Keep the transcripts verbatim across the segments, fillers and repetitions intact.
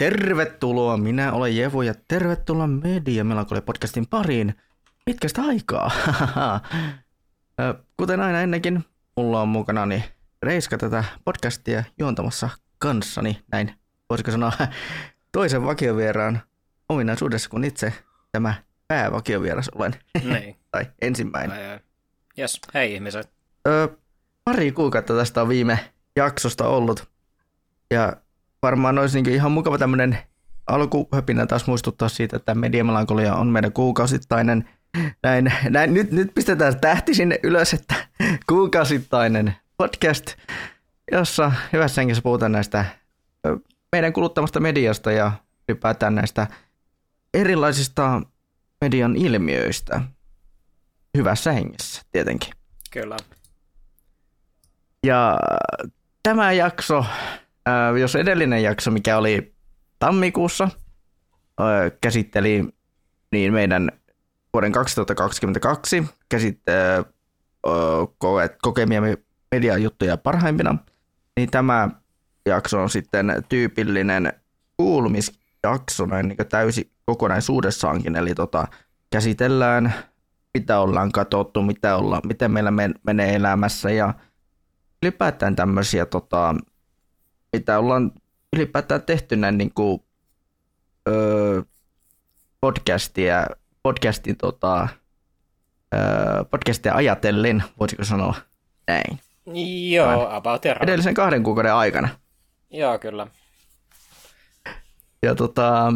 Tervetuloa, minä olen Jevu ja tervetuloa Media Melankolia podcastin pariin pitkästä aikaa. Kuten aina ennenkin, mulla on mukanani Reiska tätä podcastia juontamassa kanssani, näin voisiko sanoa toisen vakiovieraan ominaisuudessa kuin itse tämä päävakiovieras olen. Niin. Tai ensimmäinen. Jes, hei ihmiset. Ö, pari kuukautta tästä on viime jaksosta ollut ja varmaan olisi niin ihan mukava tämmöinen alkuhöpinä taas muistuttaa siitä, että Media Melankolia on meidän kuukausittainen, näin, näin nyt, nyt pistetään tähti sinne ylös, että kuukausittainen podcast, jossa hyvässä hengessä puhutaan näistä meidän kuluttamasta mediasta ja ylipäätään näistä erilaisista median ilmiöistä hyvässä hengessä tietenkin. Kyllä. Ja tämä jakso, jos edellinen jakso, mikä oli tammikuussa, käsitteli niin meidän vuoden kaksituhattakaksikymmentäkaksi käsitte- kokemia mediajuttuja parhaimpina, niin tämä jakso on sitten tyypillinen kuulumisjakso näin niin täysi kokonaisuudessaankin, eli tota, käsitellään, mitä ollaan katsottu, mitä ollaan, miten meillä men- menee elämässä ja ylipäätään tämmöisiä, tota, mitä ollaan ylipäätään tehty näin niin kuin, öö, podcastia, podcastin, tota, öö, podcastia ajatellen, voisiko sanoa näin. Joo, about around. Edellisen kahden kuukauden aikana. Joo, kyllä. Ja tota,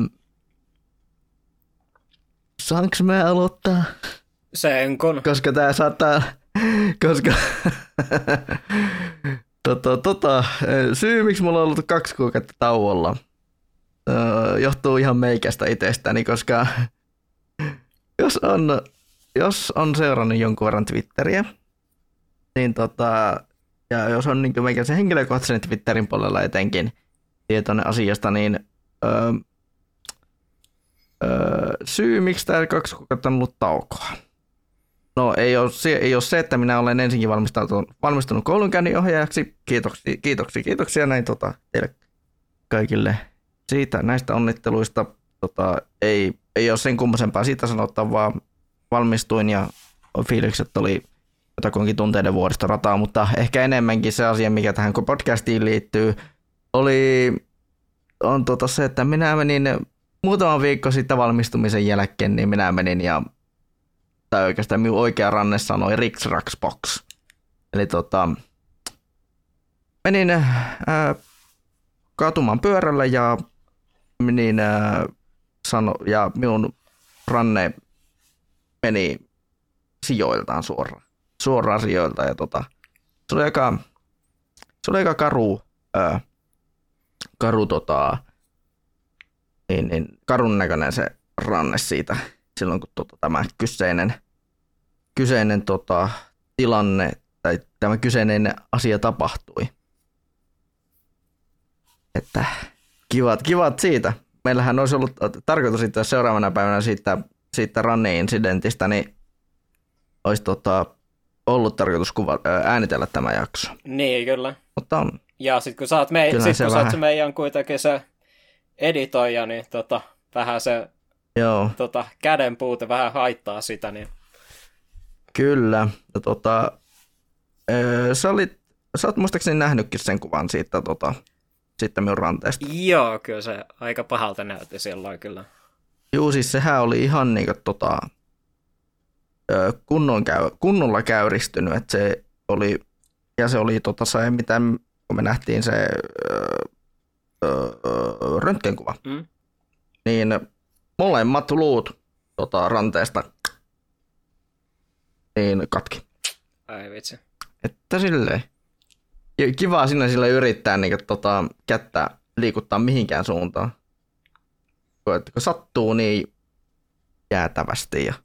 saanko mä aloittaa? Sen kun. Koska tää saattaa, koska tota, tota, syy miksi mulla on ollut kaksi kuukautta tauolla öö, johtuu ihan meikästä itsestäni, koska jos on, jos on seurannut jonkun verran Twitteriä, niin tota, ja jos on niin meikäisen henkilökohtaisen Twitterin puolella etenkin tietoinen asiasta, niin öö, öö, syy miksi tää kaksi kuukautta on ollut taukoa. No ei ole, se, ei ole se, että minä olen ensinkin valmistunut, valmistunut koulunkäynninohjaajaksi. Kiitoksia, kiitoksia, kiitoksia näin tota, teille kaikille siitä, näistä onnitteluista. Tota, ei, ei ole sen kummosempaa siitä sanottavaa, vaan valmistuin ja fiilikset oli jotakuinkin tunteiden vuodesta rataa, mutta ehkä enemmänkin se asia, mikä tähän podcastiin liittyy, oli on tota se, että minä menin muutaman viikko sitten valmistumisen jälkeen, niin minä menin ja tai oikeastaan minun oikea ranne sanoi Rix Rax Box. Eli tota, menin ää, katuman pyörällä ja, menin, ää, sano, ja minun ranne meni sijoiltaan suoraan. Suoraan sijoilta. Ja tota, se oli aika, se oli aika karu, ää, karu tota, niin, niin, karun näköinen se ranne siitä. Silloin kun tota, tämä kyseinen, kyseinen tota, tilanne tai tämä kyseinen asia tapahtui. Että kivat, kivat siitä. Meillähän olisi ollut tarkoitus sitten seuraavana päivänä siitä, siitä ranne-incidentistä, niin olisi tota, ollut tarkoitus kuva, äänitellä tämä jakso. Niin, kyllä. Mutta on. Ja sitten kun sä oot, me, sit, kun sä oot se meidän kuitenkin se editoija, niin tota, vähän se Joo. Tota, käden puute vähän haittaa sitä. Niin. Kyllä. Ja, tota, öö, sä, olit, sä oot muistaakseni nähnytkin sen kuvan siitä tota, sitten minun ranteesta. Joo, kyllä se aika pahalta näytti silloin kyllä. Juu, siis sehän oli ihan niinku tota, öö, kunnon käy, kunnolla käyristynyt, että se oli, ja se oli tota se, mitä kun me nähtiin se öö, öö, röntgenkuva, mm. niin molemmat luut tota, ranteesta niin katki. Ai vitsi. Että silleen. Kivaa sinne sille yrittää niin, tota, kättä liikuttaa mihinkään suuntaan. Kun, kun sattuu niin jäätävästi ja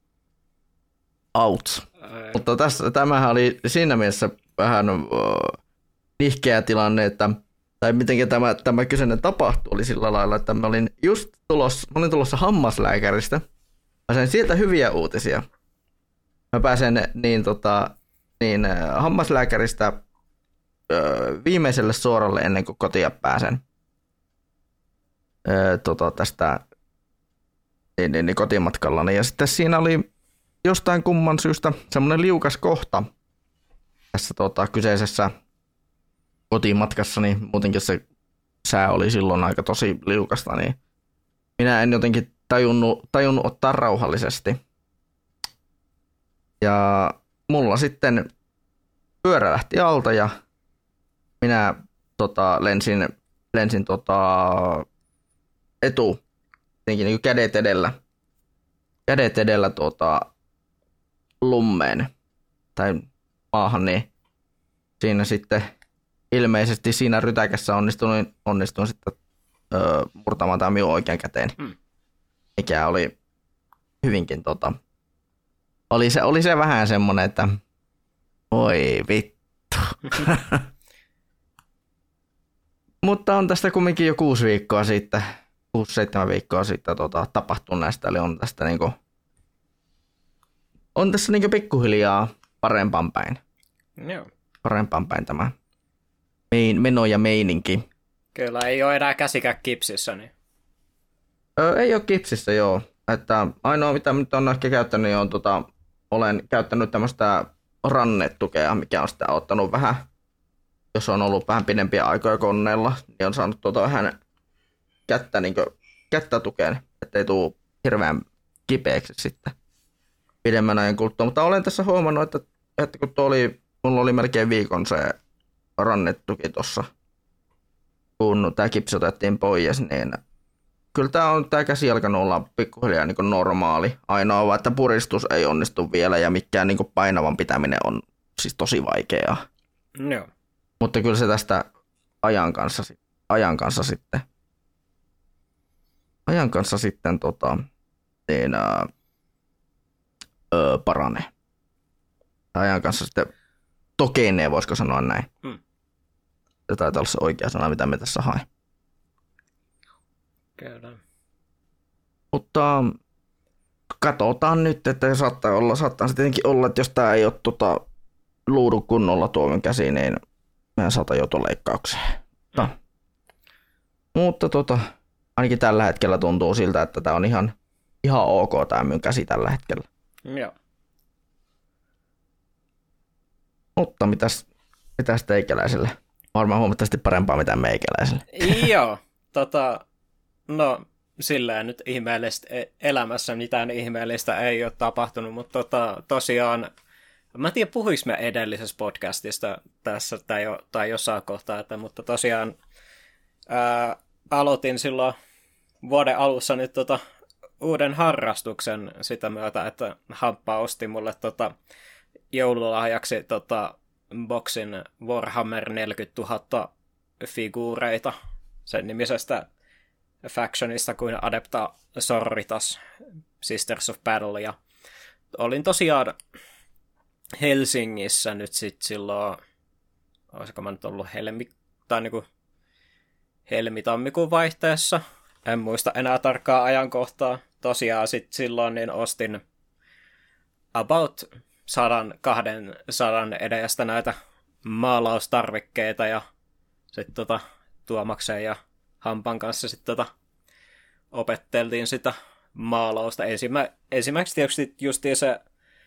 outs. Ai. Mutta tässä, tämähän oli siinä mielessä vähän uh, nihkeä tilanne, että tai miten tämä, tämä kyseinen tapahtui oli sillä lailla, että mä olin just tulossa, mä olin tulossa hammaslääkäristä. Mä sain sieltä hyviä uutisia. Mä pääsen niin, tota, niin hammaslääkäristä öö, viimeiselle suoralle ennen kuin kotia pääsen. ää, tota, tästä niin, niin, niin, kotimatkallani. Ja sitten siinä oli jostain kumman syystä semmoinen liukas kohta tässä tota, kyseisessä kotimatkassa, niin muutenkin se sää oli silloin aika tosi liukasta, niin minä en jotenkin tajunnut, tajunnut ottaa rauhallisesti. Ja mulla sitten pyörä lähti alta ja minä tota, lensin, lensin tota, etu, tietenkin niin kädet edellä, kädet edellä tota, lummeen tai maahan, niin siinä sitten ilmeisesti siinä rytäkässä onnistuin, onnistuin sitten öö, murtamaan tämä minun oikean käteen, hmm. mikä oli hyvinkin tota, oli se, oli se vähän semmoinen, että oi vittu. Mutta on tästä kumminkin jo kuusi viikkoa sitten, kuusi seitsemän viikkoa sitten tota, tapahtunut näistä, eli on tästä niinku, on tässä niinku pikkuhiljaa parempaan päin. Joo. Parempaan päin tämä mein, meno ja meininki. Kyllä, ei ole enää käsikään kipsissä. Niin. Öö, ei ole kipsissä, joo. Että ainoa, mitä nyt on ehkä käyttänyt, on tota, olen käyttänyt tämmöistä rannetukea, mikä on sitä ottanut vähän, jos on ollut vähän pidempiä aikoja koneella, niin on saanut tuota vähän kättä, niin kuin, kättä tukeen, ettei tule hirveän kipeäksi sitten pidemmän ajan kuluttua. Mutta olen tässä huomannut, että, että kun oli, mulla oli melkein viikon se rannetuki tuossa, kun tämä kipsi otettiin pois, niin kyllä tämä on tämä käsi alkanut olla pikkuhiljaa niin kuin normaali. Ainoa vaan, että puristus ei onnistu vielä ja mikään niin kuin painavan pitäminen on siis tosi vaikeaa. No. Mutta kyllä se tästä ajan kanssa, ajan kanssa sitten, ajan kanssa sitten tota, niin, ää, öö, paranee. Ajan kanssa sitten tokenee, voisiko sanoa näin. Mm. Se taitaa olla se oikea sana, mitä me tässä haen. Käydään. Mutta katsotaan nyt, että saattaa olla, saattaa se tietenkin olla, että jos tämä ei ole tota, luudu kunnolla tuomin käsiin, niin meidän saattaa joutua leikkaukseen. Mm. Mutta tota, ainakin tällä hetkellä tuntuu siltä, että tämä on ihan, ihan ok tämä minun käsi tällä hetkellä. Joo. Mutta mitäs, mitäs teikäläiselle? Varmaan huomattavasti parempaa mitä meikäläiselle. Joo, tota, no silleen nyt ihmeellistä elämässä mitään ihmeellistä ei ole tapahtunut, mutta tota, tosiaan, mä en tiedä puhuinko mä edellisessä podcastista tässä tai, jo, tai jossain kohtaa, että, mutta tosiaan ää, aloitin silloin vuoden alussa nyt tota, uuden harrastuksen sitä myötä, että Hamppa osti mulle tota, joululahjaksi tota, boksin Warhammer neljäkymmentätuhatta figuureita sen nimisestä factionista kuin Adepta Sororitas Sisters of Battle. Ja olin tosiaan Helsingissä nyt sit silloin, olisiko mä nyt ollut helmi, tai niinku helmi-tammikuun vaihteessa. En muista enää tarkkaa ajankohtaa. Tosiaan sit silloin niin ostin about sadan, kahden sadan edestä näitä maalaustarvikkeita ja sitten tota, Tuomaksen ja Hampan kanssa sitten tota, opetteltiin sitä maalausta. Ensimmä, ensimmäiseksi tietysti justiin se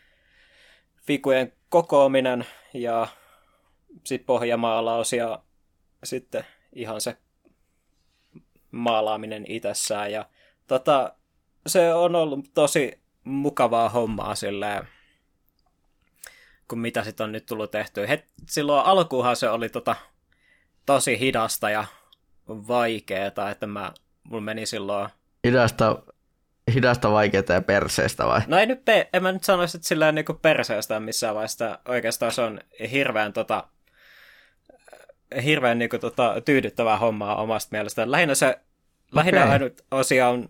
figujen kokoaminen ja sitten pohjamaalaus ja sitten ihan se maalaaminen itsessään. Ja tota, se on ollut tosi mukavaa hommaa silleen, kun mitä sitten on nyt tullut tehtyä. Het, silloin alkuunhan se oli tota, tosi hidasta ja vaikeeta, että mä, mulla meni silloin... Hidasta, hidasta vaikeeta ja perseestä vai? No ei nyt, pe- en mä nyt sanoisi, että silleen niin kuin perseestä missään vaiheessa. Oikeastaan se on hirveän, tota, hirveän niin kuin, tota, tyydyttävää hommaa omasta mielestä. Lähinnä se, okay. lähinnä ainut osia on,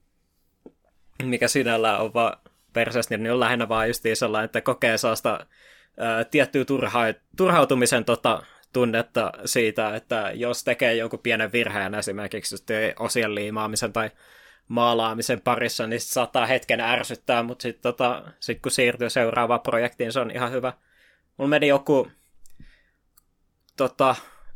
mikä sinällään on vaan perseestä, niin on lähinnä vaan justiin sellainen, että kokee sellaista ää, tiettyä turha- turhautumisen tota, tunnetta siitä, että jos tekee jonkun pienen virheen esimerkiksi just osien liimaamisen tai maalaamisen parissa, niin sit saattaa hetken ärsyttää, mutta sitten tota, sit kun siirtyy seuraavaan projektiin, se on ihan hyvä. Mulla meni joku tota,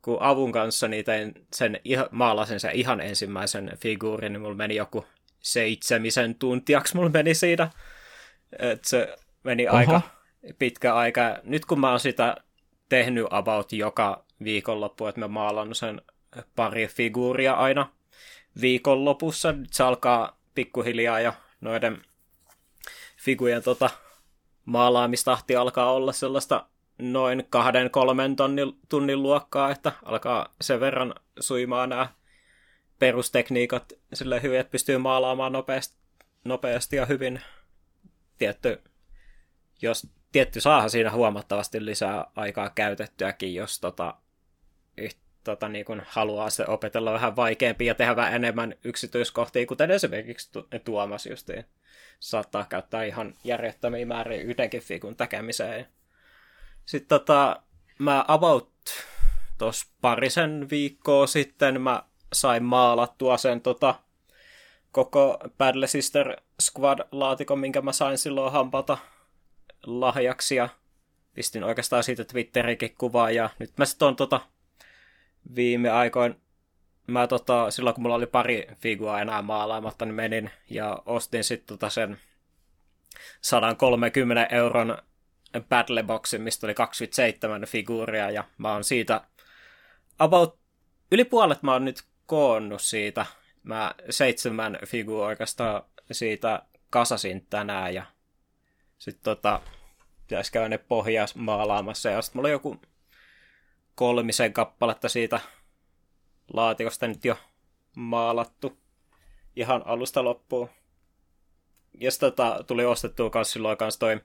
kun avun kanssa niin tein sen, maalasin sen ihan ensimmäisen figuurin, niin mulla meni joku seitsemisen tuntiaksi mulla meni siinä. Et se meni Oho. aika pitkä aika. Nyt kun mä oon sitä tehnyt about joka viikonloppu, että mä maalan sen pari figuuria aina viikonlopussa. Nyt se alkaa pikkuhiljaa jo noiden figujen tota, maalaamistahti alkaa olla sellaista noin kahden, kolmen tonnin, tunnin luokkaa, että alkaa sen verran suimaan nämä perustekniikat silleen hyvin, että pystyy maalaamaan nopeasti, nopeasti ja hyvin. Tietty, jos, tietty saahan siinä huomattavasti lisää aikaa käytettyäkin, jos tota, yht, tota, niin kun haluaa se opetella vähän vaikeampia ja tehdä vähän enemmän yksityiskohtia, kuten esimerkiksi Tuomas justiin. Saattaa käyttää ihan järjettömiä määriä yhdenkin figun tekemiseen. Sitten tota, mä about tuossa parisen viikkoa sitten mä sain maalattua sen tota, koko Battle Sister Squad-laatikon, minkä mä sain silloin hampalta lahjaksi, ja pistin oikeastaan siitä Twitterikin kuvaa, ja nyt mä sitten on tota, viime aikoin, mä tota, silloin kun mulla oli pari figua enää maalaamatta, niin menin ja ostin sitten tota sen sata kolmekymmentä euron Battleboxin, mistä oli kaksikymmentäseitsemän figuuria, ja mä oon siitä about, yli puolet mä oon nyt koonnut siitä. Mä seitsemän figua oikeastaan siitä kasasin tänään, ja sitten tota, pitäisi käydä ne pohjas maalaamassa, ja sitten mulla on joku kolmisen kappaletta siitä laatikosta nyt jo maalattu ihan alusta loppuun. Ja sitten tota, tuli ostettua kans silloin kans toi,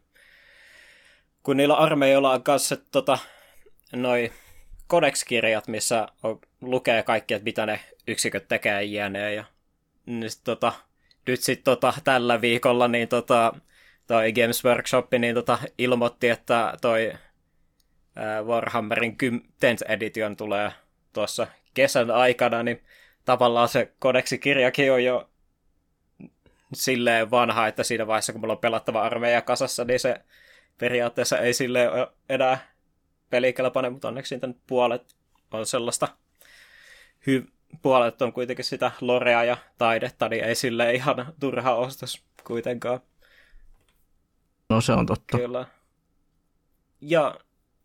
kun niillä armeijoilla on kanssa tota, noi Codex-kirjat, missä on, lukee kaikki, että mitä ne yksiköt tekee jne. Ja niin sit, tota, nyt sitten tota, tällä viikolla niin, tota, toi Games Workshop niin, tota, ilmoitti, että toi ää, Warhammerin tenth Edition tulee tuossa kesän aikana, niin tavallaan se Codex-kirjakin on jo silleen vanha, että siinä vaiheessa, kun mulla on pelattava armeija kasassa, niin se periaatteessa ei silleen ole enää pelikelpainen, mutta onneksi siitä puolet on sellaista, hy- puolet on kuitenkin sitä lorea ja taidetta, niin ei silleen ihan turha ostos kuitenkaan. No se on totta. Kyllä. Ja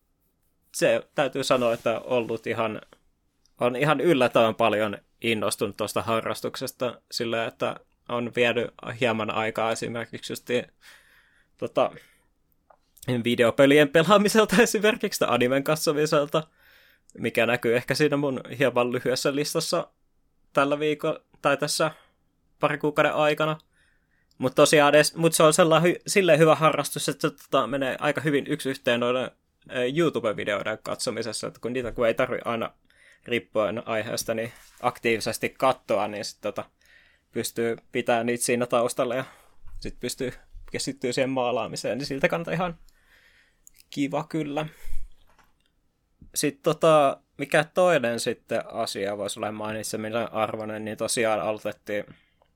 se täytyy sanoa, että on ollut ihan, on ihan yllättävän paljon innostunut tuosta harrastuksesta sillä, että on viety hieman aikaa esimerkiksi just tota, videopelien pelaamiselta esimerkiksi tai animen katsomiselta, mikä näkyy ehkä siinä mun hieman lyhyessä listassa tällä viikolla tai tässä pari kuukauden aikana. Mutta tosiaan edes, mut se on sellainen, silleen hyvä harrastus, että se tota, menee aika hyvin yksi yhteen noiden YouTube-videoiden katsomisessa, että kun niitä kun ei tarvitse aina riippuen aiheesta niin aktiivisesti katsoa, niin sit, tota, pystyy pitämään niitä siinä taustalla ja sitten pystyy keskittyä siihen maalaamiseen, niin siltä kannattaa ihan kiva kyllä. Sitten tota, mikä toinen sitten asia voisi olla mainitseminen arvoinen, niin tosiaan aloitettiin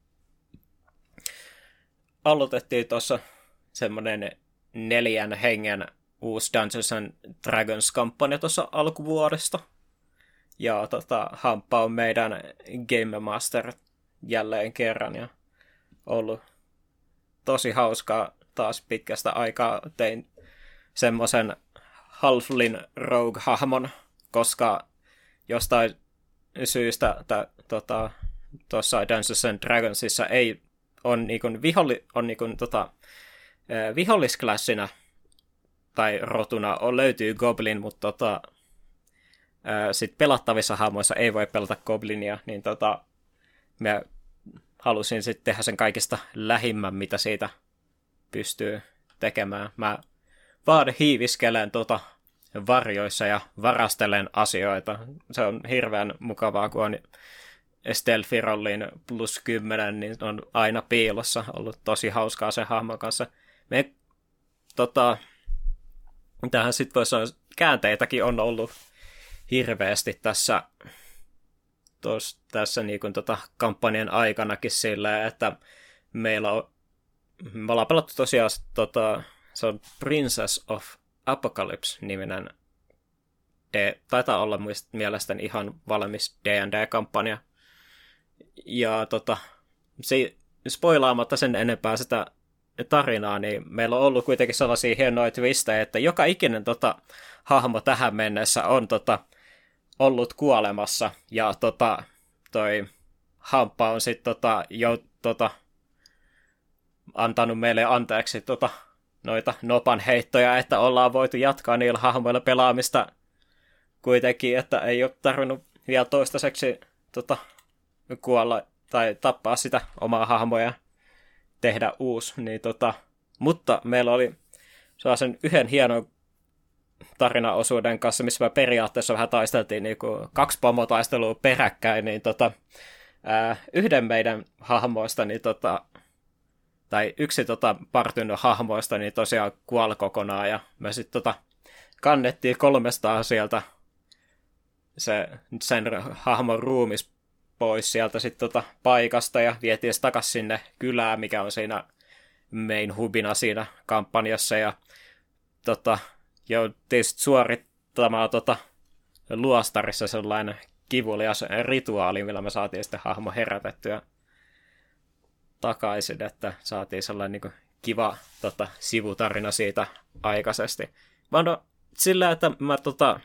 aloitettiin tuossa semmoinen neljän hengen uusi Dungeons and Dragons-kampanja tuossa alkuvuodesta. Ja tota, Hamppa on meidän Game Master jälleen kerran ja ollut tosi hauskaa taas pitkästä aikaa. Tein semmoisen Halfling Rogue-hahmon, koska jostain syystä tuossa tota, Dungeons and Dragonsissa ei on, niin viholli, on niin tota, vihollisklassina tai rotuna on, löytyy Goblin, mutta tota, sit pelattavissa hahmoissa ei voi pelata Goblinia, niin tota, mä halusin sitten tehdä sen kaikista lähimmän, mitä siitä pystyy tekemään. Mä vaan hiiviskelen tota varjoissa ja varastelen asioita. Se on hirveän mukavaa, kun on stealth-rollin plus kymmenen, niin on aina piilossa. Ollut tosi hauskaa sen hahmon kanssa. Me, tota, tähän sitten voisi sanoa, käänteitäkin on ollut hirveästi tässä, tos, tässä niin kuin tota, kampanjan aikanakin sillä, että meillä on, me ollaan pelattu tosiaan, tota, se on Princess of Apocalypse-niminen D, taitaa olla mielestäni ihan valmis D and D-kampanja. Ja tota, se, spoilaamatta sen enempää sitä tarinaa, niin meillä on ollut kuitenkin sellaisia hienoja twistejä, että joka ikinen tota, hahmo tähän mennessä on tota, ollut kuolemassa, ja tota, toi Hamppa on sitten tota, jo tota, antanut meille anteeksi tota, noita nopan heittoja, että ollaan voitu jatkaa niillä hahmoilla pelaamista kuitenkin, että ei ole tarvinnut vielä toistaiseksi tota, kuolla tai tappaa sitä omaa hahmoa ja tehdä uusi. Niin, tota, mutta meillä oli sellaisen yhden hienon tarinaosuuden kanssa, missä me periaatteessa vähän taisteltiin niin kuin kaksi pomotaistelua peräkkäin, niin tota, ää, yhden meidän hahmoista, niin tota, tai yksi tota, partyn hahmoista, niin tosiaan kuoli kokonaan, ja me sitten tota, kannettiin kolmestaan sieltä se, sen hahmon ruumis pois sieltä sit tota paikasta ja vietiin se takaisin sinne kylään, mikä on siinä main hubina siinä kampanjassa, ja tota, jouduttiin sit suorittamaan tota, luostarissa sellainen kivulias rituaali, millä me saatiin sitten hahmo herätettyä takaisin, että saatiin sellainen niin kuin kiva tota, sivutarina siitä aikaisesti. Vaan no, sillä, että mä tota,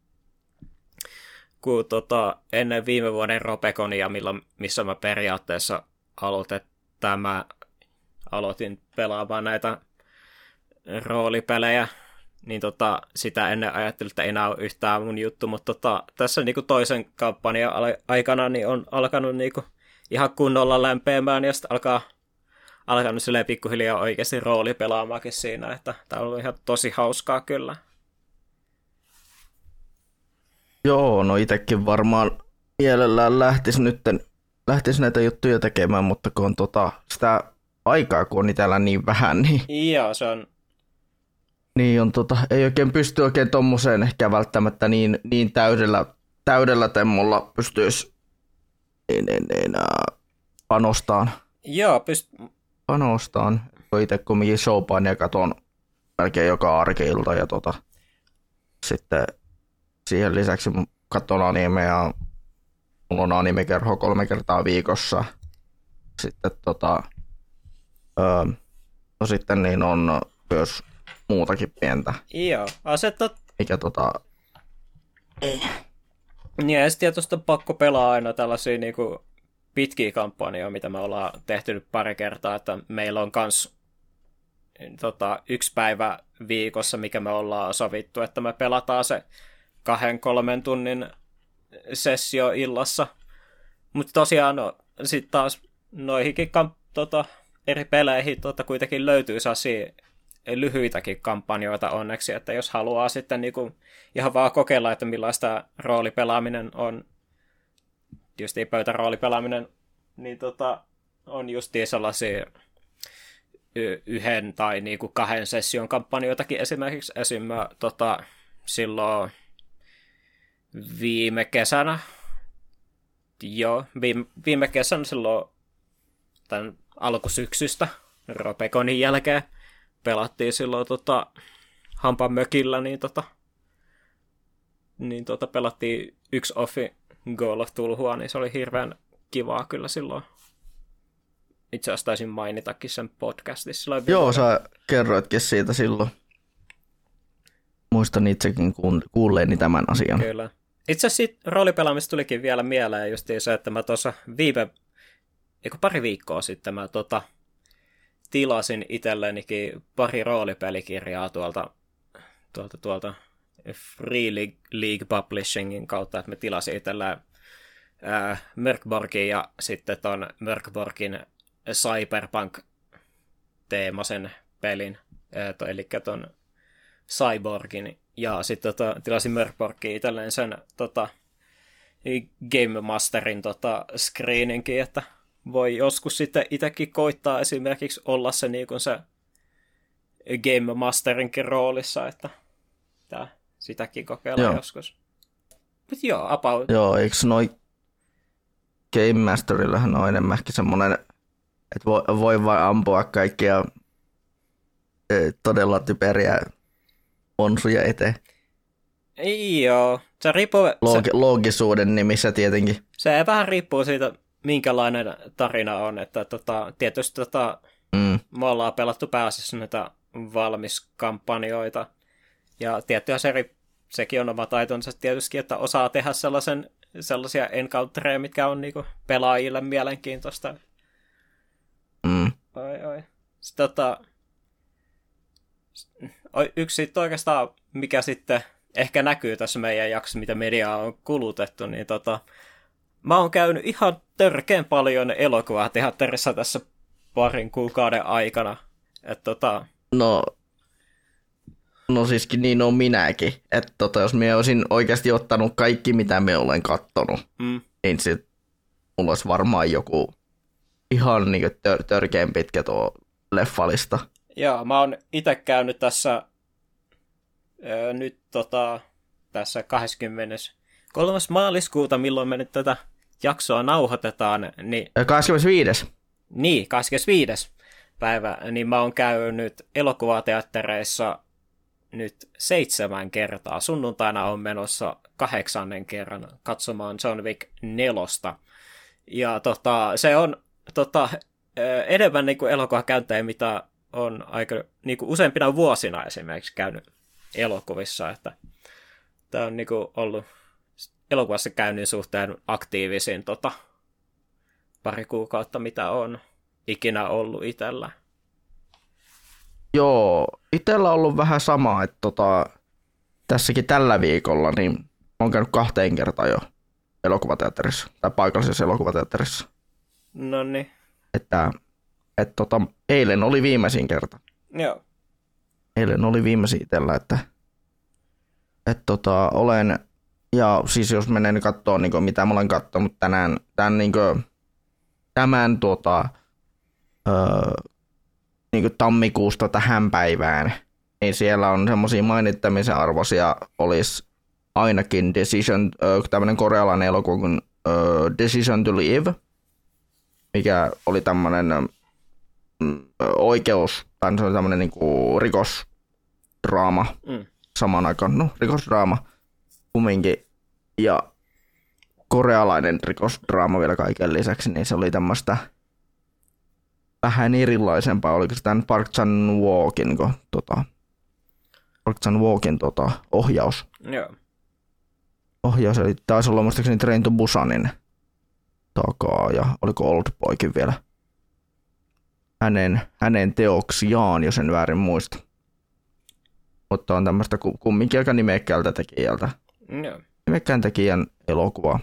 kun tota, ennen viime vuoden Ropeconia, milloin, missä mä periaatteessa aloitin, mä aloitin pelaamaan näitä roolipelejä, niin tota, sitä ennen ajattelin, että ei enää ole yhtään mun juttu, mutta tota, tässä niin kuin toisen kampanjan aikana niin on alkanut niin kuin ihan kunnolla lämpeämään, ja sitten alkaa alkanut silleen pikkuhiljaa oikeasti roolipelaamaankin siinä, että tämä on ollut ihan tosi hauskaa kyllä. Joo, no itsekin varmaan mielellään lähtisi nyt lähtisi näitä juttuja tekemään, mutta kun on tota, sitä aikaa, kun on itsellä niin vähän, niin, Joo, se on... niin on, tota, ei oikein pysty oikein tommoseen ehkä välttämättä niin, niin täydellä, täydellä temmolla pystyisi niin, niin, niin, äh, panostaan. Joo, pyst- panostaan. Itse kumminkin showpainia katon melkein joka arki-ilta ja tota, sitten siihen lisäksi katon animea. Mulla on animekerho kolme kertaa viikossa. Sitten tota, öö, no sitten niin on myös muutakin pientä. Joo, asettat... Mikä tota... Niin, ja sitten tietysti on pakko pelaa aina tällaisia niinku pitkiä kampanjoja, mitä me ollaan tehty nyt pari kertaa, että meillä on kans tota, yksi päivä viikossa, mikä me ollaan sovittu, että me pelataan se kahden, kolmen tunnin sessio illassa. Mutta tosiaan no, sitten taas noihinkin kamp- tota, eri peleihin tota, kuitenkin löytyy sellaisia lyhyitäkin kampanjoita onneksi, että jos haluaa sitten niinku ihan vaan kokeilla, että millaista roolipelaaminen on, justiin pöytäroolipelaaminen, niin tota, on justiin sellaisia y- yhden tai niinku kahden session kampanjoitakin esimerkiksi. Esim. Tota, silloin viime kesänä, joo, viime, viime kesänä silloin tämän alkusyksystä Ropeconin jälkeen pelattiin silloin tota, Hampan mökillä, niin, tota, niin tota, pelattiin yksi offi Goal of Tulhua, niin se oli hirveän kivaa kyllä silloin. Itse asiassa taisin mainitakin sen podcastissa. Joo, sä kerroitkin siitä silloin. Muistan itsekin kuulleeni tämän asian. Kyllä. Itse asiassa roolipelaamista tulikin vielä mieleen justiin se, että mä tuossa viime, eikö pari viikkoa sitten mä tota, tilasin itsellenikin pari roolipelikirjaa tuolta, tuolta, tuolta Free League Publishingin kautta, että mä tilasin itselleen ää, Mörkborgin ja sitten ton Mörkborgin Cyberpunk-teemaisen pelin, ää, to, eli ton Cyborgin, ja sitten tota, tilasin Mörkborgin itselleen sen tota, Game Masterin tota, screeninkin, että voi joskus sitten itsekin koittaa esimerkiksi olla se, niin kuin se Game Masterinkin roolissa, että tää, sitäkin kokeillaan joskus. Mutta joo, about... Joo, eikö noi Game Masterillähän on enemmänkin semmoinen, että voi, voi vain ampua kaikkia e, todella typeriä onsuja eteen. Joo, se riippuu... Loog- se, loogisuuden nimissä tietenkin. se vähän riippuu siitä, minkälainen tarina on, että tota, tietysti tota, Mm. me ollaan pelattu pääasiassa näitä valmiskampanjoita, ja tiettyä se, sekin on oma taitonsa tietysti, että osaa tehdä sellaisen, sellaisia encountereja, mitkä on niinku pelaajille mielenkiintoista. Mm. Oi, oi. Sitten, tota, yksi sitten oikeastaan, mikä sitten ehkä näkyy tässä meidän jaksossa, mitä mediaa on kulutettu, niin tota, mä oon käynyt ihan törkeän paljon elokuvaa teatterissa tässä parin kuukauden aikana. Et tota... No, no siiskin niin on minäkin. Että tota, jos minä olisin oikeasti ottanut kaikki, mitä me olen kattonut, mm. niin sit mulla olisi varmaan joku ihan niin tör- törkeän pitkä tuo leffalista. Joo, mä oon itse käynyt tässä öö, nyt tota, tässä kahdeskymmeneskolmas maaliskuuta, milloin me nyt tätä jaksoa nauhoitetaan. Niin, kahdeskymmenesviides Niin, kahdeskymmenesviides päivä, niin mä oon käynyt elokuvateattereissa nyt seitsemän kertaa. Sunnuntaina on menossa kahdeksannen kerran katsomaan John Wick nelosta. Ja tota, se on tota, enemmän niin kuin elokuvakäyntejä, mitä on aika niin kuin useampina vuosina esimerkiksi käynyt elokuvissa. Että tämä on niin kuin ollut elokuvassa käynnin suhteen aktiivisin tota, pari kuukautta, mitä on ikinä ollut itsellä. Joo, itsellä on ollut vähän sama, että tota, tässäkin tällä viikolla niin olen käynyt kahteen kertaan jo elokuvateatterissa, tai paikallisessa elokuvateatterissa. No niin. Että et tota, eilen oli viimeisin kerta. Joo. Eilen oli viimeisin itsellä, että et tota, olen, ja siis jos menen katsoa, niin mitä mä olen katsonut tänään, tämän, niin kuin, tämän tota, öö, niin tammikuusta tähän päivään, niin siellä on semmoisia mainittamisen arvoisia, olisi ainakin Decision, tämmöinen korealainen elokuva kuin Decision to Live, mikä oli tämmöinen oikeus, tai se oli tämmöinen niin kuin rikosdraama mm. samaan aikaan, no rikosdraama kumminkin, ja korealainen rikosdraama vielä kaiken lisäksi, niin se oli tämmöistä vähän erilaisempaa, oliko se tämän Park Chan-wookin tota, Park Chan-wookin tota, ohjaus. Joo. Ohjaus, eli taisi olla muistaakseni Train to Busanin takaa, ja oliko Oldboykin vielä hänen, hänen teoksiaan, jos en väärin muista. Mutta on tämmöistä kumminkin aika nimekkäältä tekijältä. Joo. Nimekkään tekijän elokuvaa.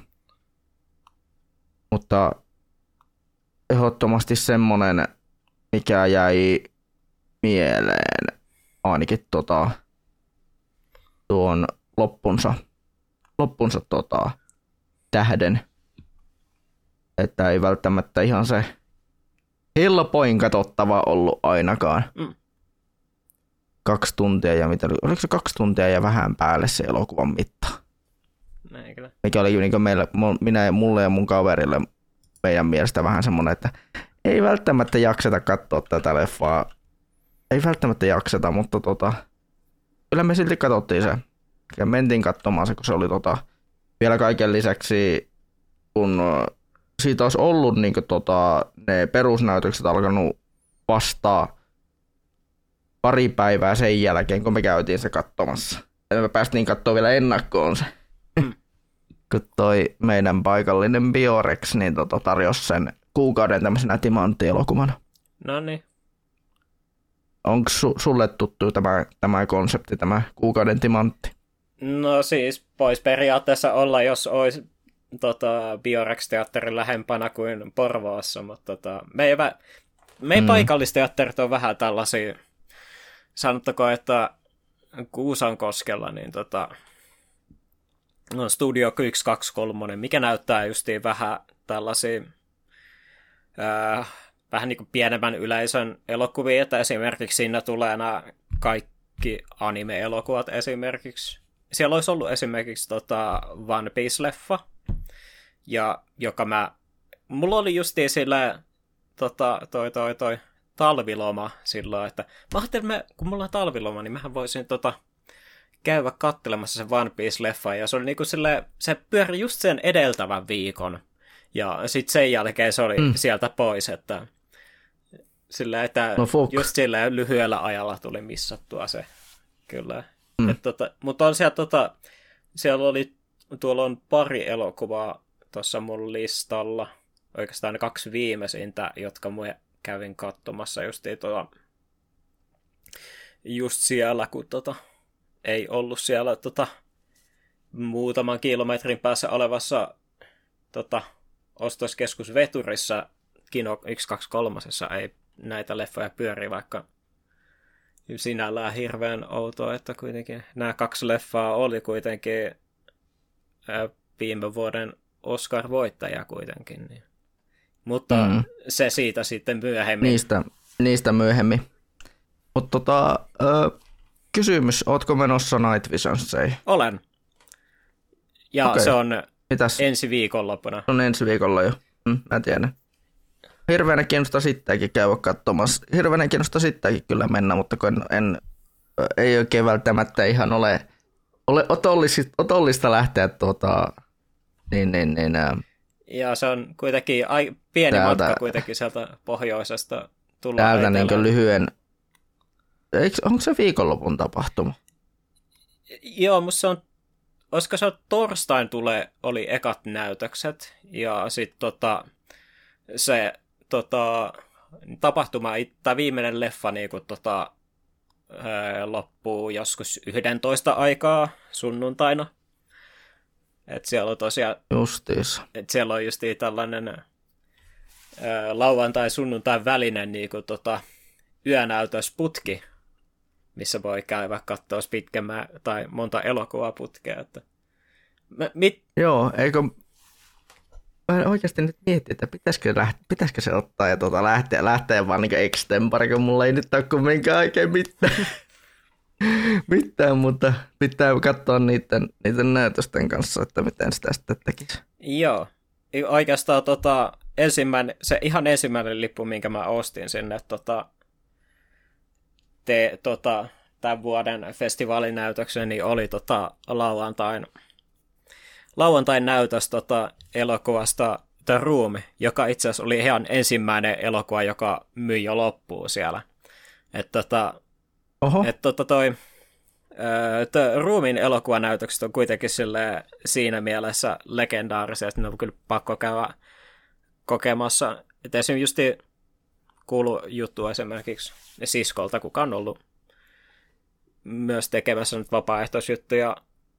Mutta ehdottomasti semmonen, mikä jäi mieleen, ainakin tota, tuon loppunsa, loppunsa tota, tähden, että ei välttämättä ihan se helpoin katsottava ollut ainakaan. Mm. Kaksi tuntia ja mitä oli, oliko se kaksi tuntia ja vähän päälle se elokuvan mitta? Näin kyllä. Mikä oli niin meillä, minä ja mulle ja mun kaverille meidän mielestä vähän semmoinen, että ei välttämättä jakseta katsoa tätä leffaa. Ei välttämättä jakseta, mutta tota, kyllä me silti katsottiin se. Ja mentiin katsomaan se, kun se oli tota, vielä kaiken lisäksi, kun siitä olisi ollut niin kuin, tota, ne perusnäytökset alkanut vastaa pari päivää sen jälkeen, kun me käytiin se katsomassa. Ja me päästiin katsoa vielä ennakkoon se. Mm. Kun toi meidän paikallinen Biorex niin tota, tarjosi sen kuukauden tämmöisenä timanttielokuvana. No niin. Onko su- sulle tuttu tämä, tämä konsepti, tämä kuukauden timantti? No siis voisi periaatteessa olla, jos olisi tota, Biorex-teatteri lähempänä kuin Porvoossa, mutta tota, meidän, meidän mm. paikallisteatterit on vähän tällaisia, sanottako, että Kuusankoskella, niin tota, no Studio yksi kaksi kolme, mikä näyttää justiin vähän tällaisia ää, vähän niin kuin pienemmän yleisön elokuvia, että esimerkiksi siinä tulee nämä kaikki anime-elokuvat esimerkiksi. Siellä olisi ollut esimerkiksi tota One Piece-leffa, ja joka mä, mulla oli justiin sillä tota, toi, toi, toi talviloma silloin, että mä ajattelin, että kun mulla on talviloma, niin mähän voisin tota, käydä katselemassa sen One Piece-leffan, ja se oli niinku silleen, se pyöri just sen edeltävän viikon, ja sitten sen jälkeen se oli mm. sieltä pois, että sillä, että no just sillä lyhyellä ajalla tuli missattua se, kyllä. Mm. Et tota, mutta on siellä, tota, siellä oli, tuolla on pari elokuvaa tuossa mun listalla, oikeastaan ne kaksi viimeisintä, jotka mä kävin katsomassa just, tuota, just siellä, kun tota, ei ollut siellä tota, muutaman kilometrin päässä olevassa tota, ostoskeskus Veturissa, Kino yksi kaksi kolme ei näitä leffoja pyöri, vaikka sinällään hirveän outoa, että kuitenkin nämä kaksi leffaa oli kuitenkin ää, viime vuoden Oscar-voittaja kuitenkin. Niin. Mutta mm. se siitä sitten myöhemmin. Niistä, niistä myöhemmin. Mutta tota, kysymys, ootko menossa Night Visionsiin? Olen. Ja okay. Se on Mitäs? ensi viikonloppuna. On ensi viikolla jo, mm, mä tiedän. Hirveänä kiinnostaa sittenkin käydä katsomassa. Hirveänä kiinnostaa sittenkin kyllä mennä, mutta kun en, en, ei oikein välttämättä ihan ole, ole otollista, otollista lähteä tuota, niin, niin, niin, ää, ja se on kuitenkin ai, pieni täältä, matka kuitenkin sieltä pohjoisesta tulla täältä niin lyhyen. Eikö, onko se viikonlopun tapahtuma? Joo, mutta se on, olisiko se on torstain tulee, oli ekat näytökset, ja sitten tota, se tota, tapahtuma, tai viimeinen leffa niin kun, tota, ää, loppuu joskus yhdentoista aikaa sunnuntaina. Et siellä on tosiaan, Justiis. Et siellä on justiin tällainen ää, lauantai-sunnuntain välinen niin kun, tota, yönäytösputki, missä voi käydä katsoa pitkemmää tai monta elokuvaa putkea. Että... Mit... Joo, eikö... Mä oikeasti nyt mietin, että pitäisikö, läht... pitäisikö se ottaa ja tuota lähteä, lähteä vaan niin extempore, kun mulla ei nyt ole kumminkaan oikein mitään. mitään, mutta pitää katsoa niiden, niiden näytösten kanssa, että miten sitä sitten tekisi. Joo, oikeastaan tota, ensimmäinen, se ihan ensimmäinen lippu, minkä mä ostin sinne tota, te, tota, tämän vuoden festivaalinäytöksen, niin oli tota, lauantain, lauantain näytös tota, elokuvasta The Room, joka itse asiassa oli ihan ensimmäinen elokuva, joka myi jo loppuun siellä. Että tota, et, tota, toi ää, The Roomin elokuvanäytökset on kuitenkin sille, siinä mielessä legendaarisia, että ne on kyllä pakko käydä kokemassa. Et esimerkiksi justi kuulu juttu esimerkiksi siskolta, kuka on ollut myös tekemässä nyt vapaaehtoisjuttuja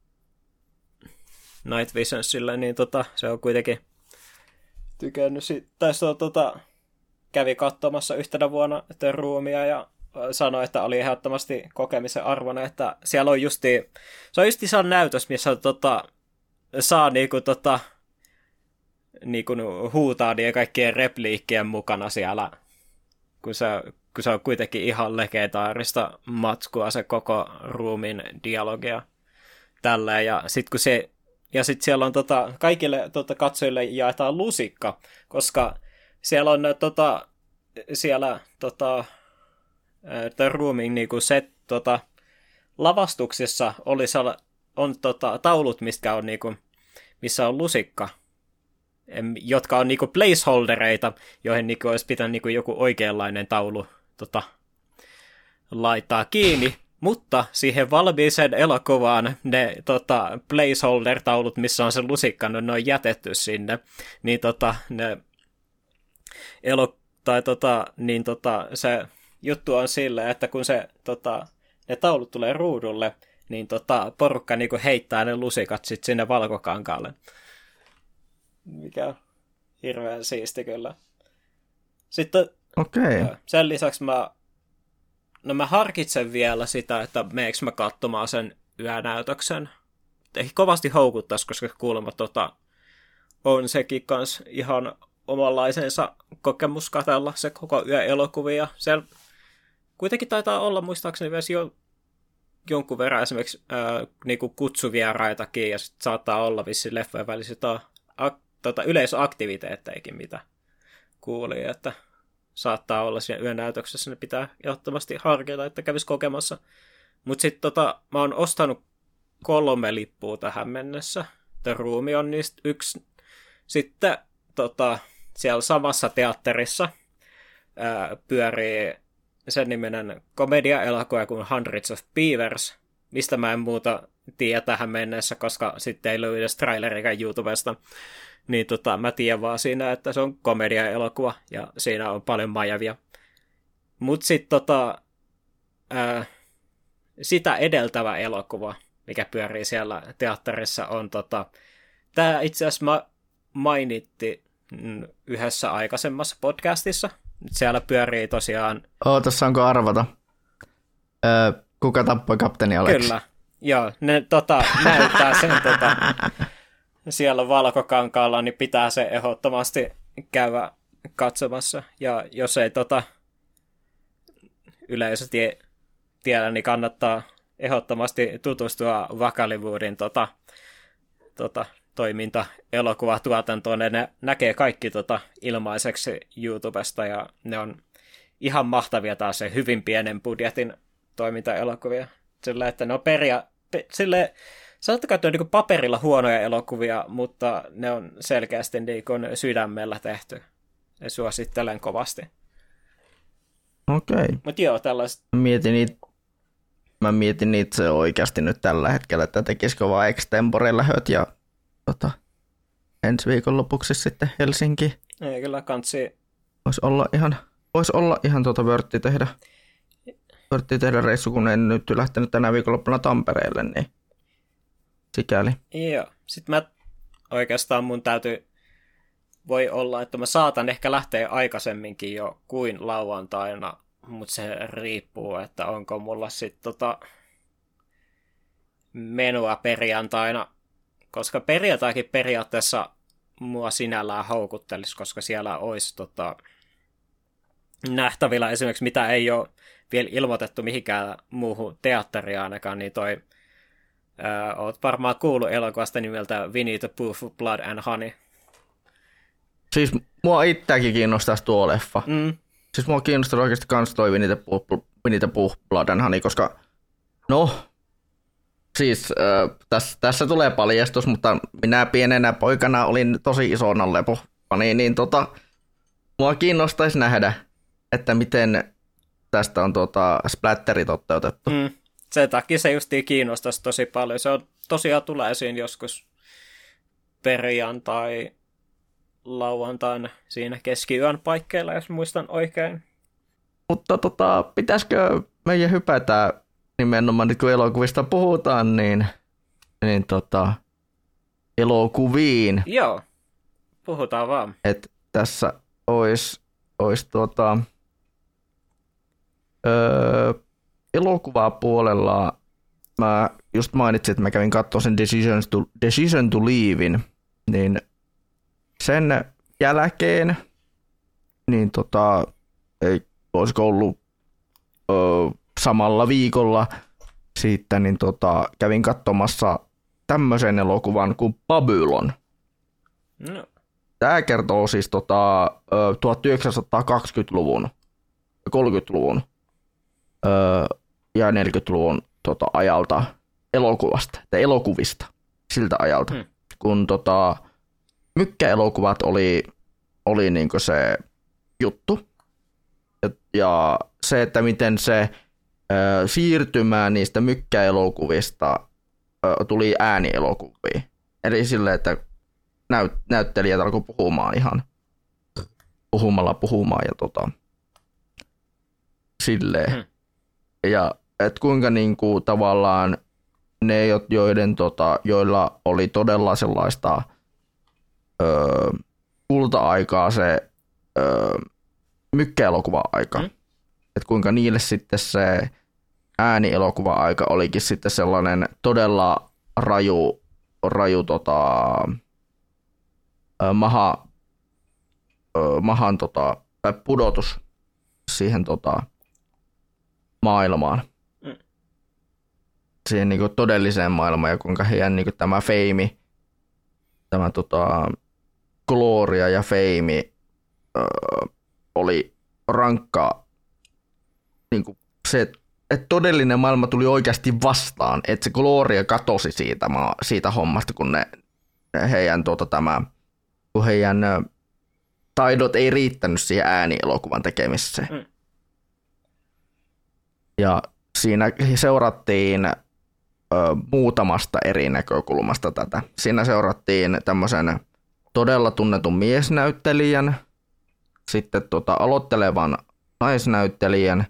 Night Visionsille, niin tota, se on kuitenkin tykännyt. Tai se on, tota, kävi katsomassa yhtenä vuonna The Roomia ja sanoi, että oli ehdottomasti kokemisen arvona, että siellä on justi, se on justi sellainen näytös, missä on, tota, saa niinku, tota, niinku, huutaa niiden kaikkien repliikkien mukana siellä, kun se, kun se on kuitenkin ihan legendaarista matskua se koko Roomin dialogia tälleen, ja sitten kun se ja sitten siellä on tota, kaikille tota, katsojille jaetaan lusikka, koska siellä on tota, siellä tota, The Roomin niinku set tota, lavastuksessa oli sala, on tota, taulut, mistä on niinku, missä on lusikka, jotka on niinku placeholdereita, joihin niinku olisi pitänyt niinku joku oikeanlainen taulu tota, laittaa kiinni. Mutta siihen valmiiseen elokuvaan ne tota, placeholder-taulut, missä on se lusikka, ne on jätetty sinne. Niin, tota, ne elo, tai, tota, niin tota, se juttu on silleen, että kun se, tota, ne taulut tulee ruudulle, niin tota, porukka niinku heittää ne lusikat sit sinne valkokankaalle. Mikä on hirveän siisti kyllä. Sitten okay. Sen lisäksi mä No mä harkitsen vielä sitä, että meneekö mä katsomaan sen yönäytöksen. Ehkä kovasti houkuttaisi, koska kuulemma tota, on sekin kans ihan omanlaisensa kokemus katsella se koko yö elokuvia. Siellä kuitenkin taitaa olla muistaakseni myös jo jonkun verran esimerkiksi ää, niinku kutsuvieraitakin, ja sit saattaa olla vissiin leffojen välissä ak- tota, yleisöaktiviteetteikin, mitä kuulin, että saattaa olla siinä yönäytöksessä, ne pitää ehdottomasti harkita, että kävisi kokemassa. Mutta sitten tota, mä oon ostanut kolme lippua tähän mennessä. The Room on niistä yksi. Sitten tota, siellä samassa teatterissa ää, pyörii sen niminen komedia-elokuva kuin Hundreds of Beavers, mistä mä en muuta tiedä tähän mennessä, koska sitten ei löydy edes trailerikään YouTubesta. Niin tota, mä tiedän vaan siinä, että se on komedia-elokuva ja siinä on paljon majavia. Mut sitten tota, ää, sitä edeltävä elokuva, mikä pyörii siellä teatterissa, on tota, tää itse asiassa ma- mainitti yhdessä aikaisemmassa podcastissa. Siellä pyörii tosiaan... Ootas, saanko arvata? Öö, kuka tappoi kapteeni Alex? Kyllä, joo. Ne tota, näyttää sen tota, siellä valkokankaalla, niin pitää se ehdottomasti käydä katsomassa. Ja jos ei tota, yleisö tie, tiedä, niin kannattaa ehdottomasti tutustua Vakaliwoodin tota, tota, toiminta-elokuvatuotantoon. Ne nä- näkee kaikki tota, ilmaiseksi YouTubesta ja ne on ihan mahtavia taas se hyvin pienen budjetin toimintaelokuvia. Sillä, että ne on peria... Pe- sille, sanottakaa, että ne on niin paperilla huonoja elokuvia, mutta ne on selkeästi niin sydämellä tehty. Ja suosittelen kovasti. Okei. Okay. Mutta joo, tällaiset... Mietin niitä, mä mietin itse oikeasti nyt tällä hetkellä, että tekisikö vaan extempore lähöt ja tota, ensi viikon lopuksi sitten Helsinki. Ei kyllä kantsi... Voisi olla ihan, vois olla ihan tuota vörtti tehdä. Vörtti tehdä reissu, kun en nyt lähtenyt tänä viikonloppuna Tampereelle, niin sikäli. Joo. Sitten mä oikeastaan mun täytyy... Voi olla, että mä saatan ehkä lähteä aikaisemminkin jo kuin lauantaina, mutta se riippuu, että onko mulla sitten tota menua perjantaina, koska perjantaikin periaatteessa mua sinällään houkuttelisi, koska siellä olisi tota nähtävillä esimerkiksi, mitä ei ole vielä ilmoitettu mihinkään muuhun teatteriin ainakaan, niin toi ää, oot varmaan kuullut elokuvasta nimeltä Winnie the Pooh, Blood and Honey. Siis mua itseäkin kiinnostaisi tuo leffa. Mm. Siis mua kiinnostaa oikeasti kans toi Winnie the Pooh, Winnie the Pooh Blood and Honey, koska no, siis äh, tässä, tässä tulee paljastus, mutta minä pienenä poikana olin tosi iso Nalle-fani, niin tota, mua kiinnostaisi nähdä, että miten tästä on tota splatteri toteutettu. Mm. Sen takia se justiin kiinnostaisi tosi paljon. Se on tosiaan tulee siinä joskus perjantai lauantaina siinä keskiyön paikkeilla, jos muistan oikein. Mutta tota, pitäisikö meidän hypätä nimenomaan, nyt kun elokuvista puhutaan, niin, niin tota, elokuviin. Joo, puhutaan vaan. Että tässä olisi ois tota, öö, elokuvaa puolella, mä just mainitsin, että mä kävin katsoa sen Decision to, Decision to Leavein, niin sen jälkeen, niin tota, ei, olisiko ollut ö, samalla viikolla siitä, niin tota, kävin katsomassa tämmöisen elokuvan kuin Babylon. No. Tämä kertoo siis tota, ö, tuhatyhdeksänsataakaksikymmentäluvun, kolmekymmentäluvun ö, ja neljäkymmentäluvun tota, ajalta elokuvasta, tai elokuvista siltä ajalta, hmm. kun tota, mykkäelokuvat oli, oli niinku se juttu. Ja, ja se, että miten se ö, siirtymään niistä mykkäelokuvista ö, tuli äänielokuviin. Eli silleen, että näyt, näyttelijät alkoi puhumaan ihan puhumalla puhumaan ja tota, silleen. Hmm. Ja et kuinka niinku tavallaan ne, joiden, tota, joilla oli todella sellaista Öö, kulta-aikaa se öö, mykkäelokuva-aika. Mm. Että kuinka niille sitten se äänielokuva-aika olikin sitten sellainen todella raju, raju tota, öö, maha, öö, mahan tota, tai pudotus siihen tota, maailmaan. Mm. Siihen niinku todelliseen maailmaan ja kuinka heidän niinku tämä feimi Tämä tota, gloria ja feimi öö, oli rankkaa. Niin kuin se, että todellinen maailma tuli oikeasti vastaan, että se gloria katosi siitä, siitä hommasta, kun ne heidän, tuota, tämä, kun heidän taidot ei riittänyt siihen äänielokuvan tekemiseen. Mm. Ja siinä seurattiin ö, muutamasta eri näkökulmasta tätä. Siinä seurattiin tämmöisen todella tunnetun miesnäyttelijän, sitten tota, aloittelevan naisnäyttelijän,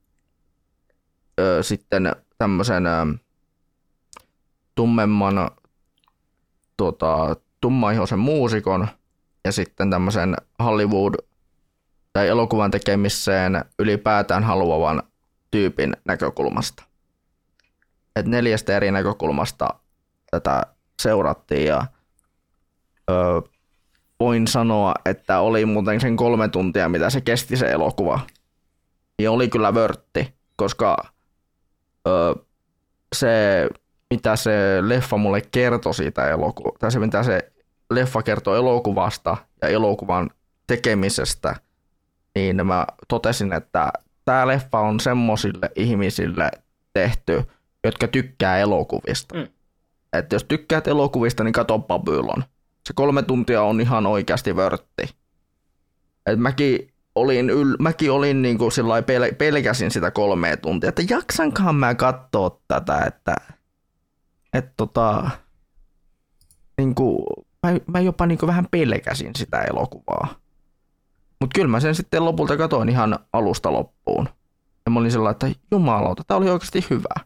ö, sitten tämmöisen ö, tummemman tota, tummaihoisen muusikon ja sitten tämmöisen Hollywood- tai elokuvan tekemiseen ylipäätään haluavan tyypin näkökulmasta. Et neljästä eri näkökulmasta tätä seurattiin ja ö, voin sanoa, että oli muuten sen kolme tuntia, mitä se kesti se elokuva. Ja oli kyllä vörtti, koska ö, se, mitä se leffa mulle kertoi siitä elokuvasta, tai se, mitä se leffa kertoi elokuvasta ja elokuvan tekemisestä, niin mä totesin, että tämä leffa on semmoisille ihmisille tehty, jotka tykkää elokuvista. Mm. Että jos tykkäät elokuvista, niin kato Babylon. Se kolme tuntia on ihan oikeasti vörtti. Et mäkin olin, yl, mäkin olin niinku sillai pel, pelkäsin sitä kolmea tuntia, että jaksankaan mä katsoa tätä, että et tota, niinku, mä, mä jopa niinku vähän pelkäsin sitä elokuvaa. Mutta kyllä mä sen sitten lopulta katoin ihan alusta loppuun. Ja mä olin sellainen, että jumalauta, tää oli oikeasti hyvä.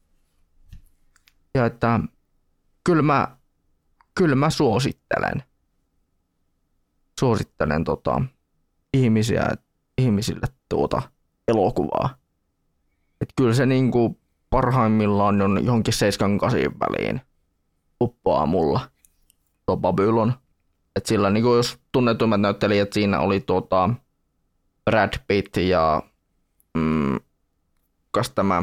Ja että kyllä mä, kyllä mä suosittelen. Suosittelen tota, ihmisiä, ihmisille tuota elokuvaa. Että kyllä se niinku parhaimmillaan on johonkin seitsemän kahdeksan väliin uppoaa mulla. Tuo Babylon. Että sillä niinku jos tunnetuimmat näyttelijät siinä oli tuota Brad Pitt ja mm, kas tämä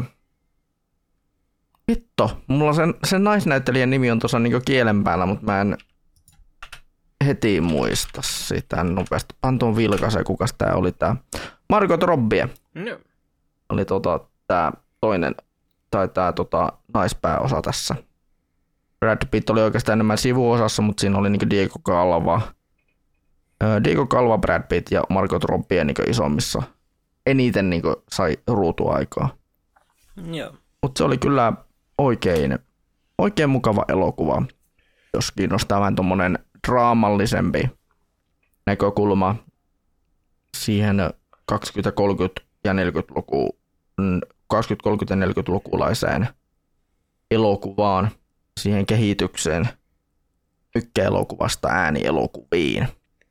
Vitto, mulla sen, sen naisnäyttelijän nimi on tuossa niinku kielen päällä, mutta mä en heti muista sitä nopeasti. Pantoon vilkaisee, kukas tää oli tää. Margot Robbie. No. Oli tota tää toinen, tai tää tota naispääosa tässä. Brad Pitt oli oikeastaan enemmän sivuosassa, mutta siinä oli niinku Diego Calva. Diego Calva, Brad Pitt ja Margot Robbie niinku isommissa. Eniten niinku sai ruutuaikaa. Joo. Mutta se oli kyllä oikein, oikein mukava elokuva, jos kiinnostaa vähän tommonen draamallisempi näkökulma siihen kaksikymmentä-, kolmekymmentä- ja neljäkymmentäluku, kaksikymmentä-, kolmekymmentä- ja neljäkymmentälukulaiseen elokuvaan, siihen kehitykseen mykkäelokuvasta äänielokuviin.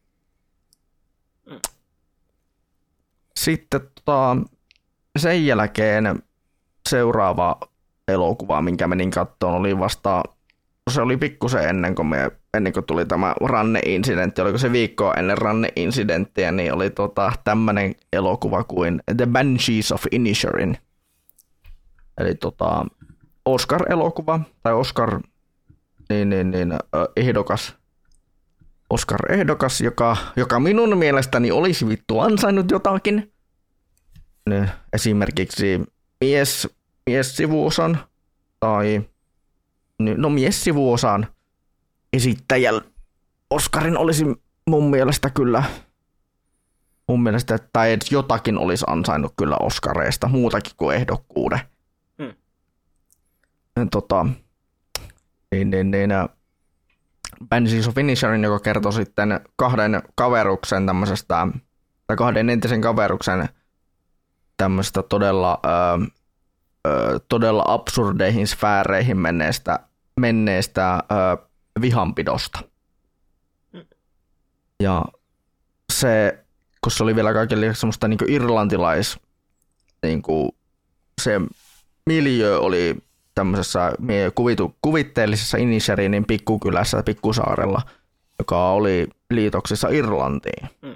Sitten tota, sen jälkeen seuraava elokuva, minkä menin kattoon, oli vasta, se oli pikkusen ennen kuin, me, ennen kuin tuli tämä ranne-incidentti, oliko se viikkoa ennen ranne-incidenttiä, niin oli tota, tämmöinen elokuva kuin The Banshees of Inisherin. Eli tota, Oscar-elokuva, tai Oscar, niin, niin, niin, ehdokas, Oscar-ehdokas, joka, joka minun mielestäni olisi vittu ansainnut jotakin. Esimerkiksi mies, mies-sivuosan tai no mies-sivuosan esittäjällä Oscarin olisi mun mielestä kyllä mun mielestä, tai edes jotakin olisi ansainnut kyllä Oscareista, muutakin kuin ehdokkuuden. Hmm. Tota, niin, niin, niin, Banshees of Inisherin, joka kertoi sitten kahden kaveruksen tämmöisestä, tai kahden entisen kaveruksen tämmöistä todella, ö, ö, todella absurdeihin sfääreihin menneestä, menneestä ö, vihanpidosta. Mm. Ja se, kun se oli vielä kaikille semmoista niin kuin irlantilais, niin kuin se miljö oli tämmöisessä kuvitu, kuvitteellisessa Inisherinin pikkukylässä, pikkusaarella, joka oli liitoksissa Irlantiin. Mm.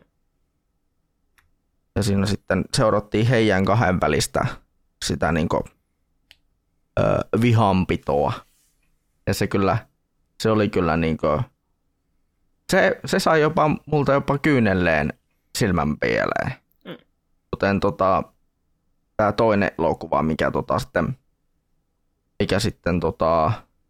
Ja siinä sitten seurattiin heidän kahden välistä sitä niinku, ö, vihanpitoa. Ja se kyllä, se oli kyllä niinku, se, se sai jopa multa jopa kyynelleen silmän pieleen. Mm. Kuten tota, tämä toinen elokuva, mikä tota sitten, mikä sitten tota,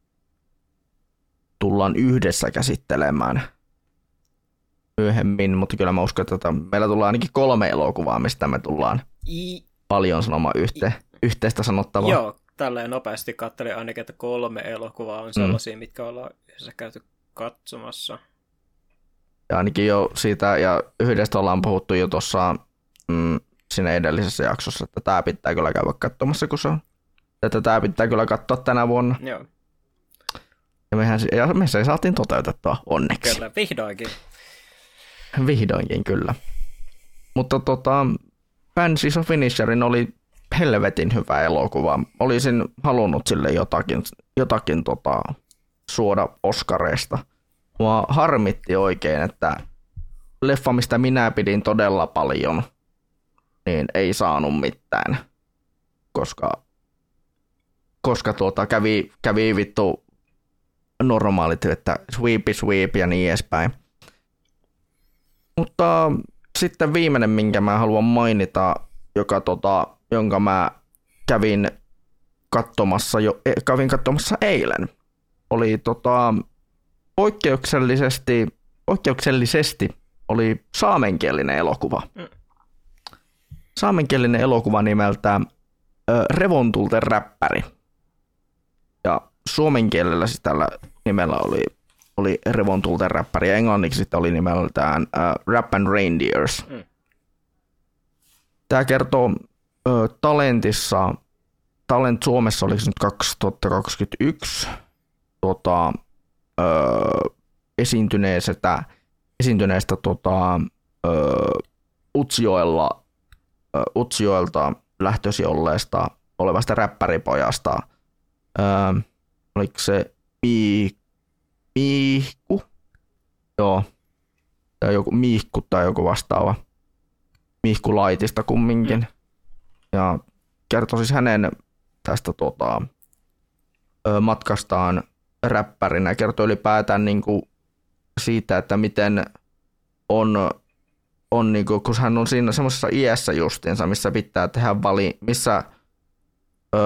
tullaan yhdessä käsittelemään myöhemmin, mutta kyllä mä uskon, että tota, meillä tullaan ainakin kolme elokuvaa, mistä me tullaan I... paljon sanomaan yhteen, I... yhteistä sanottavaa. Joo, tälleen nopeasti katselin ainakin, että kolme elokuvaa on sellaisia, mm. mitkä ollaan yhdessä käyty katsomassa. Ja ainakin jo siitä, ja yhdestä ollaan puhuttu jo tuossa mm, siinä edellisessä jaksossa, että tämä pitää kyllä käydä katsomassa, kun se on. Että tämä pitää kyllä katsoa tänä vuonna. Joo. Ja mehän ja me se saatiin toteutettua onneksi. Kyllä, vihdoinkin. Vihdoinkin, kyllä. Mutta tota, Banshees of Inisherin oli helvetin hyvä elokuva. Olisin halunnut sille jotakin, jotakin tota, suoda Oscareista. Mua harmitti oikein, että leffa, mistä minä pidin todella paljon, niin ei saanut mitään, koska, koska tuota, kävi, kävi vittu normaalit, että sweep sweep ja niin edespäin. Mutta sitten viimeinen, minkä mä haluan mainita, joka, tota, jonka mä kävin katsomassa, jo, kävin katsomassa eilen, oli tota, poikkeuksellisesti, poikkeuksellisesti oli saamenkielinen elokuva. Mm. Saamenkielinen elokuva nimeltä ö, Revontulten räppäri. Ja suomen kielellä siis tällä nimellä oli, oli Revontulten räppäri, ja englanniksi sitten oli nimeltään uh, Rap and Reindeers. Mm. Tämä kertoo ö, Talentissa, Talent Suomessa oliko se nyt kaksituhattakaksikymmentäyksi, tota, ö, esiintyneestä, esiintyneestä tota, ö, Utsjoella, ö, Utsjoelta lähtöisin olleesta olevasta räppäripojasta. Ö, oliko se Mii, Miihku? Joo, tai joku Miihku tai joku vastaava. Miihku Laitista kumminkin. Mm. Ja kertoi siis hänen tästä tota, ö, matkastaan räppärinä. Kertoi ylipäätään niin kuin siitä, että miten on, on niin kuin, kun hän on siinä semmoisessa iässä justiinsa, missä pitää tehdä vali, missä ö,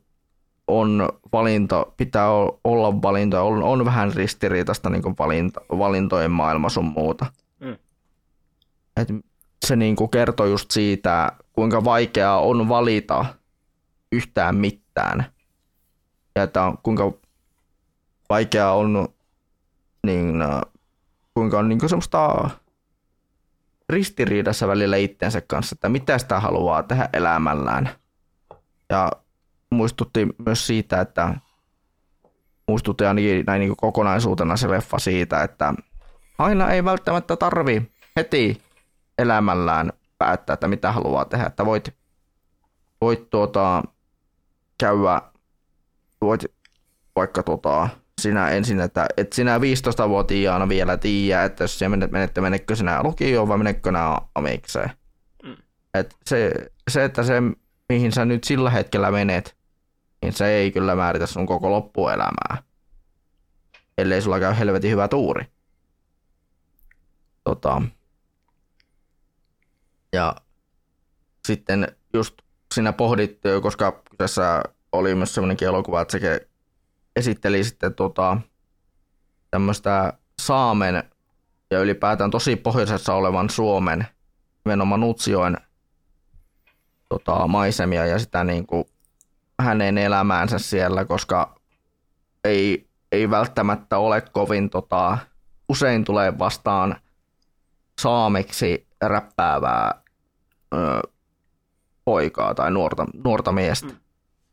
on valinta, pitää olla valintoja, on, on vähän ristiriitaista niin kuin valinta, valintojen maailma sun muuta. Mm. Et se niin kuin kertoo just siitä, kuinka vaikeaa on valita yhtään mitään. Ja että kuinka vaikeaa on, niin, kuinka on niin kuin semmoista ristiriidassa välillä itsensä kanssa, että mitä sitä haluaa tehdä elämällään. Ja muistutti myös siitä, että muistutti ainakin näin niin kuin kokonaisuutena se leffa siitä, että aina ei välttämättä tarvi heti elämällään päättää, että mitä haluaa tehdä. Että voit, voit tuota, käydä, voit vaikka tuota, sinä ensin, että et sinä viisitoistavuotiaana vielä tiedä, että jos sinä menet, menette, menekö sinä lukioon vai menekö sinä amikseen. Mm. Et se, se, että se, mihin sä nyt sillä hetkellä menet, niin se ei kyllä määritä sun koko loppuelämää, ellei sulla käy helvetin hyvä tuuri. Tota, ja sitten just siinä pohdit, koska tässä oli myös sellainenkin elokuva, että se esitteli sitten tota, tämmöistä Saamen ja ylipäätään tosi pohjoisessa olevan Suomen, nimenomaan Utsjoen tota, maisemia ja sitä niin kuin hänen elämäänsä siellä, koska ei, ei välttämättä ole kovin, tota, usein tulee vastaan saameksi räppäävää ö, poikaa tai nuorta, nuorta miestä. Mm.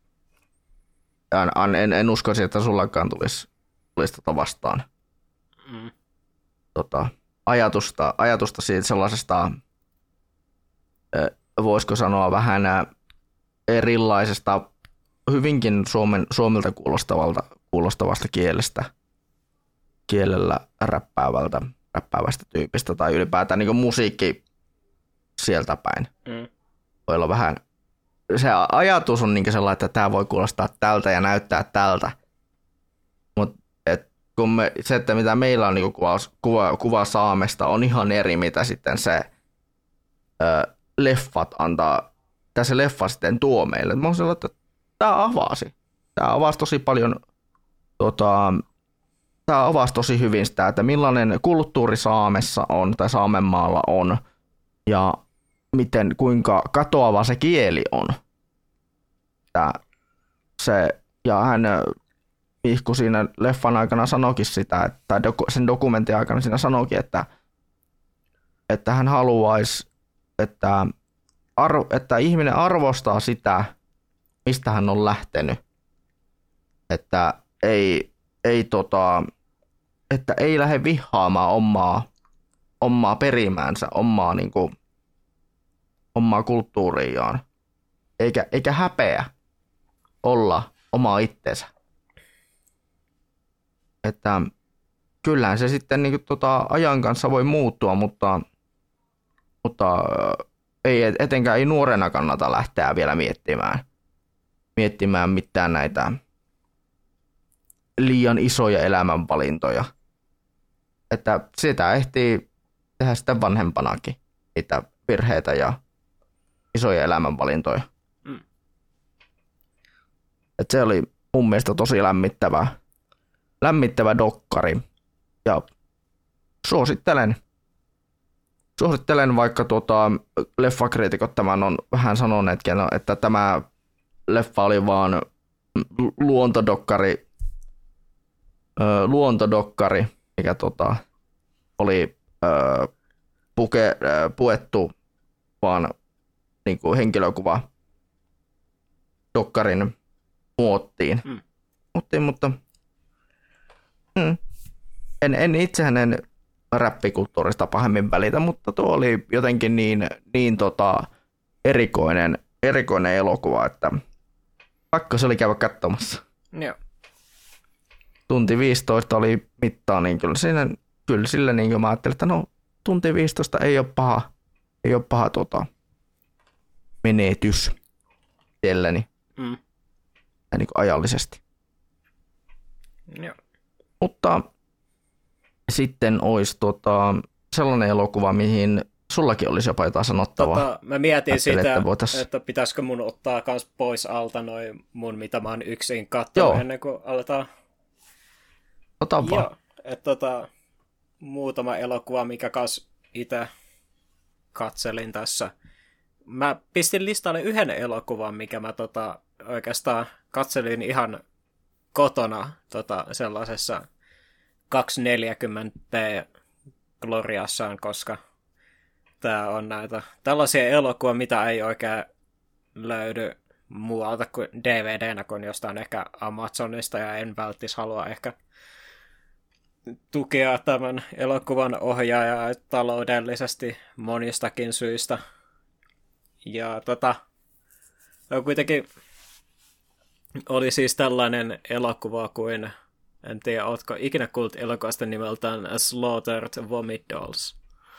En, en, en uskoisi, että sullakaan tulisi, tulisi tota vastaan mm. tota, ajatusta, ajatusta siitä sellaisesta, ö, voisiko sanoa vähän erilaisesta, hyvinkin Suomen, Suomelta kuulostavalta, kuulostavasta kielestä, kielellä räppäävältä, räppäävästä tyypistä tai ylipäätään niin kuin musiikki sieltä päin. Mm. Voi olla vähän, se ajatus on niin sellainen, että tämä voi kuulostaa tältä ja näyttää tältä, mutta kun me, se, että mitä meillä on niin kuva, kuva, kuva Saamesta on ihan eri, mitä sitten se ö, leffat antaa mitä se leffa sitten tuo meille. Mä oon sellainen, että tämä avasi. Tämä avasi tosi paljon, tota, tämä avasi tosi hyvin sitä, että millainen kulttuuri Saamessa on tai Saamenmaalla on ja miten, kuinka katoava se kieli on. Tää, se, ja hän Mihku siinä leffan aikana sanoikin sitä, että, tai doku, sen dokumentin aikana siinä sanoikin, että, että hän haluaisi, että, arvo, että ihminen arvostaa sitä, mistä hän on lähtenyt. Että ei, ei, tota, että ei lähde vihaamaan omaa, omaa perimäänsä, omaa, niin kuin, omaa kulttuuriaan, eikä, eikä häpeä olla oma itsensä. Että kyllähän se sitten niin kuin, tota, ajan kanssa voi muuttua, mutta, mutta ei, etenkään ei nuorena kannata lähteä vielä miettimään, miettimään mitään näitä liian isoja elämänvalintoja. Että sitä ehtii tehdä sitten vanhempanakin, niitä virheitä ja isoja elämänvalintoja. Mm. Että se oli mun mielestä tosi lämmittävä, lämmittävä dokkari. Ja suosittelen, suosittelen vaikka tuota, leffakriitikot tämän on vähän sanoneetkin, että tämä leffa oli vaan luontodokkari, luontodokkari, mikä tota, oli ö, puke, ö, puettu vaan niin kuin henkilökuva dokkarin muottiin. Mm. muottiin mutta mm, en, en itse hänen räppikulttuurista pahemmin välitä, mutta tuo oli jotenkin niin, niin tota, erikoinen, erikoinen elokuva, että pakko se oli käydä katsomassa. Joo. Tunti viisitoista oli mittaa, niin kyllä, siinä, kyllä sillä niin kuin mä ajattelin, että no tunti viisitoista ei ole paha, ei ole paha tota, menetys itselläni mm. ja niin kuin ajallisesti. Joo. Mutta sitten olisi tota, sellainen elokuva, mihin sullakin olisi jopa jotain sanottavaa. Tota, mä mietin Ajattelin, sitä, että, voitais... että pitäisikö mun ottaa kans pois alta noin mun, mitä mä oon yksin katsonut ennen kuin aletaan. Ota vaan. Joo, että tota, muutama elokuva, mikä kans itse katselin tässä. Mä pistin listalle yhden elokuvan, mikä mä tota, oikeastaan katselin ihan kotona tota, sellaisessa kaksisataaneljäkymmentä p Gloriassaan, koska tää on näitä tällaisia elokuvia, mitä ei oikein löydy muualta kuin D V D-nä, kun jostain ehkä Amazonista, ja en välttis halua ehkä tukea tämän elokuvan ohjaajaa taloudellisesti monistakin syistä. Ja tota, kuitenkin oli siis tällainen elokuva kuin, en tiedä, ootko ikinä kuullut elokuvasta nimeltään Slaughtered Vomit Dolls?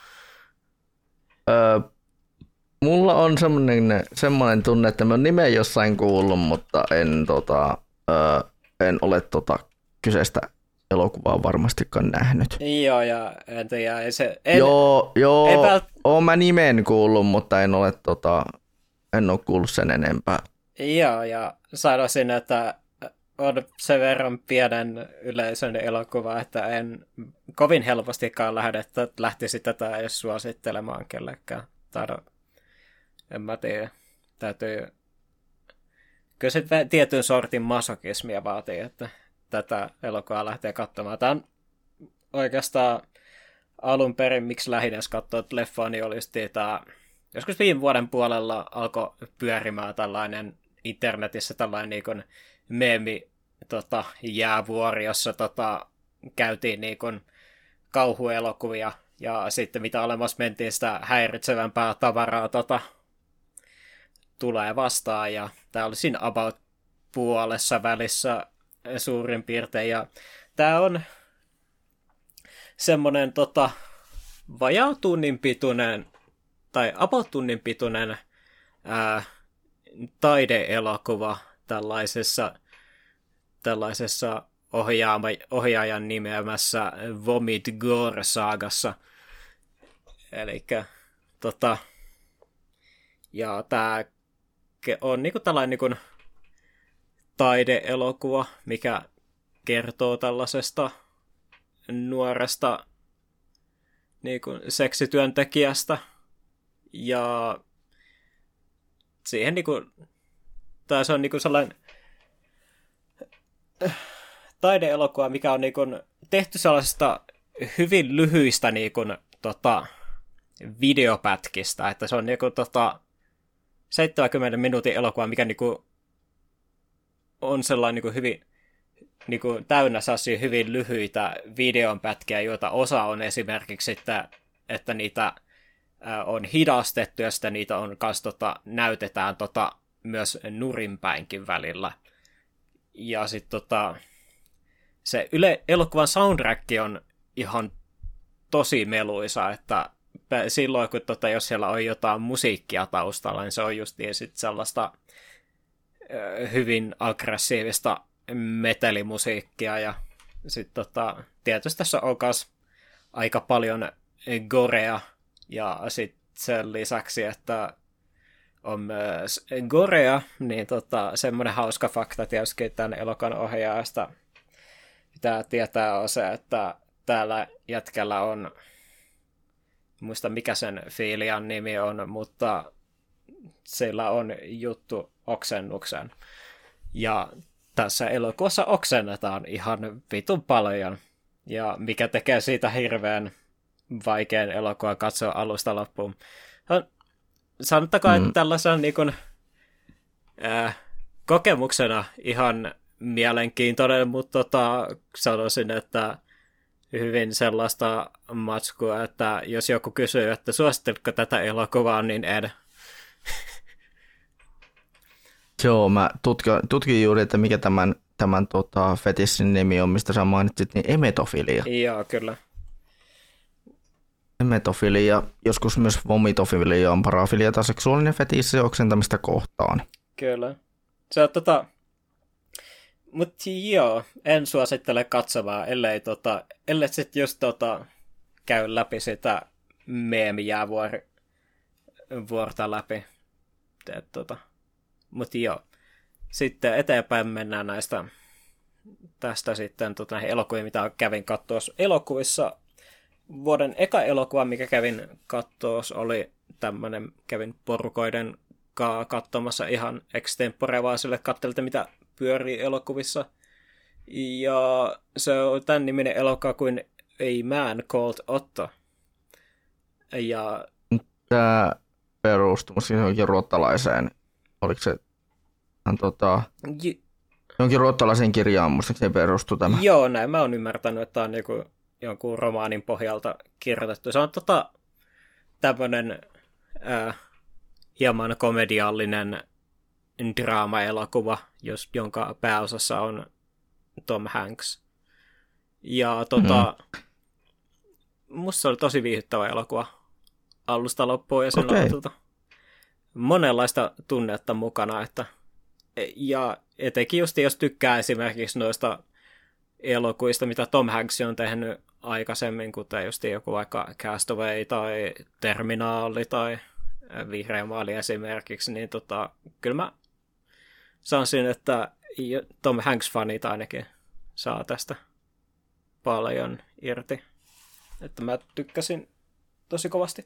Öö, mulla on semmoinen, semmoinen tunne, että mä oon nimen jossain kuullut, mutta en, tota, öö, en ole tota kyseistä elokuvaa varmastikaan nähnyt. Joo, ja en tiedä, ei se... En, joo, joo en vält... oon mä nimen kuullut, mutta en ole, tota, en ole kuullut sen enempää. Joo, ja sanoisin, että on sen verran pienen yleisön elokuva, että en kovin helpostikaan lähde, että lähtisi tätä edes suosittelemaan kellekään. Taida, en mä tiedä. Täytyy... Kyllä se tietyn sortin masokismia vaatii, että tätä elokuvaa lähtee katsomaan. Tämä on oikeastaan alun perin, miksi lähdin edes katsoa leffaa, niin olisi tämä... Joskus viime vuoden puolella alkoi pyörimään tällainen internetissä tällainen niin kuin meemi tota, jäävuori, jossa tota, käytiin niin kuin kauhuelokuvia ja sitten mitä olemassa mentiin sitä häiritsevämpää tavaraa tota, tulee vastaan, ja tämä oli siinä about puolessa välissä suurin piirtein, ja tämä on semmoinen tota, vajaa tunnin pituinen tai about tunnin pituinen ää, taideelokuva tällaisessa, tällaisessa ohjaama, ohjaajan nimeämässä Vomit Gore-saagassa. Elikkä tota, ja tää on niinku tällainen niinku taideelokuva, mikä kertoo tällaisesta nuoresta niinku seksityöntekijästä. Ja siihen niinku, tai se on niinku sellainen taideelokuva, mikä on niinku tehty sellaisesta hyvin lyhyistä niinku, tota, videopätkistä, että se on niinku, tota, seitsemänkymmenen minuutin elokuva, mikä niinku, on sellainen niinku, hyvin niinku, täynnä sellaisia hyvin lyhyitä videonpätkiä, joita osa on esimerkiksi, että, että niitä ää, on hidastettu ja sitten niitä on kans, tota, näytetään tota, myös nurinpäinkin välillä. Ja sitten tota, se yle, elokuvan soundtrack on ihan tosi meluisa, että silloin kun tota, jos siellä on jotain musiikkia taustalla, niin se on just niin sit sellaista ö, hyvin aggressiivista metelimusiikkia. Ja sitten tota, tietysti tässä on myös aika paljon gorea ja sitten sen lisäksi, että on myös gorea, niin tota, semmoinen hauska fakta tietysti tämän elokan ohjaajasta pitää tietää on se, että täällä jätkällä on, muista mikä sen fiilian nimi on, mutta sillä on juttu oksennuksen. Ja tässä elokuvassa oksennetaan ihan vitun paljon, ja mikä tekee siitä hirveän vaikean elokuvan katsoa alusta loppuun. Sanottakaa, mm. että tällaisen niin kuin, äh, kokemuksena ihan mielenkiintoinen, mutta tota, sanoisin, että hyvin sellaista matskua, että jos joku kysyy, että suositteletko tätä elokuvaa, niin en. Joo, mä tutkin, tutkin juuri, että mikä tämän, tämän tota, fetissin nimi on, mistä sä mainitsit, niin emetofilia. Joo, kyllä. Emetofilia, joskus myös vomitofilia on parafilia tai seksuaalinen fetissi oksentamista kohtaan. Kyllä. Se on tota... Mutta joo, en suosittele katsomaan, ellei, tota, ellei sitten just tota, käy läpi sitä meemijäävuori vuorta läpi. Tota. Mutta joo, sitten eteenpäin mennään näistä tästä sitten tota, näihin elokuviin, mitä kävin katsoa elokuvissa. Vuoden eka elokuva, mikä kävin katsoa, oli tämmöinen, kävin porukoiden kanssa katsomassa ihan extempore, vaan sille katselta, mitä pyörii elokuvissa. Ja se on tämän niminen elokuva kuin A Man Called Otto. Ja tämä perustuu johonkin ruottalaiseen, oliko se hän, tota, J- johonkin ruottalaiseen kirjaan, muistaakseni perustuu tämä. Joo, näin mä oon ymmärtänyt, että tämä on joku, jonkun romaanin pohjalta kirjoitettu. Se on tota, tämmöinen äh, hieman komediallinen draama-elokuva, jos, jonka pääosassa on Tom Hanks. Ja tota, mm-hmm. musta se oli tosi viihdyttävä elokuva alusta loppuun, ja sillä okay. on tota, monenlaista tunnetta mukana. Että, ja etenkin just jos tykkää esimerkiksi noista elokuvista, mitä Tom Hanks on tehnyt aikaisemmin, kuten just joku vaikka Castaway tai Terminaali tai Vihreä maali esimerkiksi, niin tota, kyllä mä sanoisin, että Tom Hanks-fanit ainakin saa tästä paljon irti. Että mä tykkäsin tosi kovasti.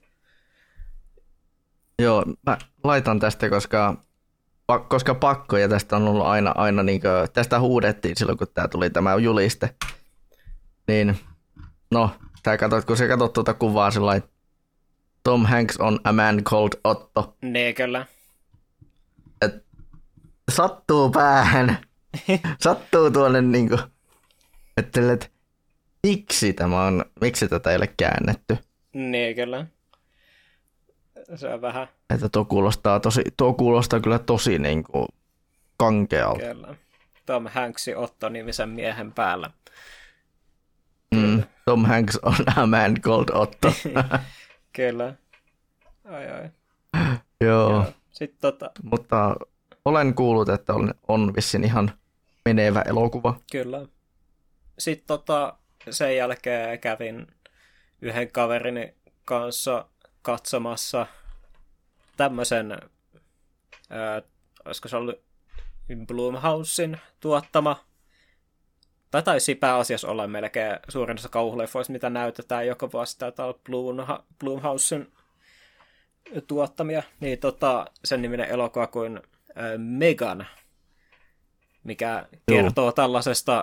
Joo, mä laitan tästä, koska, koska pakko, ja tästä on ollut aina, aina niin kuin, tästä huudettiin silloin, kun tää tuli tämä juliste. Niin, no, tää katsot, kun sä katsot tuota kuvaa sellainen, Tom Hanks on A Man Called Otto. Nee, kyllä. Et sattuu päähän. Sattuu tuonne niinku, että et, miksi tämä on, miksi tätä ei ole käännetty. Nee, kyllä. Se on vähän. Että tuo kuulostaa, tosi, tuo kuulostaa kyllä tosi niinku kankealta. Kyllä. Tom Hanksin Otto-nimisen miehen päällä. Mm, Tom Hanks on A Man Called Otto. Kyllä. Ai ai. Joo. Joo. Sitten tota... Mutta olen kuullut, että on, on vissiin ihan menevä elokuva. Kyllä. Sitten tota, sen jälkeen kävin yhden kaverini kanssa katsomassa tämmöisen ää, olisiko se ollut Blumhousen tuottama, tai taisi pääasiassa olla melkein suurin osa kauhuleffoista, mitä näytetään joka vuosi, taitaa olla Blumha- Blumhousen tuottamia, niin tota, sen niminen elokuva kuin äh, Megan, mikä kertoo Joo. tällaisesta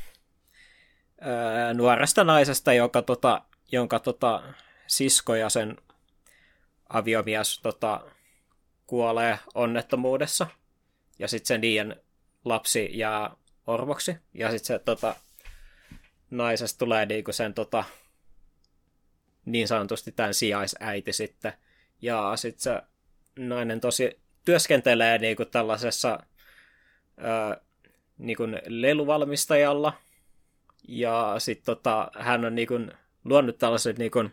äh, nuoresta naisesta, joka, tota, jonka tota, sisko ja sen aviomies tota, kuolee onnettomuudessa, ja sitten se niiden lapsi jää orvoksi, ja sitten se tota, naisesta tulee niinku sen tota, niin sanotusti tämän sijaisäiti sitten, ja sitten se nainen tosi työskentelee niinku tällaisessa ää, niinku leluvalmistajalla, ja sitten tota, hän on niinku luonut tällaisen niinku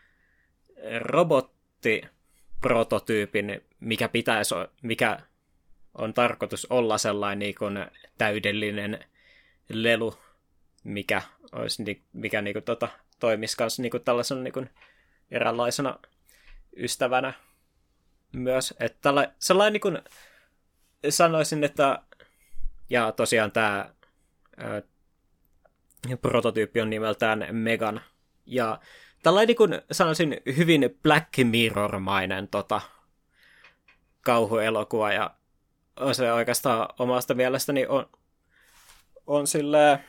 robottiprototyypin, mikä pitäisi, mikä on tarkoitus olla sellainen niin kuin täydellinen lelu, mikä, olisi, mikä niin kuin, tota, toimisi myös niin kuin tällaisena niin kuin eräänlaisena ystävänä myös. Että tällä, sellainen niin kuin sanoisin, että ja tosiaan tämä ää, prototyyppi on nimeltään Megan. Ja tällainen niin kuin sanoisin hyvin Black Mirror-mainen tota, kauhuelokuva ja se oikeastaan omasta mielestäni on, on silleen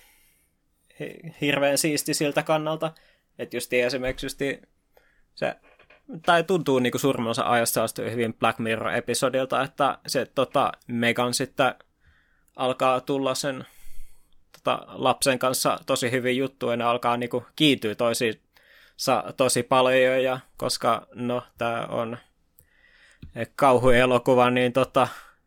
hirveän siisti siltä kannalta, että just esimerkiksi just se, tai tuntuu niin kuin suurin osa ajasta hyvin Black Mirror-episodilta, että se tota, Megan sitten alkaa tulla sen tota, lapsen kanssa tosi hyvin juttu, ja ne alkaa niin kuin kiintyä toisiinsa tosi paljon, ja koska no, tämä on kauhuelokuva, niin tota,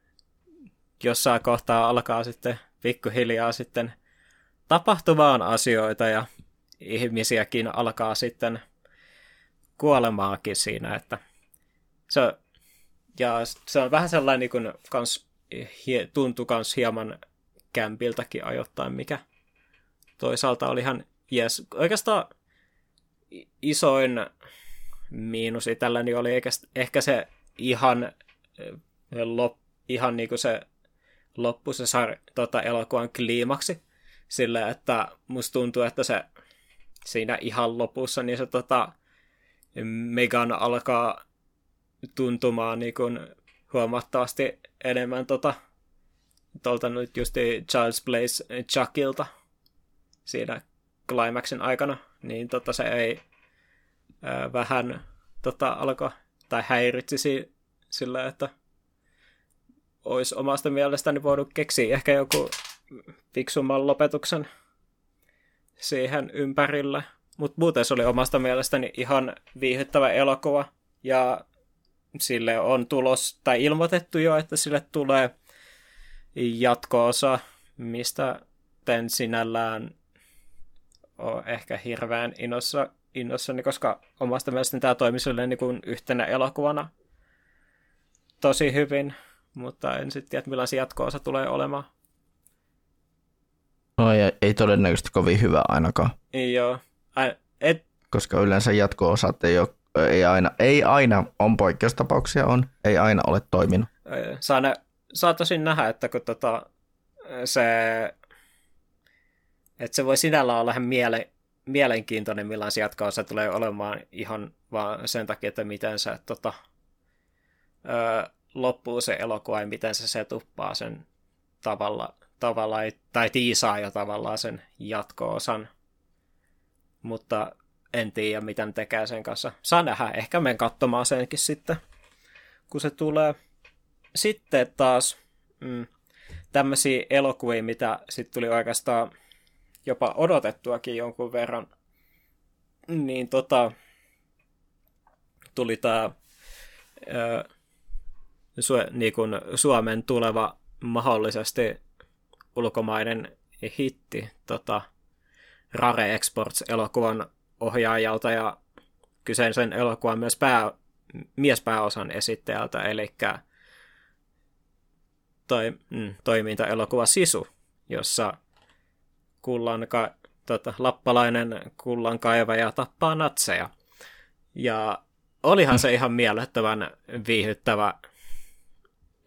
jossain kohtaa alkaa sitten pikkuhiljaa sitten tapahtumaan asioita ja ihmisiäkin alkaa sitten kuolemaakin siinä, että se, ja se on vähän sellainen niin kuin kans, tuntui kans hieman kämpiltäkin ajoittain, mikä toisaalta oli ihan jes. Oikeastaan isoin miinus itselläni oli ehkä se ihan, lop, ihan niin kuin se loppu se sar, tota, elokuvan kliimaksi, sillä että musta tuntuu, että se siinä ihan lopussa, niin se tota, Megan alkaa tuntumaan niin kuin huomattavasti enemmän tota, tuolta nyt just Child's Play Chuckilta siinä climaxin aikana, niin tota, se ei ää, vähän tota, alkoi tai häiritsisi sillä, että olisi omasta mielestäni voinut keksiä ehkä joku fiksumman lopetuksen siihen ympärille. Mutta muuten se oli omasta mielestäni ihan viihdyttävä elokuva. Ja sille on tulos, tai ilmoitettu jo, että sille tulee jatko-osa, mistä en sinällään ole ehkä hirveän innossa, innossani, koska omasta mielestäni tämä toimi silleen niin kuin yhtenä elokuvana tosi hyvin. Mutta en sitten tiedä, millaisia jatko-osa tulee olemaan. No ei, ei todennäköisesti kovin hyvä ainakaan. Joo. Et... Koska yleensä jatko-osat ei, ole, ei, aina, ei aina, on poikkeustapauksia on, ei aina ole toiminut. Saa, ne, saa tosin nähdä, että kun tota, se, että se voi sinällään olla ihan miele, mielenkiintoinen, millaisia jatko-osa tulee olemaan ihan vaan sen takia, että miten se tota, öö, loppuu se elokuva ja miten se se tuppaa sen tavalla, tavalla tai tiisaa jo tavallaan sen jatko-osan. Mutta en tiedä, mitä ne tekee sen kanssa. Saa nähdä, ehkä menen katsomaan senkin sitten, kun se tulee. Sitten taas mm, tämmöisiä elokuvia, mitä sitten tuli oikeastaan jopa odotettuakin jonkun verran. Niin tota, tuli tää Su- niin kuin Suomen tuleva mahdollisesti ulkomainen hitti tota, Rare Exports-elokuvan ohjaajalta ja kyseisen elokuvan myös pää, miespääosan esittäjältä, eli toi, mm, toimintaelokuva Sisu, jossa kullanka, tota, lappalainen kullankaivaja tappaa natseja. Ja olihan se ihan mielettömän viihdyttävä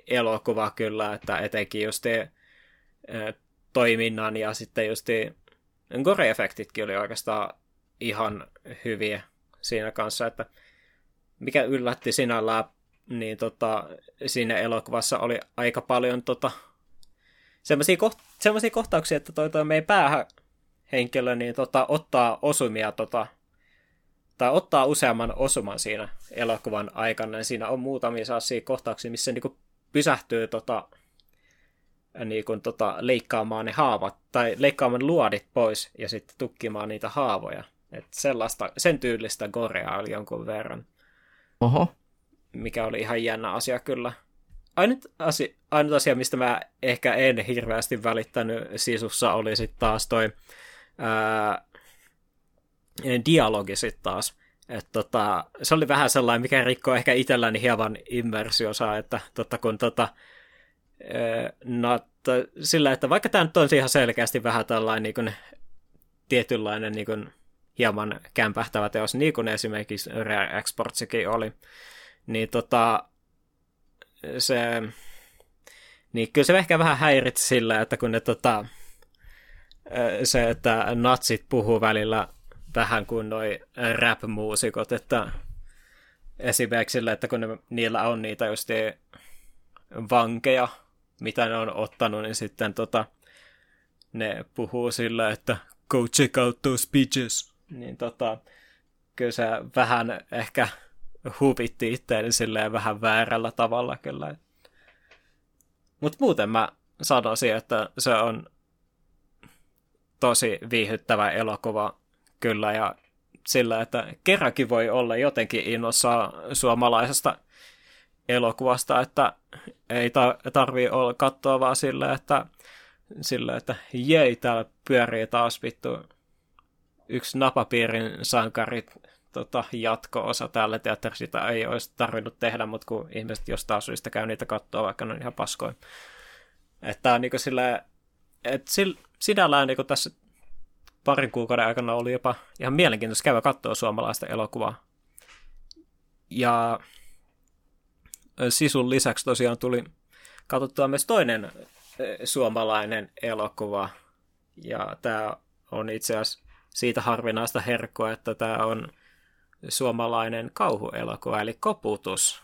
elokuva kyllä, että etenkin just toiminnan ja sitten just gore-efektitkin oli oikeastaan ihan hyviä siinä kanssa, että mikä yllätti sinällään, niin tota, siinä elokuvassa oli aika paljon tota, semmoisia koht- kohtauksia, että toi, toi meidän päähenkilö niin tota, ottaa osumia, tota, tai ottaa useamman osuman siinä elokuvan aikana, ja siinä on muutamia sellaisia kohtauksia, missä niinku pysähtyy tota, niinku, tota, leikkaamaan ne haavat, tai leikkaamaan luodit pois, ja sitten tukkimaan niitä haavoja. Et sellaista, sen tyylistä gorea oli jonkun verran. Oho. Mikä oli ihan jännä asia kyllä. Ainut asia, ainut asia, mistä mä ehkä en hirveästi välittänyt sisussa, oli sitten taas toi ää, dialogi sitten taas. Et tota, se oli vähän sellainen, mikä rikkoo ehkä itselläni hieman immersiosaa, että totta kun tota, ää, no, t- sillä, että vaikka tämä nyt on ihan selkeästi vähän tällainen niin kuin, tietynlainen niin kuin, hieman kämpähtävä teos, niin kuin esimerkiksi Rare Exportsikin oli, niin tota, se, niin kyllä se ehkä vähän häiritsi sillä, että kun ne tota, se, että natsit puhuu välillä vähän kuin noi rap-muusikot, että esimerkiksi sillä, että kun ne, niillä on niitä just vankeja, mitä ne on ottanut, niin sitten tota, ne puhuu sillä, että go check out those bitches. Niin tota, kyllä se vähän ehkä huvitti itseäni silleen vähän väärällä tavalla kyllä. Mutta muuten mä sanoisin, että se on tosi viihyttävä elokuva kyllä, ja sillä, että kerrankin voi olla jotenkin innossa suomalaisesta elokuvasta, että ei tarvii olla katsoa vaan sillä, että, sillä, että jei, täällä pyörii taas vittu yksi napapiirin sankarit tota, jatko-osa tällä teatterissa. Sitä ei olisi tarvinnut tehdä, mutta kun ihmiset jostain syystä käy niitä katsoa, vaikka ne on ihan paskoja. Että on niin sillä, että sinällään niin tässä parin kuukauden aikana oli jopa ihan mielenkiintoista käydä katsoa suomalaista elokuvaa. Ja sisun lisäksi tosiaan tuli katsottua myös toinen suomalainen elokuva. Ja tämä on itse asiassa siitä harvinaista herkkua, että tämä on suomalainen kauhuelokuva, eli Koputus.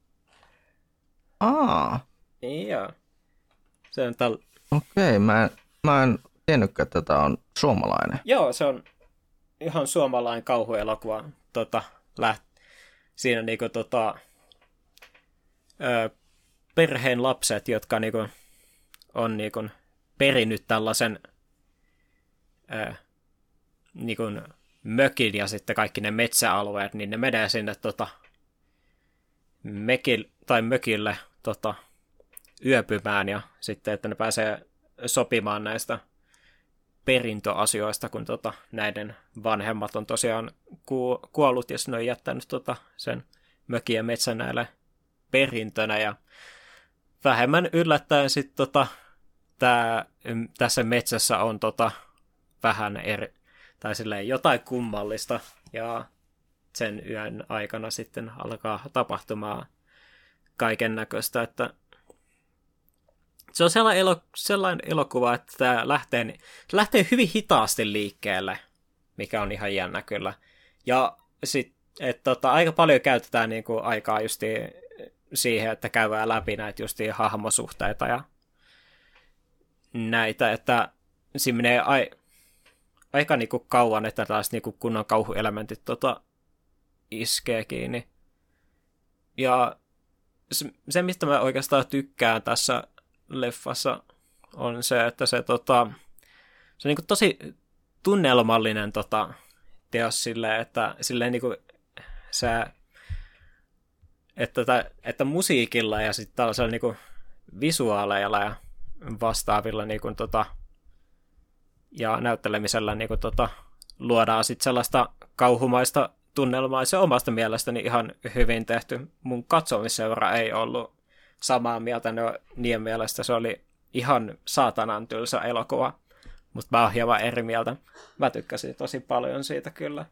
Aa. Joo. Se on täl... Okei, mä en, mä en tiennytkään, että tämä on suomalainen. Joo, se on ihan suomalainen kauhuelokuva. Tota, läht... Siinä niinku tota... Ö, perheen lapset, jotka niinku on niinku perinnyt tällaisen ö, niinku mökin ja sitten kaikki ne metsäalueet, niin ne menee sinne tota, mekil, tai mökille tota, yöpymään ja sitten, että ne pääsee sopimaan näistä perintöasioista, kun tota, näiden vanhemmat on tosiaan ku, kuollut ja ne on jättänyt tota, sen mökin ja metsän näille perintönä ja vähemmän yllättäen sitten tota, tää, tässä metsässä on tota, vähän eri, tai silleen jotain kummallista, ja sen yön aikana sitten alkaa tapahtumaan kaiken näköistä, että se on sellainen, elo, sellainen elokuva, että tämä lähtee, se lähtee hyvin hitaasti liikkeelle, mikä on ihan jännä kyllä, ja sitten, että tota, aika paljon käytetään niinku aikaa justiin siihen, että käydään läpi näitä justiin hahmosuhteita ja näitä, että siinä menee ai, aika niinku kauan, että tällaiset niinku kunnon kauhuelementit tota, iskee kiinni. Ja se, se, mistä mä oikeastaan tykkään tässä leffassa, on se, että se, tota, se on niinku tosi tunnelmallinen tota, teos silleen, että silleen niinku se, että, että, että musiikilla ja sitten tällaisella niinku visuaaleilla ja vastaavilla niinku, tota, ja näyttelemisellä niinku, tota, luodaan sitten sellaista kauhumaista tunnelmaa. Se omasta mielestäni ihan hyvin tehty. Mun katsomisseura ei ollut samaa mieltä. No, niiden mielestä se oli ihan saatanan tylsä elokuva, mutta mä oon hieman eri mieltä. Mä tykkäsin tosi paljon siitä kyllä.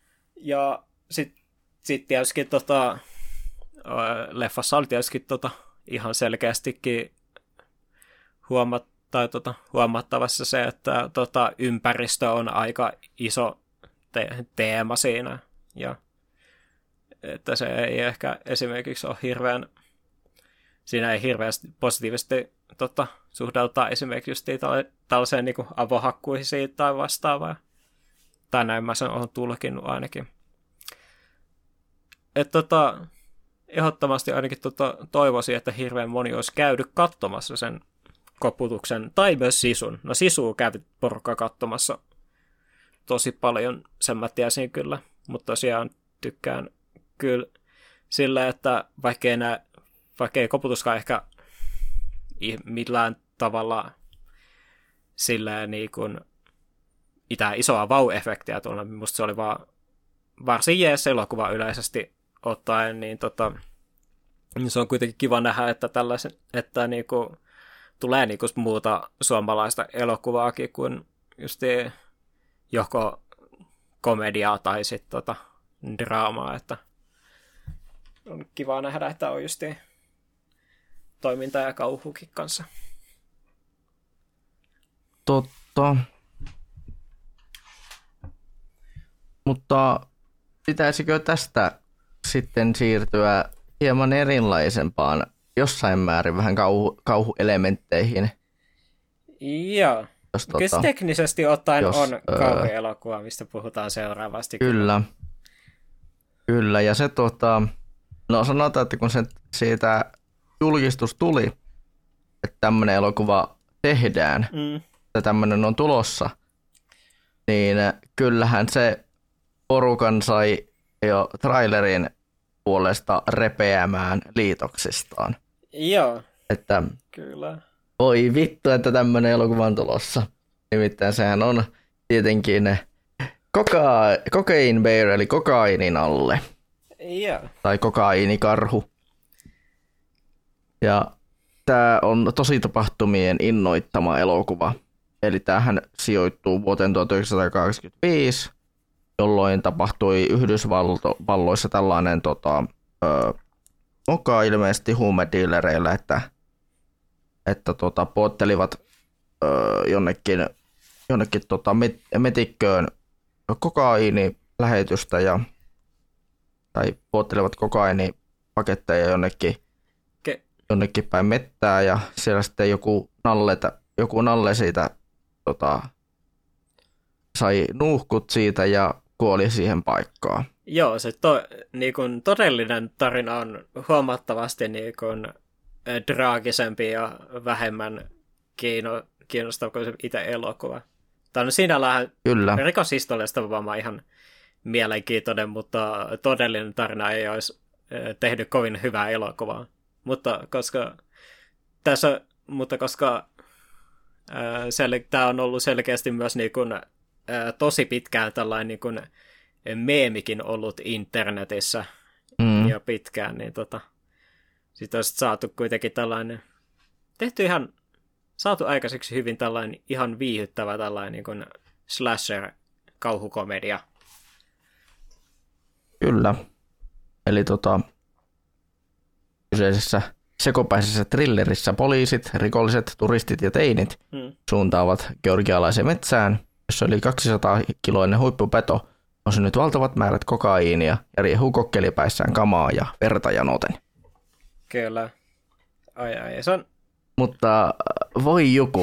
Ja sitten sit tietysti tota, leffassa oli tietysti tota, ihan selkeästikin huomat, tai tota, huomattavassa se, että tota, ympäristö on aika iso te- teema siinä. Ja että se ei ehkä esimerkiksi ole hirveän, siinä ei hirveästi positiivisesti tota, suhtauduta esimerkiksi tällaiseen niin kuin avohakkuisiin tai vastaavaan. Tai näin mä sen olen tulkinnut ainakin. Että tota, ehdottomasti ainakin tota, toivoisin, että hirveän moni olisi käynyt katsomassa sen koputuksen, tai myös Sisun. No Sisua kävi porukka katsomassa tosi paljon, sen mä tiesin kyllä, mutta tosiaan tykkään kyllä sillä, että vaikka ei, nää, vaikka ei koputuskaan ehkä millään tavalla sillä niin kuin mitään isoa vau-efektiä tuolla, musta se oli vaan varsin jees elokuva yleisesti ottaen, niin tota, se on kuitenkin kiva nähdä, että tällaisen, että niinku tulee niinku muuta suomalaista elokuvaakin kuin just joko komediaa tai sitten tota draamaa, että on kiva nähdä, että on just toiminta ja kauhukin kanssa. Totta. Mutta pitäisikö tästä sitten siirtyä hieman erilaisempaan, jossain määrin vähän kauhu, kauhuelementteihin? Joo. Jos, Kyllä tota, teknisesti ottaen jos, on öö, kauhuelokuva, mistä puhutaan seuraavasti. Kyllä. Kyllä, ja se tota, no sanotaan, että kun se siitä julkistus tuli, että tämmöinen elokuva tehdään, mm. että tämmöinen on tulossa, niin kyllähän se porukan sai jo trailerin puolesta repeämään liitoksistaan. Joo, että kyllä. Oi vittu, että tämmöinen elokuva on tulossa. Nimittäin sehän on tietenkin koka- Cocaine Bear, eli kokainin alle. Joo. Tai kokaiinikarhu. Ja tämä on tositapahtumien innoittama elokuva. Eli tämähän sijoittuu vuoteen tuhatyhdeksänsataakaksikymmentäviisi, jolloin tapahtui Yhdysvalloissa tällainen tota, ö, moka ilmeisesti huumedealereillä, että, että tota, puottelivat ö, jonnekin, jonnekin tota, met, metikköön kokaiinilähetystä ja tai puottelivat kokainipaketteja jonnekin, Ke- jonnekin päin mettää ja siellä sitten joku nalle, joku nalle siitä tota, sai nuuhkut siitä ja kuoli siihen paikkaan. Joo, se to, niin kun, todellinen tarina on huomattavasti niin kun, draagisempi ja vähemmän kiino, kiinnostava kuin se itse elokuva. Tämä on sinällään rikoshistoriasta varmaan ihan mielenkiintoinen, mutta todellinen tarina ei olisi tehnyt kovin hyvää elokuvaa. Mutta koska tässä, mutta koska sel, tämä on ollut selkeästi myös niin kuin, ää, tosi pitkään tällainen niin kuin meemikin ollut internetissä mm. ja pitkään, niin tota, sitten olisi saatu kuitenkin tällainen, tehty ihan, saatu aikaiseksi hyvin tällainen ihan viihyttävä tällainen niin kuin slasher-kauhukomedia. Kyllä. Eli tota, kyseisessä sekopäisessä thrillerissä poliisit, rikolliset, turistit ja teinit hmm. suuntaavat georgialaiseen metsään, jossa yli kaksisataa-kiloinen huippupeto on syönyt valtavat määrät kokaiinia ja riehuu kokkelipäissään kamaa ja verta janoten. Kyllä. Ai ai, se on... Mutta voi joku.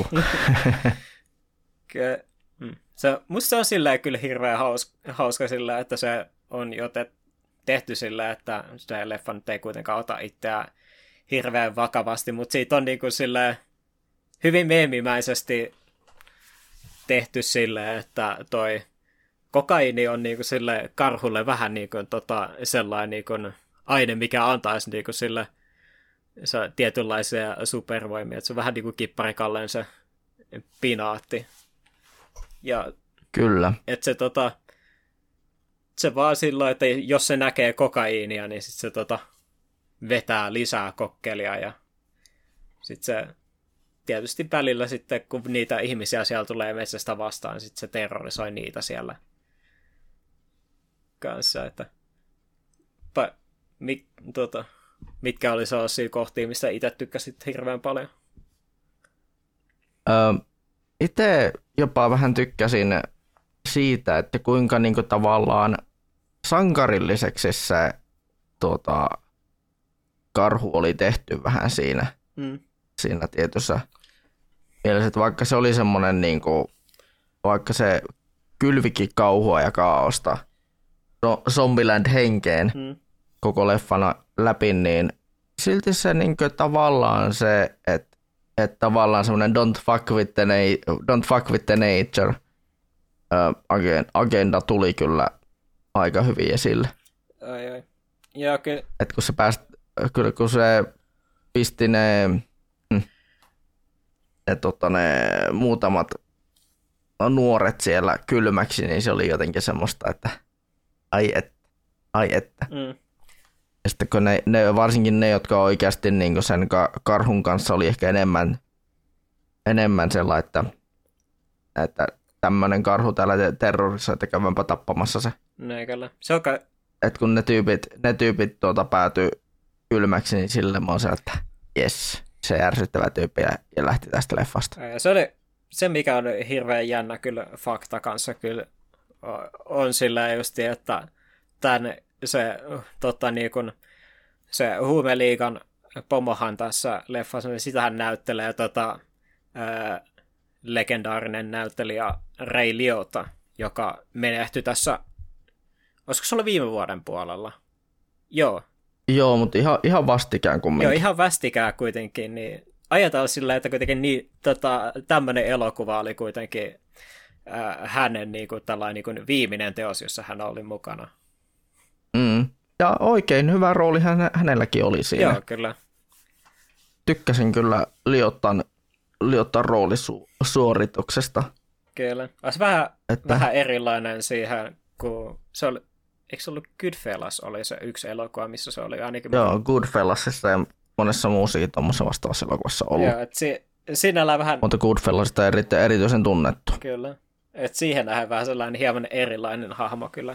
Ky- mm. se, musta se on sillä kyllä hirveän hauska, hauska sillä, että se on jo te- tehty sillä, että se leffa nyt ei kuitenkaan ota itseään hirveän vakavasti, mutta siitä on niin kuin sillä hyvin meemimäisesti tehty sillä, että toi kokaini on niin kuin sille karhulle vähän niin kuin tota, sellainen niin kuin aine, mikä antaisi niin kuin sille se tietynlaisia supervoimia, että se on vähän niin kuin kipparikalleen se pinaatti. Ja kyllä. Että se tota se vaan silloin, että jos se näkee kokaiinia, niin sitten se tota, vetää lisää kokkelia ja sitten se tietysti välillä sitten, kun niitä ihmisiä siellä tulee metsästä vastaan, niin sitten se terrorisoi niitä siellä kanssa, että pa, mi, tota, mitkä oli sellaisia kohtia, mistä itse tykkäsit hirveän paljon? Öö, itse jopa vähän tykkäsin siitä, että kuinka niinku tavallaan sankarilliseksi se tuota, karhu oli tehty vähän siinä, mm. siinä tietyssä mielessä, että vaikka se oli semmoinen, niinku, vaikka se kylvikin kauhua ja kaaosta no, Zombieland-henkeen mm. koko leffana läpi, niin silti se niinku, tavallaan se, että et tavallaan semmoinen don't fuck with the, na- don't fuck with the nature agenda tuli kyllä aika hyvin esille. Ai, ai. Ja ky- Et kun se pääst, kyllä kun se pisti ne, ne, tota, ne muutamat nuoret siellä kylmäksi, niin se oli jotenkin semmoista, että ai että, ai että. Mm. Ja sitten kun ne, ne, varsinkin ne, jotka oikeasti niin sen karhun kanssa oli ehkä enemmän, enemmän sellainen, että, että tämmöinen karhu täällä terrorisoi, että käydäänpä tappamassa se. Näin se on kai... Et kun ne tyypit, ne tyypit tuota päätyi kylmäksi, niin sille mä oon se, että jes, se ärsyttävä tyyppi ja, ja lähti tästä leffasta. Ja se oli se, mikä on hirveän jännä kyllä fakta kanssa kyllä on sillä just, että tämän, se, tota, niin kun, se huumeliigan pomohan tässä leffassa, niin sitähän näyttelee tota, ää, legendaarinen näyttelijä Ray Liotta, joka menehtyi tässä, olisiko se ollut viime vuoden puolella? Joo. Joo, mutta ihan, ihan vastikään kumminkin. Joo, ihan vastikään kuitenkin. Niin ajatellaan sillä, että kuitenkin niin, tota, tämmöinen elokuva oli kuitenkin äh, hänen niin kuin, tällainen, niin kuin viimeinen teos, jossa hän oli mukana. Mm. Ja oikein hyvä rooli hän, hänelläkin oli siinä. Joo, kyllä. Tykkäsin kyllä Liottan, Liottan roolisuorituksesta. Kyllä. Olisi vähän, että... vähän erilainen siihen, kun se oli, eikö se ollut Goodfellas oli se yksi elokuva, missä se oli ainakin... Joo, Goodfellasissa ja monessa muussakin tuommoisessa vastaavassa elokuvassa ollut. Joo, että si- sinällään vähän... Mutta Goodfellasista eri- erityisen tunnettu. Kyllä. Että siihen nähdään vähän sellainen hieman erilainen hahmo kyllä.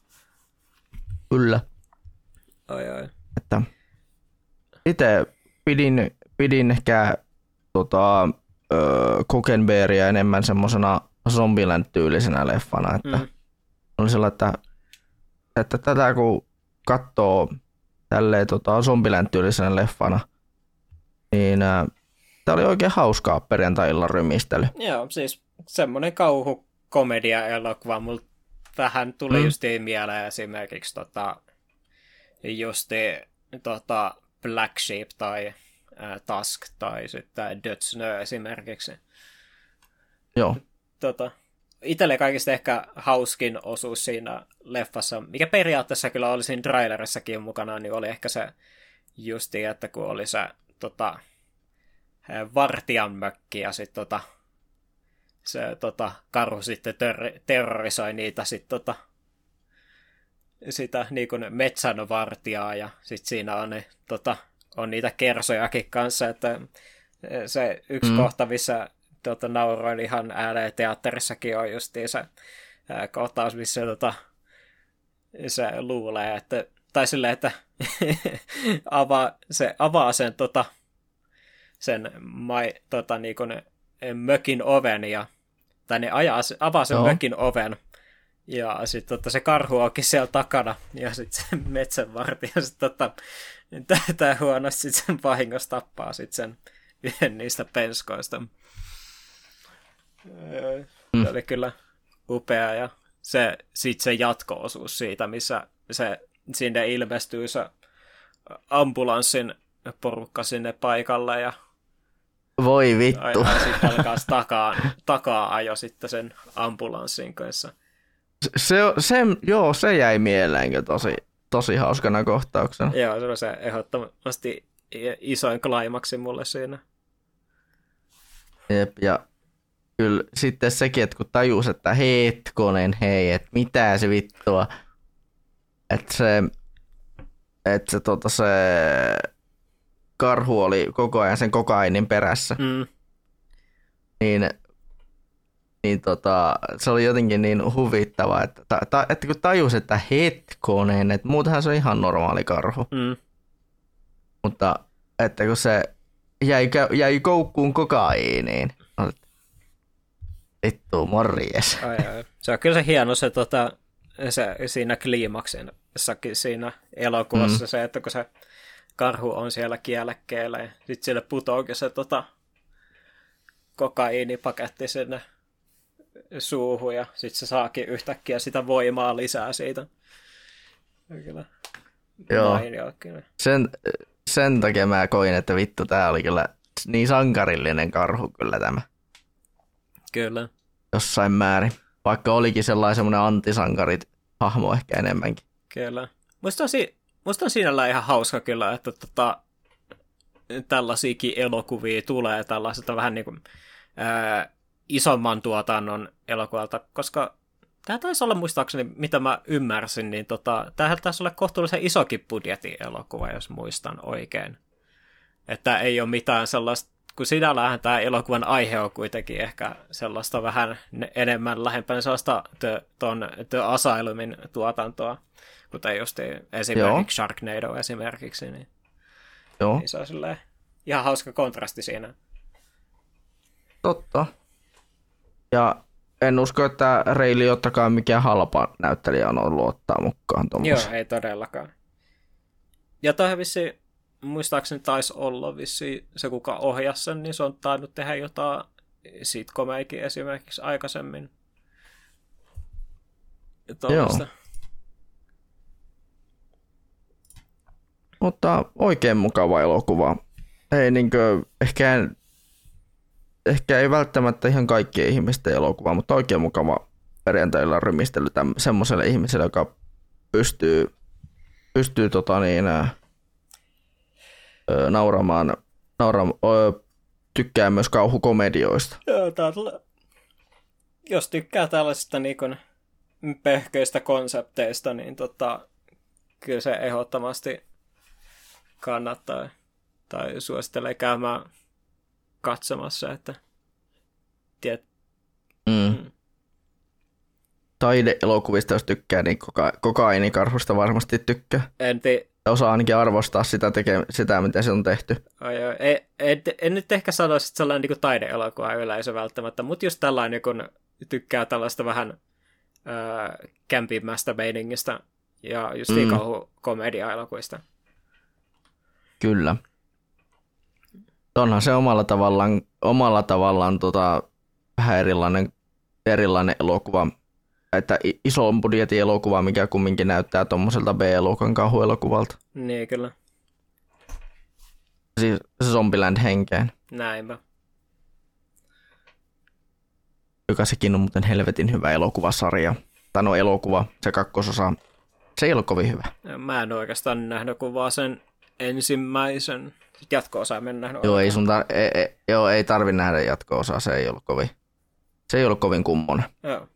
Kyllä. Oi, oi. Että itse pidin, pidin ehkä tota, Cockenberrya enemmän semmosena Zombieland-tyylisenä leffana, että mm. oli sellainen, että, että tätä kun katsoo tälleen tota, Zombieland-tyylisenä leffana, niin äh, tämä oli oikein hauskaa perjantai-illan rymistely. Joo, siis semmoinen kauhukomedia-elokuva, mulla vähän tuli mm. justiin mieleen esimerkiksi tota, justiin tota, Black Sheep tai ää, Tusk tai sitten Dead Snow esimerkiksi. Joo. Tota, itselle kaikista ehkä hauskin osuus siinä leffassa, mikä periaatteessa kyllä oli siinä trailerissakin mukana, niin oli ehkä se justiin, että kun oli se tota, vartijan mökki ja sitten tota, se tota, karhu sitten ter- terrorisoi niitä sit, tota, sitä niin kuin metsänvartijaa ja sitten siinä on, ne, tota, on niitä kersojakin kanssa, että se yksi mm. kohta, missä tota, nauroin ihan ääneen teatterissakin on justiin se ää, kohtaus, missä tota, se luulee, että, tai silleen, että avaa, se avaa sen, tota, sen mai, tota, niin kuin, mökin oven ja tai ne ajaa, avaa sen Joo. mökin oven, ja sitten tota, se karhu onkin siellä takana, ja sitten se metsänvartija sitten tota, täytää huonosti sit sen vahingossa tappaa sitten sen yhden niistä penskoista. Mm. Se oli kyllä upea, ja se, sitten se jatko-osuus siitä, missä se, sinne ilmestyy se ambulanssin porukka sinne paikalle, ja voi vittu. Ai, sitten alkaa takaa, takaa ajo sitten sen ambulanssin kanssa. Se, se, joo, se jäi mieleen tosi, tosi hauskana kohtauksena. Joo, se on se ehdottomasti isoin klaimaksi mulle siinä. Jep, ja kyllä sitten sekin, että kun tajus, että hetkonen, hei, että mitä se vittua. Että se, että se, tota, se karhu oli koko ajan sen kokainin perässä. Mm. Niin, niin tota, se oli jotenkin niin huvittavaa, että, ta, ta, että kun tajus, että hetkonen, että muutenhan se on ihan normaali karhu. Mm. Mutta että kun se jäi, jäi koukkuun kokaiiniin, vittu morjes. Ai, ai. Se on kyllä se hieno se, tota, se siinä kliimaksissakin siinä elokuvassa mm. se, että kun se karhu on siellä kielekkeellä ja sitten sille putoakin se tota, kokaiinipaketti sinne suuhun ja sitten se saakin yhtäkkiä sitä voimaa lisää siitä. Kyllä. Joo. Sen, sen takia mä koin, että vittu tää oli kyllä niin sankarillinen karhu kyllä tämä. Kyllä. Jossain määrin. Vaikka olikin sellainen semmoinen antisankarit hahmo ehkä enemmänkin. Kyllä. Musta on, si- musta on siinä ihan hauska kyllä, että tota, tällaisiakin elokuvia tulee tällaiselta vähän niin kuin ää, isomman tuotannon elokuvalta, koska tämä taisi olla muistaakseni, mitä mä ymmärsin, niin tota, tämähän taisi olla kohtuullisen isokin budjetin elokuva, jos muistan oikein. Että ei ole mitään sellaista, kun sinällähän tämä elokuvan aihe on kuitenkin ehkä sellaista vähän enemmän lähempänä sellaista tuon The Asylumin tuotantoa, kuten just esimerkiksi Joo. Sharknado esimerkiksi, niin, Joo. niin se on ihan hauska kontrasti siinä. Totta. Ja en usko, että Ray Liottakaan mikään halpa näyttelijä on ollut ottaa mukaan tuommoisen. Joo, ei todellakaan. Ja toi vissi, muistaakseni taisi olla vissi se, kuka ohjasi sen, niin se on tainnut tehdä jotain sitcomeikin esimerkiksi aikaisemmin. Joo. Mutta oikein mukava elokuva. Ei niinkö, ehkä, ehkä ei välttämättä ihan kaikkien ihmisten elokuva, mutta oikein mukava perjantailla rymistely semmoiselle ihmiselle, joka pystyy, pystyy tota niin, nauramaan, nauramaan tykkää myös kauhukomedioista. Joo, täällä, jos tykkää tällaisista niin kuin pehköistä konsepteista, niin tota, kyllä se ehdottomasti kannattaa tai suosittelee käymään katsomassa, että tiet... mm. Mm. Taideelokuvista, jos tykkää, niin koka- kokaiinikarhusta varmasti tykkää. En te... Osaa ainakin arvostaa sitä, teke- sitä mitä se on tehty. Ai, ai, en, en, en nyt ehkä sanoisi, että sellainen niin kuin taideelokuva yleisö välttämättä, mutta just tällainen, kun tykkää tällaista vähän äh, kämpimmästä meiningistä ja just mm. kauhukomedia-elokuvista. Kyllä. Onhan se omalla tavallaan, omalla tavallaan tota, vähän erilainen, erilainen elokuva. Että ison budjetin elokuva, mikä kumminkin näyttää tommoselta B-luokan kauhuelokuvalta. Niin, kyllä. Siis se Zombieland henkeen. Näinpä. Joka sekin on muuten helvetin hyvä elokuvasarja. Tai no elokuva, se kakkososa. Se ei ole kovin hyvä. Mä en oikeastaan nähnyt kuin vaan sen ensimmäisen. Jatko-osaa en nähnyt. Joo, ei, sun tar- ei, ei, joo, ei tarvi nähdä jatko-osaa, se ei ollut kovin, se ei ollut kovin kummonen. Joo.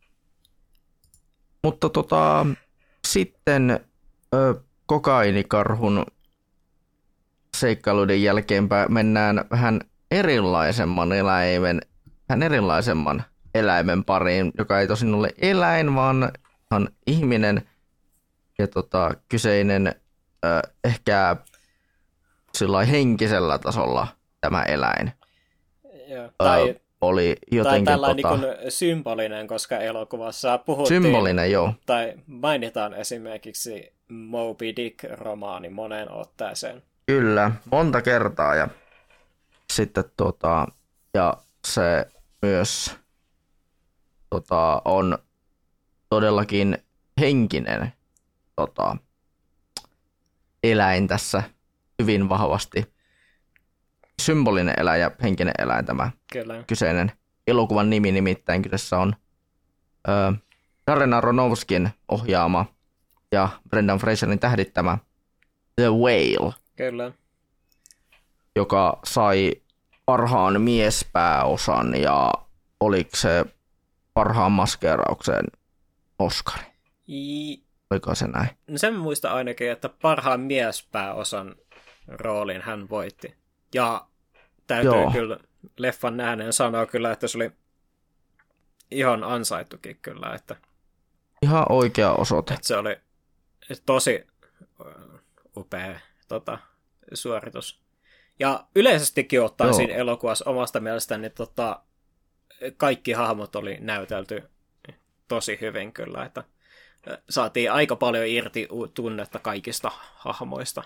Mutta tota, sitten ö, kokainikarhun seikkailuiden jälkeen mennään vähän erilaisemman eläimen, vähän erilaisemman eläimen pariin, joka ei tosin ole eläin, vaan ihan ihminen ja tota, kyseinen ö, ehkä sillä henkisellä tasolla tämä eläin. Joo, tai... Ö, oli jotenkin tai tällainen tota... niin symbolinen, koska elokuvassa puhuttiin, symbolinen, joo. Tai mainitaan esimerkiksi Moby Dick-romaani moneen otteeseen. Kyllä, monta kertaa. Ja sitten tota, ja se myös tota, on todellakin henkinen tota, eläin tässä hyvin vahvasti. Symbolinen eläin ja henkinen eläin tämä Kyllä. kyseinen elokuvan nimi, nimittäin kyseessä on ö, Darren Aronofskin ohjaama ja Brendan Fraserin tähdittämä The Whale. Kyllä. Joka sai parhaan miespääosan ja oliko se parhaan maskeerauksen Oscari? I... Oliko se näin? No sen muista ainakin, että parhaan miespääosan roolin hän voitti. Ja täytyy Joo. kyllä leffan nähneen sanoa kyllä, että se oli ihan ansaittukin kyllä. Että, ihan oikea osoite. Että se oli tosi upea tota, suoritus. Ja yleisestikin ottaen siinä elokuvassa omasta mielestäni niin tota, kaikki hahmot oli näytelty tosi hyvin kyllä, että saatiin aika paljon irti tunnetta kaikista hahmoista.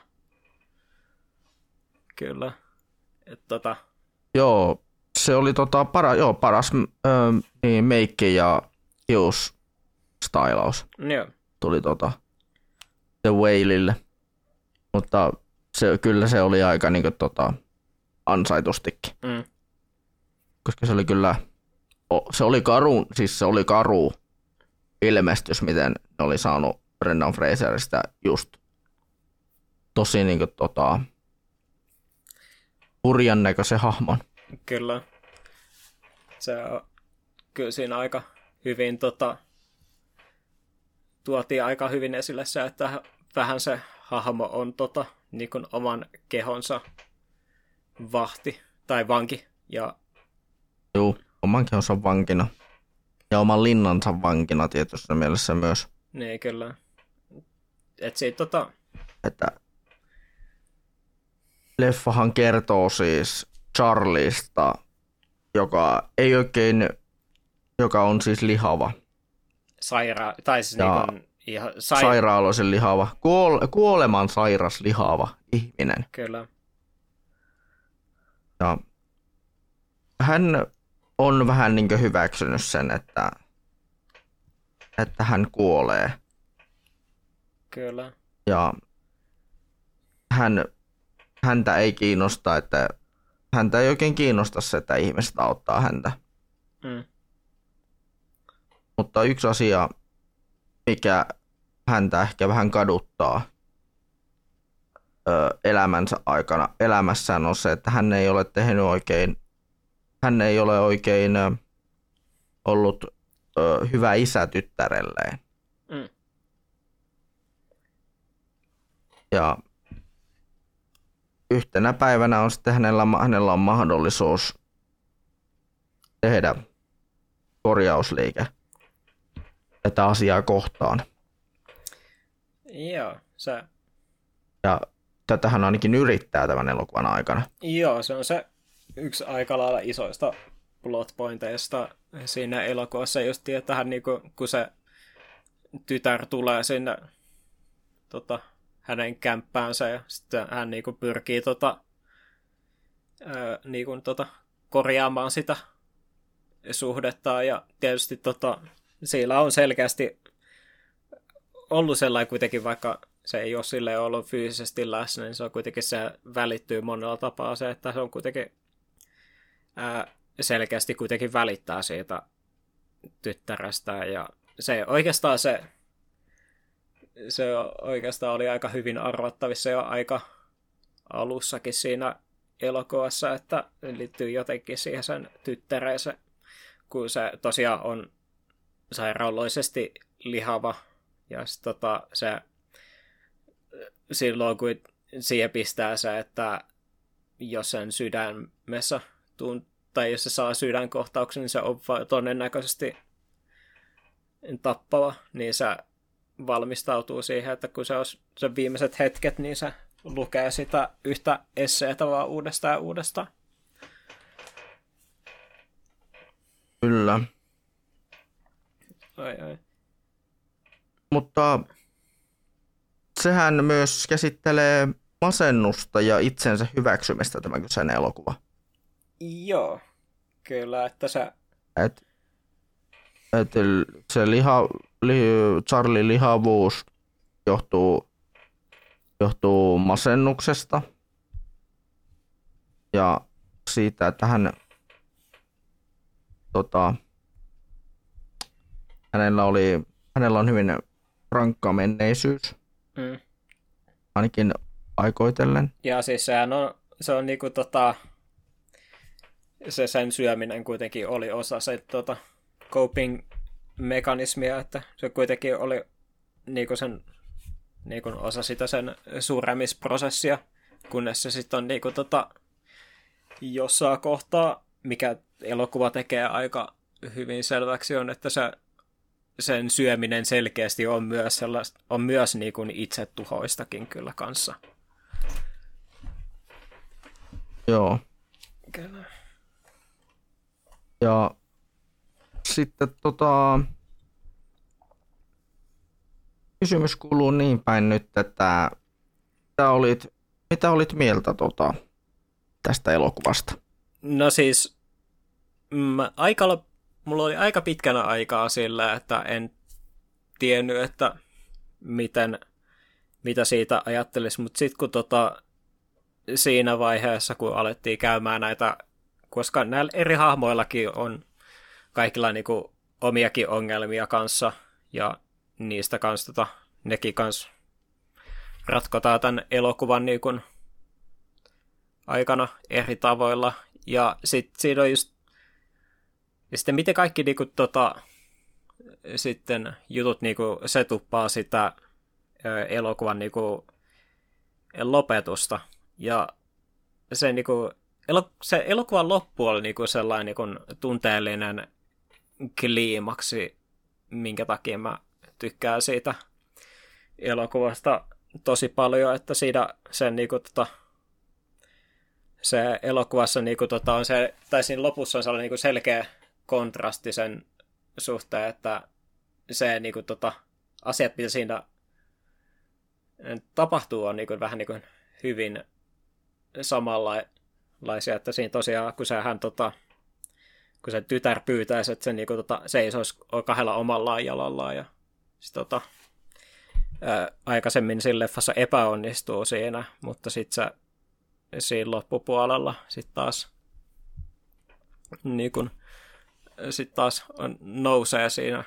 Kyllä. Et, tota... Joo, se oli tota, para, joo, paras ö, niin, meikki ja hiusstylaus. Joo. Tuli tota, The Whaleille. Mutta se, kyllä se oli aika niin kuin, tota, ansaitustikin. Mm. Koska se oli kyllä, se oli karu, siis se oli karu ilmestys, miten ne oli saanut Brendan Fraserista just tosi niin kuin, tota, hurjan näköisen hahmon. Kyllä. Se on kyllä siinä aika hyvin tota, tuotiin aika hyvin esille se, että vähän se hahmo on tota, niin kuin oman kehonsa vahti tai vanki. Ja... Joo, oman kehonsa vankina. Ja oman linnansa vankina tietyssä mielessä myös. Niin, kyllä. Et siitä tota... Että leffahan kertoo siis Charlista, joka ei oikein, joka on siis lihava. Saira... Tai siis ja niin kuin ihan... Sai... Sairaaloisen lihava. Kuole- kuoleman sairas lihava ihminen. Kyllä. Ja hän on vähän niin kuin hyväksynyt sen, että, että hän kuolee. Kyllä. Ja hän, häntä ei kiinnosta, että häntä ei oikein kiinnosta se, että ihmiset auttaa häntä. Mm. Mutta yksi asia, mikä häntä ehkä vähän kaduttaa ö, elämänsä aikana, elämässään on se, että hän ei ole tehnyt oikein, hän ei ole oikein ö, ollut ö, hyvä isä tyttärelleen. Mm. Ja yhtenä päivänä on sitten hänellä, hänellä on mahdollisuus tehdä korjausliike tätä asiaa kohtaan. Joo, se... Ja tätä hän ainakin yrittää tämän elokuvan aikana. Joo, se on se yksi aika lailla isoista plotpointeista siinä elokuvassa. Just että hän, niin kuin, kun se tytär tulee sinne tota, hänen kämppäänsä ja sitten hän niin kuin, pyrkii tota, ää, niin kuin, tota, korjaamaan sitä suhdettaan. Ja tietysti tota, siellä on selkeästi ollut sellainen kuitenkin, vaikka se ei ole silleen ollut fyysisesti läsnä, niin se on kuitenkin, se välittyy monella tapaa se, että se on kuitenkin ää, selkeästi kuitenkin välittää siitä tyttärestä. Ja se oikeastaan se, se oikeastaan oli aika hyvin arvattavissa jo aika alussakin siinä elokuvassa, että liittyy jotenkin siihen sen tyttäreensä, kun se tosiaan on sairaaloisesti lihava. Ja sit, tota, se silloin, kun siihen pistää se, että jos sen sydämessä tunt- tai jos se saa sydänkohtauksen, niin se on todennäköisesti tappava, niin se valmistautuu siihen, että kun se on sen viimeiset hetket, niin se lukee sitä yhtä esseetä vaan uudestaan ja uudestaan. Kyllä. Ai, ai. Mutta sehän myös käsittelee masennusta ja itsensä hyväksymistä tämä kyseinen elokuva. Joo, kyllä, että se... Et, et se liha, li, Charlie lihavuus johtuu, johtuu masennuksesta ja siitä, että hän, tota, hänellä, oli, hänellä on hyvin rankka menneisyys, mm. ainakin aikoitellen. Ja siis sehän on, se on niinku tota, se sen syöminen kuitenkin oli osa se tota, coping-mekanismia, että se kuitenkin oli niinku sen, niinku osa sitä sen suremisprosessia, kunnes se sitten on niinku tota, jossain kohtaa, mikä elokuva tekee aika hyvin selväksi on, että se sen syöminen selkeästi on myös, sellaista, on myös niin kuin itsetuhoistakin kyllä kanssa. Joo. Kyllä. Ja sitten tota... Kysymys kuuluu niin päin nyt, että mitä olit, mitä olit mieltä tota, tästä elokuvasta? No siis, mä, aika, mulla oli aika pitkänä aikaa sillä, että en tiennyt, että miten, mitä siitä ajattelisi, mutta sitten kun tota, siinä vaiheessa, kun alettiin käymään näitä, koska näillä eri hahmoillakin on kaikilla niinku omiakin ongelmia kanssa, ja niistä kanssa tota, nekin kanssa ratkotaan tämän elokuvan niin kuin aikana eri tavoilla. Ja sitten siinä on just, ja sitten miten kaikki niin kuin, tota, sitten jutut niin kuin, se tuppaa sitä ö, elokuvan niin kuin, lopetusta. Ja se, niin kuin, elo, se elokuvan loppu oli niin kuin sellainen niin kuin, tunteellinen kliimaksi, minkä takia mä tykkään siitä elokuvasta tosi paljon, että siinä sen niinku tota se elokuvassa niinku tota on se, tai siinä lopussa on sellainen niinku selkeä kontrasti sen suhteen, että se niinku tota asiat, mitä siinä tapahtuu, on niinku vähän niinku hyvin samanlaisia, että siinä tosiaan, kun se hän tota kun se tytär pyytäisi, että se niinku tota seisoisi kahdella omallaan jalallaan ja sit, tota, ää, aikaisemmin siinä leffassa epäonnistuu siinä, mutta sitten se siinä loppupuolella sitten taas, niin kun, sit taas on, nousee siinä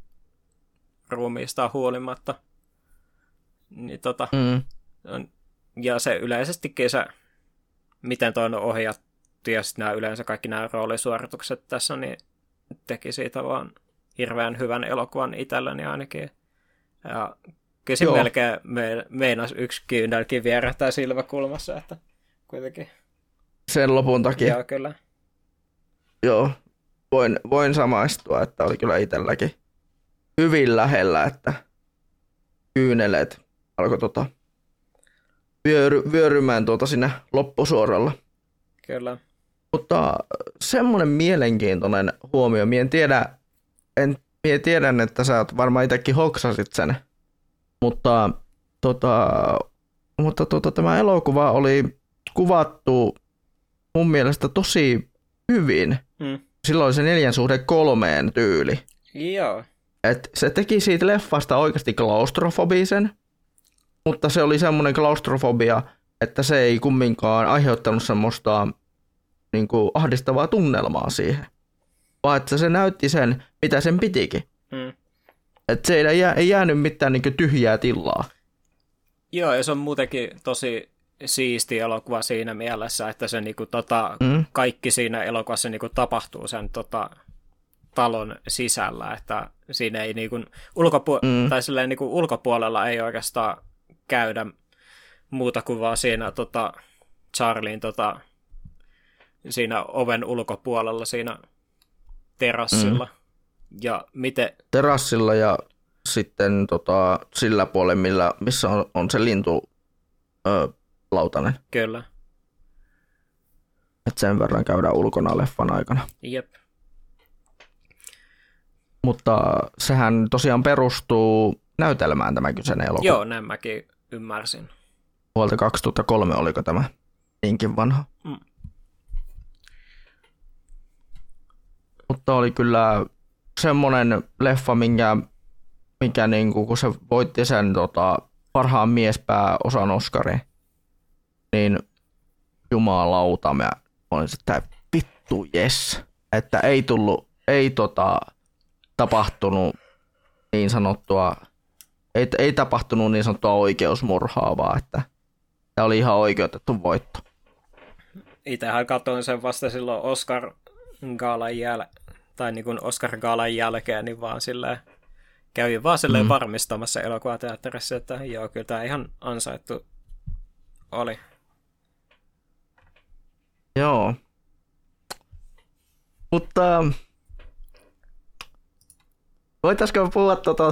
ruumiistaan huolimatta. Niin, tota, mm. on, ja se yleisestikin se, miten toi on ohjattu ja sitten nämä yleensä kaikki nämä roolisuoritukset tässä, niin teki siitä vaan hirveän hyvän elokuvan itselleni ainakin. Ja kyllä se melkein me, meinas yksi kyynelkin vierähtää silmäkulmassa, että kuitenkin. Sen lopun takia. Joo, kyllä. Joo, voin, voin samaistua, että oli kyllä itselläkin hyvin lähellä, että kyyneleet alkoi tota vyöry, vyörymään tuota sinne loppusuoralla. Kyllä. Mutta semmoinen mielenkiintoinen huomio, mie en tiedä, en, mie tiedän, että sä oot varmaan itsekin hoksasit sen, mutta, tota, mutta tota, tämä elokuva oli kuvattu mun mielestä tosi hyvin. Hmm. Silloin oli se neljän suhde kolmeen tyyli. Joo. Et se teki siitä leffasta oikeasti klaustrofobisen, mutta se oli semmoinen klaustrofobia, että se ei kumminkaan aiheuttanut semmoista niin kuin ahdistavaa tunnelmaa siihen, vaan että se näytti sen, mitä sen pitikin. Hmm. Että se ei, jää, ei jäänyt mitään niin kuin tyhjää tilaa. Joo, ja se on muutenkin tosi siisti elokuva siinä mielessä, että se niin kuin, tota, hmm. kaikki siinä elokuvassa niin kuin, tapahtuu sen tota, talon sisällä, että siinä ei niin kuin, ulkopu- hmm. tai silleen, niin kuin, ulkopuolella ei oikeastaan käydä muuta kuin vaan siinä tota, Charlien tota, siinä oven ulkopuolella siinä terassilla. Mm. Ja miten... Terassilla ja sitten tota, sillä puolella, millä, missä on, on se lintu ö, lautanen. Kyllä. Et sen verran käydään ulkona leffan aikana. Jep. Mutta sehän tosiaan perustuu näytelmään tämä kyseinen elokuva. Joo, näin mäkin ymmärsin. Vuolta kaksituhattakolme oliko tämä niinkin vanha. Mm. Mutta oli kyllä semmoinen leffa, minkä, minkä niinku, kun se voitti sen tota, parhaan miespääosan Oscarin, niin jumalauta, mä olin sitä vittu jes, että ei tullut, ei tota, tapahtunut niin sanottua, ei, ei tapahtunut niin sanottua oikeusmurhaa, vaan että tämä oli ihan oikeutettu voitto. Itsehän katsoin sen vasta silloin Oscar-gaalan jälkeen, tai niin kuin Oscar-gaalan jälkeen, niin vaan silleen, kävin vaan silleen mm. varmistamassa elokuvateatterissa, että joo, kyllä tämä ihan ansaittu oli. Joo. Mutta voitaisko puhua tuota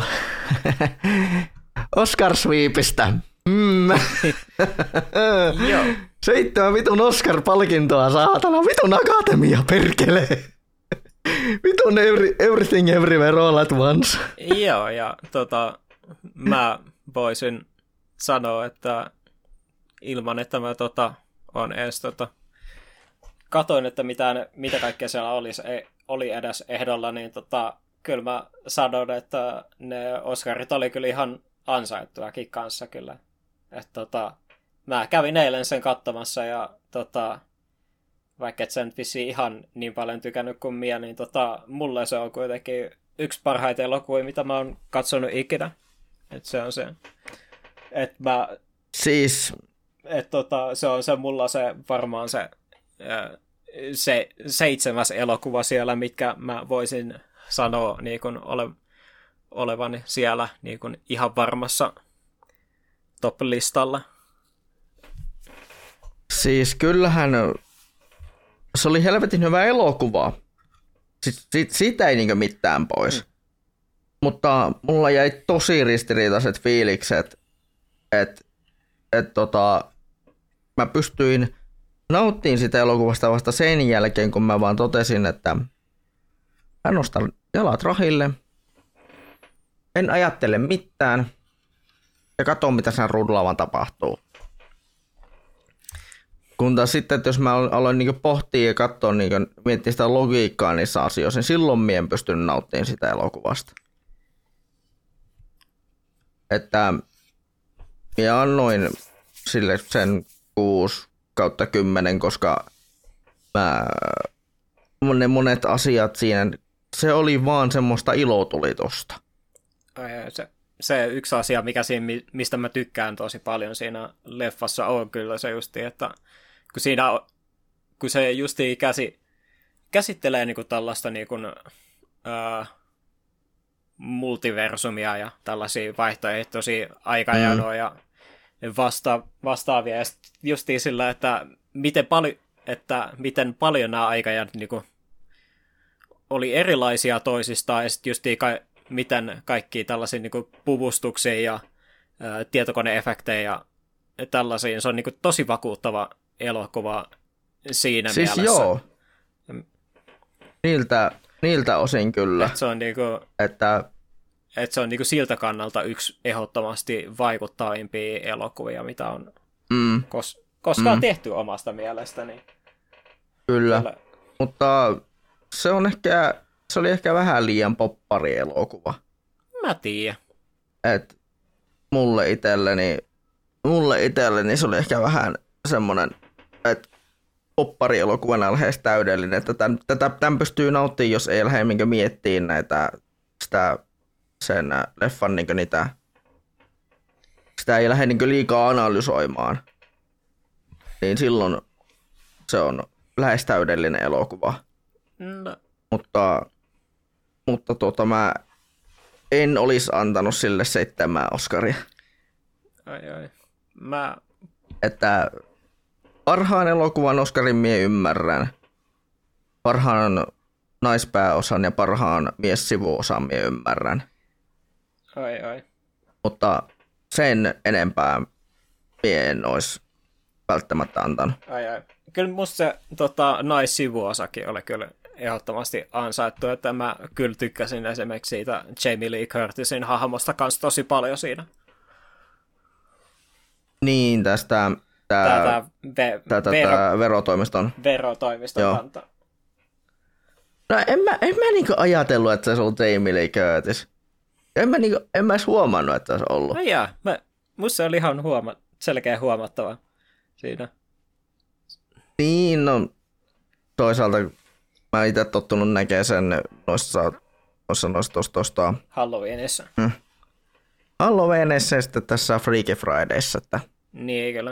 Oscar-sweepistä? Mm. Joo. Seitsemän vitun Oscar-palkintoa, saatana. Vitun akatemia, perkele. Vitun every, everything everywhere all at once. Joo, ja tota, mä voisin sanoa, että ilman, että mä tota, on edes tota, katoin, että mitään, mitä kaikkea siellä olisi, ei, oli edes ehdolla, niin tota, kyllä mä sanon, että ne Oscarit oli kyllä ihan ansaittuakin kanssa kyllä. Et, tota, mä kävin eilen sen katsomassa ja tota, vaikka et sen vissiin ihan niin paljon tykännyt kuin minä, niin tota, mulle se on kuitenkin yksi parhaita elokuvia, mitä mä oon katsonut ikinä. Et se on se. Et mä, siis... Et tota, se on se mulla se varmaan se, se seitsemäs elokuva siellä, mitkä mä voisin sanoa niin kun ole, olevani siellä niin kun ihan varmassa top-listalla. Siis kyllähän se oli helvetin hyvä elokuva. Siis, sit, siitä ei niinkö mitään pois. Mm. Mutta mulla jäi tosi ristiriitaiset fiilikset, että et tota, mä pystyin nauttimaan sitä elokuvasta vasta sen jälkeen, kun mä vaan totesin, että mä nostan jalat rahille, en ajattele mitään ja katson, mitä sen ruudulla vaan tapahtuu. Kun taas sitten, että jos mä aloin niin pohtia ja katsoa, niin miettiä sitä logiikkaa niissä asioissa, niin silloin mä en pystynyt nauttimaan sitä elokuvasta. Että minä annoin sille sen kuusi kautta kymmenen, koska mä, ne monet asiat siinä, se oli vaan semmoista ilotulitusta. Se, se yksi asia, mikä siinä, mistä mä tykkään tosi paljon siinä leffassa on kyllä se justi, että kun siinä, kun se justi käsi, käsittelee niinku tällaista niinku, ää, multiversumia ja tällaisia vaihtoehtoisia aikajanoja mm. ja vasta, vastaavia. Ja justiin sillä, että miten, pali, että miten paljon nämä aikajanat niinku, oli erilaisia toisistaan ja sitten justiin ka, miten kaikki tällaisia niinku, puvustuksia ja ää, tietokoneefektejä ja tällaisia. Se on niinku, tosi vakuuttava elokuva siinä siis mielessä. Joo. Niiltä, niiltä osin kyllä. Et se on niinku, että et se on niinku siltä kannalta yksi ehdottomasti vaikuttavimpia elokuvia, mitä on mm. kos, koskaan mm. tehty omasta mielestäni. Kyllä, Kyllä. Mutta se, on ehkä, se oli ehkä vähän liian poppari elokuva. Mä tiedän. Et mulle itselleni, mulle itselleni se oli ehkä vähän semmoinen, että poppari elokuvana lähes täydellinen, että tämän, tätä, tämän pystyy nauttimaan, jos ei lähde minkä miettiä näitä, sitä, sen leffan niin niitä, sitä ei lähde niin liikaa analysoimaan, niin silloin se on lähes täydellinen elokuva. No. Mutta, mutta tuota, mä en olisi antanut sille seitsemää Oscaria. Ai ai. Mä... Että parhaan elokuvan Oscarin mie ymmärrän. Parhaan naispääosan ja parhaan miessivuosan mie ymmärrän. Ai ai. Mutta sen enempää mie en olisi välttämättä antanut. Ai ai. Kyllä musta se tota, naissivuosakin oli kyllä ehdottomasti ansaittu, että mä kyllä tykkäsin esimerkiksi siitä Jamie Lee Curtisin hahmosta kanssa tosi paljon siinä. Niin, tästä tää, tää, ve, tää, tää, vero, tää verotoimiston. Verotoimiston Joo. kanta. No en mä, en mä niinku ajatellut, että se olisi ollut Jamie Lee Curtis. En mä, niinku, en mä edes huomannut, että se olisi ollut. No jaa, mä, musta se oli ihan huoma, selkeä huomattava siinä. Niin, no toisaalta mä oon itse tottunut näkemään sen noissa, noissa, noissa tosta, tosta Halloweenissa. Hmm. Halloweenissa ja sitten tässä Freaky Fridayssa, että, Niin, kyllä.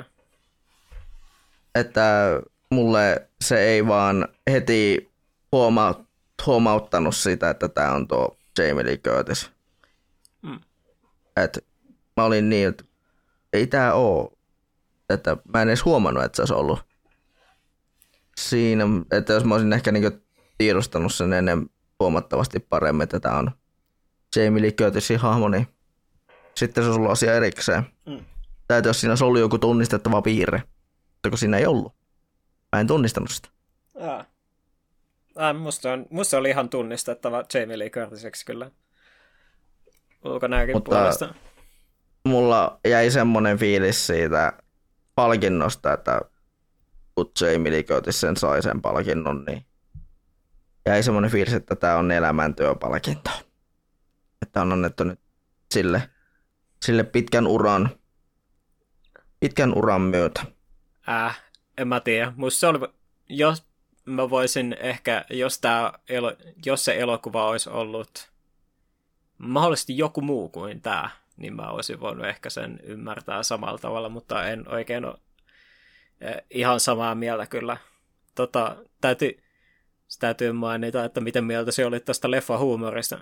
että mulle se ei vaan heti huoma, huomauttanut sitä, että tää on tuo Jamie Lee Curtis. Hmm. Että mä olin niin, että ei tää oo, että mä en edes huomannut, että se olisi ollut siinä, että jos mä olisin ehkä niinku tiedostanut sen ennen huomattavasti paremmin, että tää on Jamie Lee Curtisin hahmo, niin sitten se olisi ollut asia erikseen. Mm. Tai jos siinä olisi ollut joku tunnistettava piirre. kun siinä ei ollut. Mä en tunnistanut sitä. Ah. Ah, musta, on, musta oli ihan tunnistettava Jamie Lee Curtiseksi kyllä. Ulkonäökin Mutta puolesta. Mulla jäi semmonen fiilis siitä palkinnosta, että kun Jamie Lee Curtis sen sai sen palkinnon, niin jäi semmonen fiilis, että tää on elämäntyöpalkinto. Että on annettu nyt sille, sille pitkän uran, pitkän uran myötä. Äh, en mä tiedä. Musta se oli, jos mä voisin ehkä, jos, tää, jos se elokuva olisi ollut mahdollisesti joku muu kuin tää, niin mä olisin voinut ehkä sen ymmärtää samalla tavalla, mutta en oikein ole ihan samaa mieltä kyllä. Tota, täytyy, täytyy mainita, että miten mieltä se oli tästä leffan huumorista.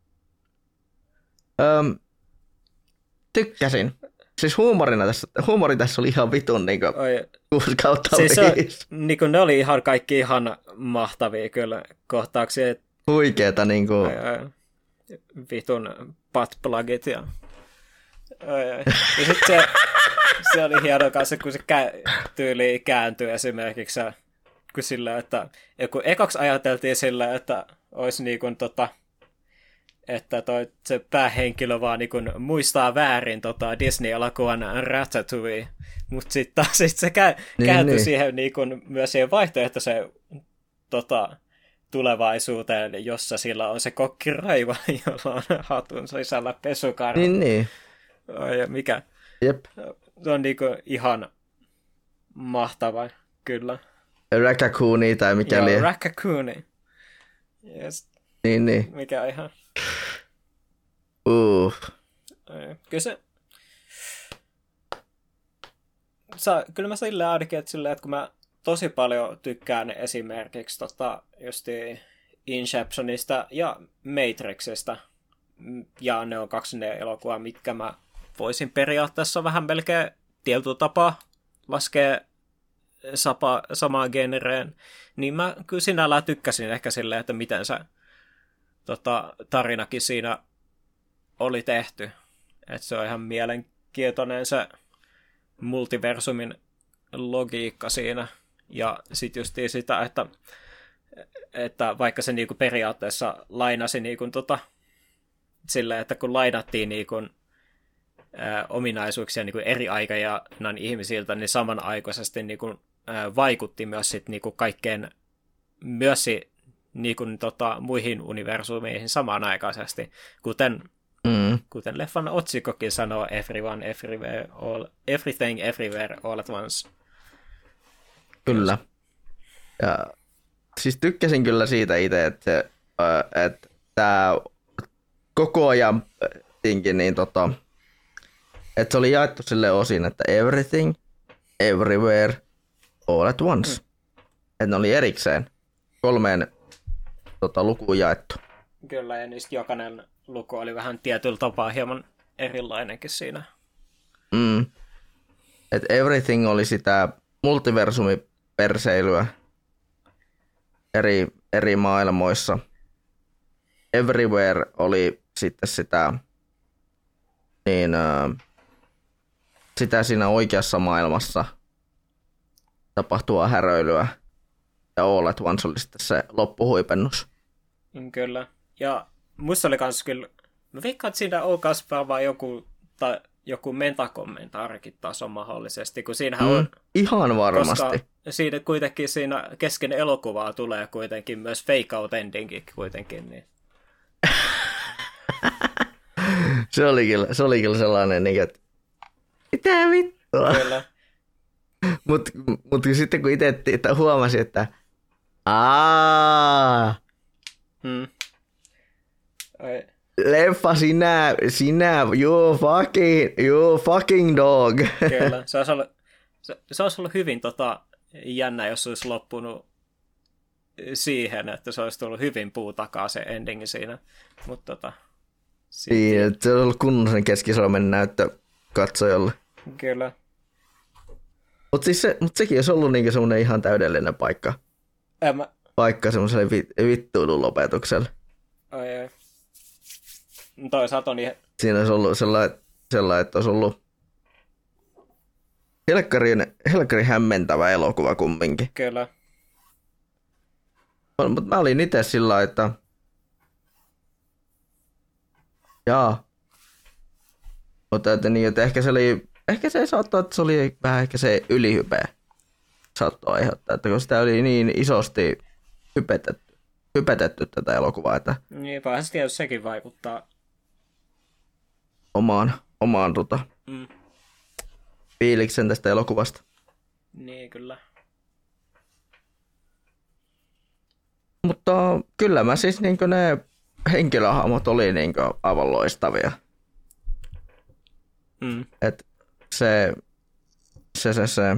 Öm, tykkäsin. Siis huumorina tässä, huumori tässä oli ihan vitun niin kuin kuusi kautta siis viisi. Niin kuin ne oli ihan kaikki ihan mahtavia kyllä kohtauksia. Huikeeta niin kuin. Ai, ai, vitun buttplugit ja, ai, ai. Ja sitten se, se oli hieno kanssa, kun se kä- tyyli kääntyi esimerkiksi, kun sillä, että kun ekaksi ajateltiin sillä, että olisi niin kuin tota, että toi, se päähenkilö vaan niin kuin muistaa väärin tota Disney-elokuvan Ratatouille, mutta sitten taas sit se kä- niin, kääntyi niin. siihen niin kuin myös siihen vaihtoehtoiseen tota, tulevaisuuteen, jossa sillä on se kokkiraiva, jolla on hatun sisällä pesukarva. Niin, niin. Oi, mikä? Jep. Se on niinku ihan mahtava, kyllä. Raccooni tai mikä Joo, oli. Raccooni. Yes. Niin, niin. Mikä ihan. Uh. Kyllä se. Sa, kyllä mä silleen ainakin, että, silleen, että kun mä tosi paljon tykkään esimerkiksi tota, justi Inceptionista ja Matrixista, ja ne on kaksi ne elokuvaa, mitkä mä voisin periaatteessa vähän melkein tietyllä tapaa laskea sapa, samaan genreen, niin mä kyllä sinällään tykkäsin ehkä silleen, että miten se tota, tarinakin siinä oli tehty. Että se on ihan mielenkiintoinen se multiversumin logiikka siinä. Ja sitten just sitä, että, että vaikka se niinku periaatteessa lainasi niinku tota, silleen, että kun lainattiin niinku, ää, ominaisuuksia niinku eri aikajanan ihmisiltä, niin samanaikaisesti niinku, ää, vaikutti myös sit niinku kaikkeen myös si, niinku, tota, muihin universumeihin samanaikaisesti, kuten Mm. kuten leffan otsikkokin sanoo, everyone, everywhere, all, everything, everywhere, all at once. Kyllä. Ja, siis tykkäsin kyllä siitä itse, että, että tämä koko ajan tinkin, niin tota, että se oli jaettu sille osin, että everything, everywhere, all at once. Mm. Että ne oli erikseen kolmeen tota, lukuun jaettu. Kyllä, ja niistä jokainen luku oli vähän tietyllä tapaa hieman erilainenkin siinä. Mm. Et everything oli sitä multiversumiperseilyä eri, eri maailmoissa. Everywhere oli sitten sitä, niin, äh, sitä siinä oikeassa maailmassa tapahtuvaa häröilyä. Ja all at once oli sitten se loppuhuipennus. Kyllä. Ja musta oli kans kyllä, mä veikkaan, että siinä on kans vaan joku, tai joku metakommentaarikin taas on mahdollisesti, kun siinähän mm, on... Ihan varmasti. Koska siinä kuitenkin siinä kesken elokuvaa tulee kuitenkin myös fake out endingin kuitenkin, niin... se, oli kyllä, se oli kyllä sellainen, niin, että mitä vittua? Kyllä. Mutta mut sitten kun itse huomasi, että aaa, hmm. Ai. Leffa, sinä, sinä, you fucking, you fucking dog. Kyllä, se olisi ollut, se, se olisi ollut hyvin tota, jännä, jos olisi loppunut siihen, että se olisi tullut hyvin puutakaa se endingi siinä. Mutta tota, niin, että se olisi ollut kunnollisen keskisormen näyttö katsojalle. Kyllä. Mutta siis se, mut sekin olisi ollut niinku semmoinen ihan täydellinen paikka. En mä... Paikka semmoiselle vi, vittuilun lopetukselle. Ai ai. Toisaalta on ihan... Siinä olisi ollut sellainen, sellainen että olisi ollut helkkarin, helkkarin hämmentävä elokuva kumminkin. Kyllä. Mutta mä olin itse sillä, että jaa. Mutta että niin, että ehkä se oli, ehkä se saattoi, että se oli vähän ehkä se ylihype saattoi aiheuttaa, että kun sitä oli niin isosti hypetetty, hypetetty tätä elokuvaa, että niin, vähän se tietysti sekin vaikuttaa. Omaan, omaan tota, Mm. fiiliksen tästä elokuvasta. Niin, kyllä. Mutta kyllä mä siis niin ne henkilöhahmot oli niin aivan loistavia. Mm. Et se, se, se, se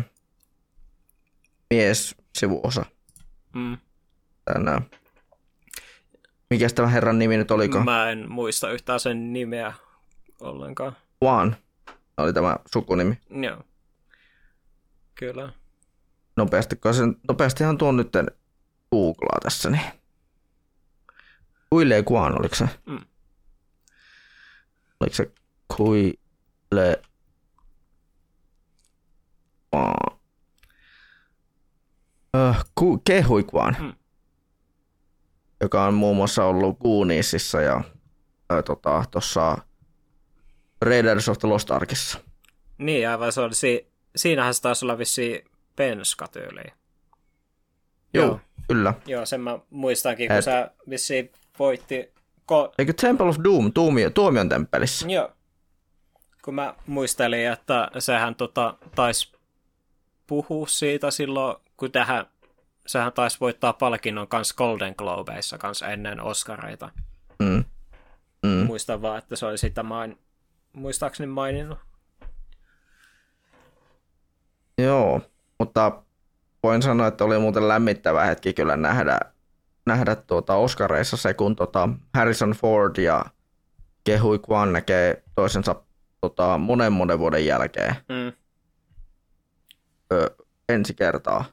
mies sivuosa. Mm. Tänään. Mikäs tämä herran nimi nyt oliko? Mä en muista yhtään sen nimeä ollenkaan. Juan oli tämä sukunimi. Joo. Kyllä. Nopeasti, sen, nopeastihan tuon nyt googlaa tässä. Niin. Kuile Guan, oliko se? Mm. Oliko se Kuile Guan? Äh, ku, Kehui Guan. Mm. Joka on muun muassa ollut Gooniesissa ja äh, tota, tuossa Raiders of the Lost Arkissa. Niin, aivan se oli si- siinähän se taisi olla vissiin penskatyyliin. Joo, Joo, kyllä. Joo, sen mä muistankin, kun Et... sä vissiin voitti... Ko- Eikö Temple of Doom, tuomio, tuomion temppelissä? Joo. Kun mä muistelin, että sehän tota, taisi puhua siitä silloin, kun tähän, sehän taisi voittaa palkinnon kanssa Golden Globeissa kanssa ennen Oscareita. Mm. Mm. Muistan vaan, että se oli sitä main... muistaakseni maininnut. Joo, mutta voin sanoa, että oli muuten lämmittävä hetki kyllä nähdä, nähdä tuota Oscareissa se, kun tota Harrison Ford ja Kehui Kwan näkee toisensa tota monen monen vuoden jälkeen Mm. ö, ensi kertaa.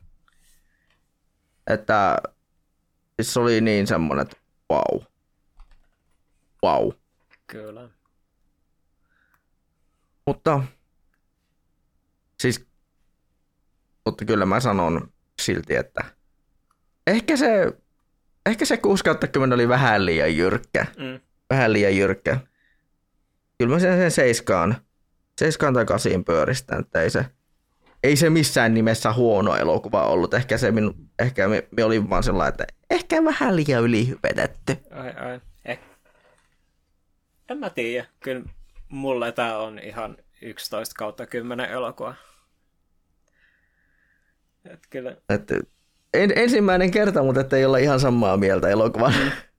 Että siis se oli niin semmoinen, että vau. Vau. Kyllä. Mutta siis mutta kyllä mä sanon silti, että ehkä se ehkä se kuusi kautta kymmenen oli vähän liian jyrkkä. Mm. Vähän liian jyrkkä. Kyllä mä sen, sen seiskaan, seiskaan tai kasiin pyöristän, että ei se, ei se missään nimessä huono elokuva ollut. Ehkä se minu, ehkä me, me oli vaan sellainen, että ehkä vähän liian ylihypetetty. Ai, ai. Eh. En mä tiedä. Kyllä mulle tää on ihan yksitoista kautta kymmenen elokuva. Et kyllä. Että en, ensimmäinen kerta, mutta ettei olla ihan samaa mieltä elokuvan.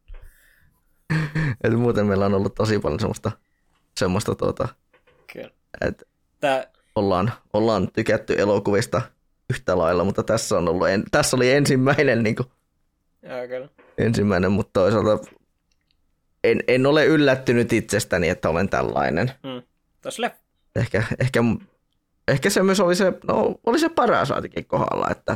Että muuten meillä on ollut tosi paljon semmoista, semmoista tuota, Kyllä. että Tää, ollaan, ollaan tykätty elokuvista yhtä lailla, mutta tässä, on ollut, en, tässä oli ensimmäinen, niin kuin, joo, kyllä. ensimmäinen, mutta toisaalta en, en ole yllättynyt itsestäni, että olen tällainen. Mm. Tuossa le- Ehkä, ehkä, ehkä se myös oli se, no, oli se Parasaitikin kohdalla, että,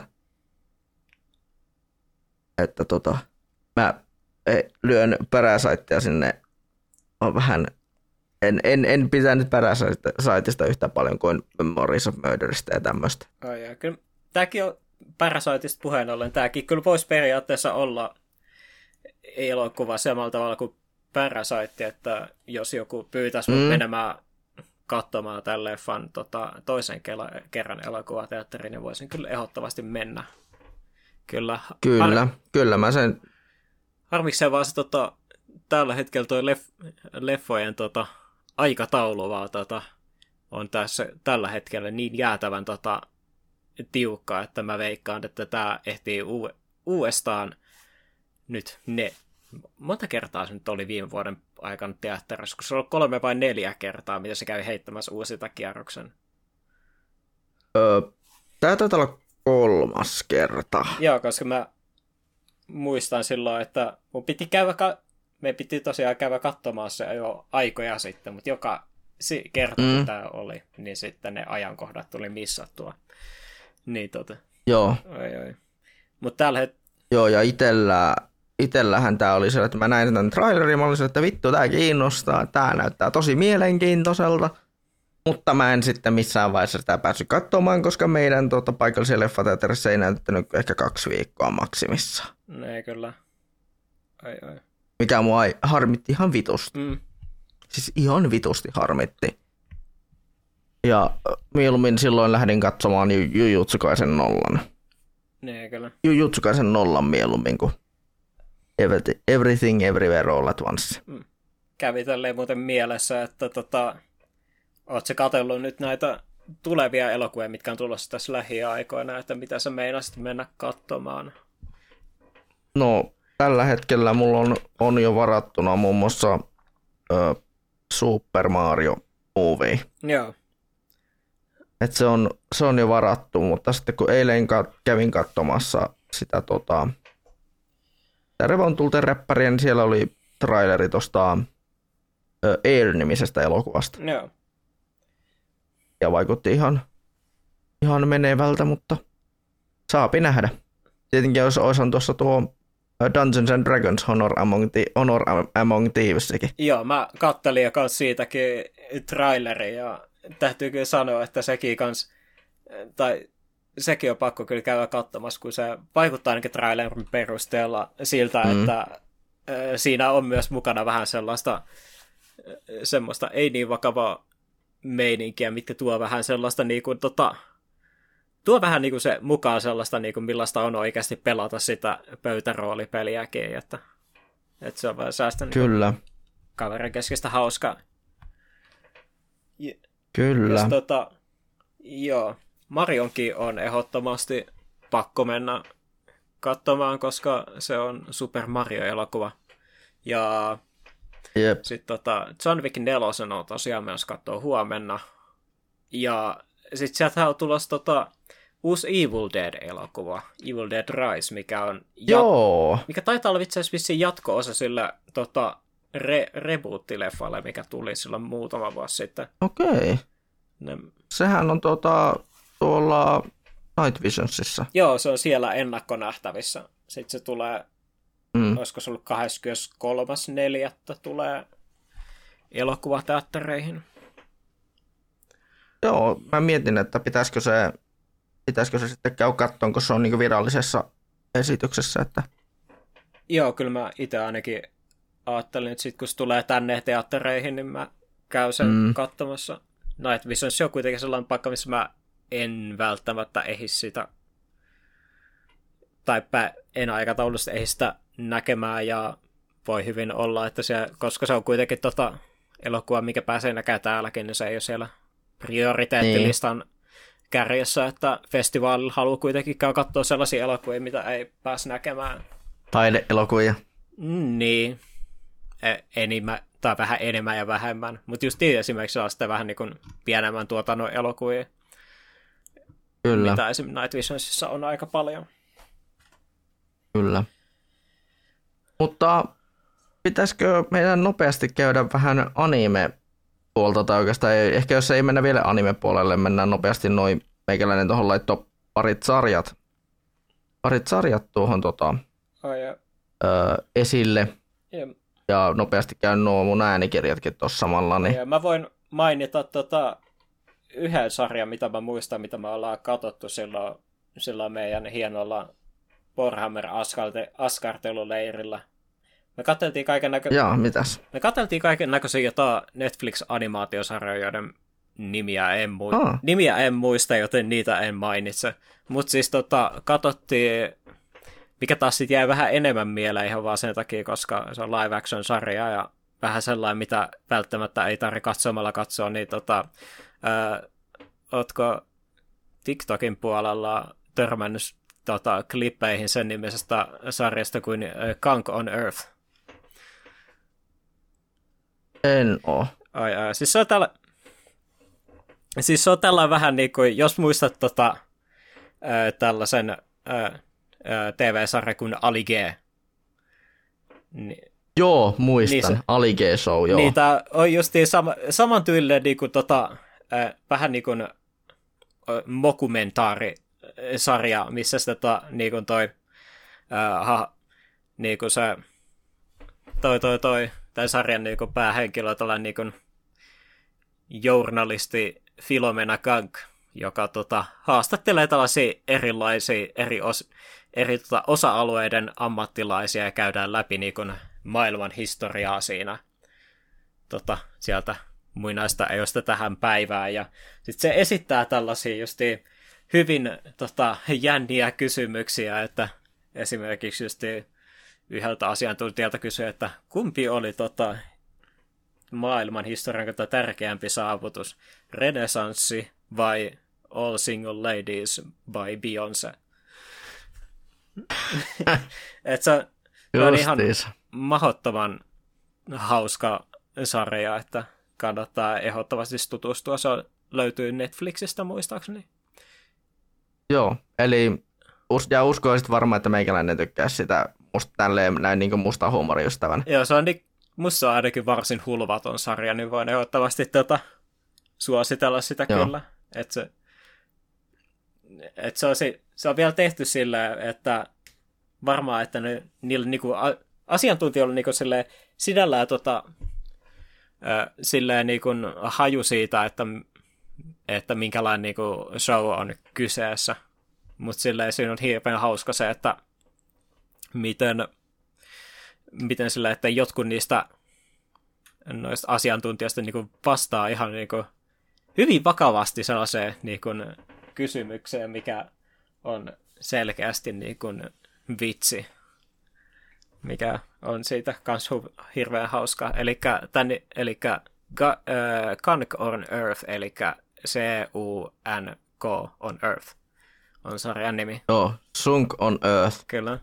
että tota, mä lyön Parasaitia sinne on vähän, en, en, en pitänyt Parasaitista yhtä paljon kuin Memories of Murderista ja tämmöistä. Ai, ja kyllä. Tääkin on Parasaitista puheen ollen. Tääkin kyllä voisi periaatteessa olla elokuva samalla tavalla kuin Parasite, että jos joku pyytäisi mm. menemään katsomaan tämän leffan tota, toisen kela- kerran elokuvateatteriin, niin voisin kyllä ehdottomasti mennä. Kyllä. Kyllä, Har- kyllä mä sen... Harmikseen vaan se tota, tällä hetkellä toi leff- leffojen tota, aikataulu vaan tota, on tässä tällä hetkellä niin jäätävän tota, tiukka, että mä veikkaan, että tää ehtii u- uudestaan nyt ne. Monta kertaa se nyt oli viime vuoden aikana teatterissa, kun se oli kolme vai neljä kertaa, mitä se kävi heittämässä uusita kierroksen. Öö, tää taitaa olla kolmas kerta. Joo, koska mä muistan silloin, että mun piti käydä, ka- me piti tosiaan käydä katsomaan se jo aikoja sitten, mutta joka kerta, mm. kun tää oli, niin sitten ne ajankohdat tuli missattua. Niin tota. Joo. Oi, oi. Mut tällä het- Joo, ja itellä, itellähän tää oli se, että mä näin tämän trailerin, mä olin se, että vittu, tää kiinnostaa, tää näyttää tosi mielenkiintoiselta. Mutta mä en sitten missään vaiheessa sitä päässyt katsomaan, koska meidän tuota, paikallisia leffateatterissa ei näyttänyt ehkä kaksi viikkoa maksimissaan. Ei kyllä. Ai, ai. Mikä mua harmitti ihan vitusti. Mm. Siis ihan vitusti harmitti. Ja mieluummin silloin lähdin katsomaan Jujutsukaisen nollan. Ei kyllä. Jujutsukaisen nollan mieluummin kuin Everything Everywhere All at Once. Mm. Kävi tälleen muuten mielessä, että tota, oot sä katsellut nyt näitä tulevia elokuvia, mitkä on tulossa tässä lähiaikoina, että mitä sä meinasit mennä katsomaan? No, tällä hetkellä mulla on, on jo varattuna muun muassa ö, Super Mario Movie. Joo. Et se, on, se on jo varattu, mutta sitten kun eilen ka- kävin katsomassa sitä tota, Revontulten räppäriä, niin siellä oli traileri tuosta Air-nimisestä elokuvasta. Joo. Ja vaikutti ihan, ihan menevältä, mutta saapi nähdä. Tietenkin jos olisi tuossa tuo Dungeons and Dragons Honor Among, the, Honor Among Thievessäkin. Joo, mä kattelin kans siitäkin traileri ja täytyy kyllä sanoa, että sekin kans, tai sekin on pakko kyllä käydä katsomassa, kun se vaikuttaa ainakin trailerin perusteella siltä, mm. että siinä on myös mukana vähän sellaista semmoista ei niin vakavaa meininkiä, mitkä tuo vähän sellaista niin kuin, tota, tuo vähän niin kuin se mukaan sellaista, niin kuin millaista on oikeasti pelata sitä pöytäroolipeliäkin, että, että se on vähän säästä Kyllä. Niin kaverin keskeistä hauskaa. Ja, Kyllä. Jos, tota, joo, Marionkin on ehdottomasti pakko mennä katsomaan, koska se on Super Mario-elokuva. Ja Jep. sitten tota, John Wick neljä on tosiaan myös katsoa huomenna. Ja sitten sieltä on tulossa tota, uusi Evil Dead-elokuva, Evil Dead Rise, mikä on Joo. Jat- mikä taitaa olla itse asiassa vissiin jatko-osa sille tota, re- reboot-leffalle, mikä tuli silloin muutama vuosi sitten. Okei. Ne... Sehän on tuota, tuolla Night Visionsissa. Joo, se on siellä ennakkonähtävissä. Sitten se tulee, Mm. olisiko se ollut kahdeskymmeneskolmas neljättä tulee elokuvateattereihin. Joo, mä mietin, että pitäisikö se, pitäisikö se sitten käydä katsomaan, kun se on niin virallisessa esityksessä. Että... Joo, kyllä mä itse ainakin ajattelin, että sit kun se tulee tänne teattereihin, niin mä käyn sen mm. katsomassa. Night Visions on kuitenkin sellainen paikka, missä mä en välttämättä ehdi sitä, tai en aikataulusta ehdi sitä näkemään, ja voi hyvin olla, että se, koska se on kuitenkin tota elokuva, mikä pääsee näkemään täälläkin, niin se ei ole siellä prioriteettilistan niin kärjessä, että festivaalilla haluaa kuitenkin käydä katsoa sellaisia elokuvia, mitä ei pääse näkemään. Taide-elokuvia. Niin, enimmä, tai vähän enemmän ja vähemmän, mutta just niin esimerkiksi on sitten vähän niin kuin pienemmän tuotannon elokuvia, Kyllä. mitä esimerkiksi Night Visionsissa on aika paljon. Kyllä. Mutta pitäisikö meidän nopeasti käydä vähän anime-puolta, tai oikeastaan ei, ehkä jos ei mennä vielä anime-puolelle, mennään nopeasti noin, meikäläinen tuohon laittoi parit sarjat, parit sarjat tuohon tota, oh, yeah. ö, esille, yeah. ja nopeasti käyn nuo mun äänikirjatkin tuossa samalla. Niin... Yeah, mä voin mainita tota, yhden sarjan, mitä mä muistan, mitä me ollaan katsottu silloin, silloin meidän hienolla Warhammer askarteluleirillä. Me katseltiin kaiken näkö... Jaa, mitäs? Me katseltiin kaiken näköisiä jotain Netflix-animaatiosarjoja, joiden nimiä en, mu... Ah. nimiä en muista, joten niitä en mainitse. Mutta siis tota, katsottiin, mikä taas sitten jäi vähän enemmän mieleen ihan vaan sen takia, koska se on live action sarja ja vähän sellainen, mitä välttämättä ei tarvitse katsomalla katsoa, niin tota, ää, ootko TikTokin puolella törmännyt tota, klippeihin sen nimisestä sarjasta kuin Kunk on Earth? En oo. Ai, ai. Siis se on tällä... Siis se on tällä vähän niin kuin, jos muistat tota, ää, tällaisen ää, ää, T V-sarja kuin Ali G. Ni, joo, muistan. Niin se, Ali G-show, joo. Niin, tää on justiin sama, saman tyylinen niin kuin, tota, ää, vähän niin kuin mokumentaarisarja, missä sitä tota, niin kuin toi, ää, ha, niin kuin se toi toi toi, tämän sarjan niin kuin päähenkilö on tällainen niin kuin journalisti Philomena Gang, joka tota, haastattelee tällaisia erilaisia eri, os, eri tota, osa-alueiden ammattilaisia ja käydään läpi niin kun, maailman historiaa siinä tota, sieltä muinaista ajoista tähän päivään. Ja sitten se esittää tällaisia justi hyvin tota, jänniä kysymyksiä, että esimerkiksi justi yhdeltä asiantuntijalta kysyi, että kumpi oli tota, maailman historian kautta tärkeämpi saavutus, renesanssi vai All Single Ladies by Beyoncé? Et se, se on ihan mahdottoman hauska sarja, että kannattaa ehdottomasti tutustua. Se on, löytyy Netflixistä muistaakseni. Joo, eli us, ja uskoisit varmaan, että meikäläinen tykkää sitä musta, tälleen näin niin kuin musta huumoriystävän. Joo, se on niin, musta se on ainakin varsin hulvaton sarja, niin voin ehdottomasti tota, suositella sitä Joo. kyllä. Että se, et se, on, se on vielä tehty silleen, että varmaan, että ne, niillä niinku, asiantuntijoilla niinku silleen, sidällään tota, silleen niinku haju siitä, että, että minkälainen niinku show on kyseessä. Mutta silleen siinä on hirveän hauska se, että miten, miten silleen, että jotkut niistä noista asiantuntijoista niinku vastaa ihan niinku hyvin vakavasti sellaiseen niinku kysymykseen, mikä on selkeästi niinku vitsi, mikä on siitä kans hirveän hauskaa. Elikkä, tän, elikkä uh, Kunk on Earth, elikkä C U N K on Earth on sarjan nimi. Joo, Sunk on Earth. Kyllä.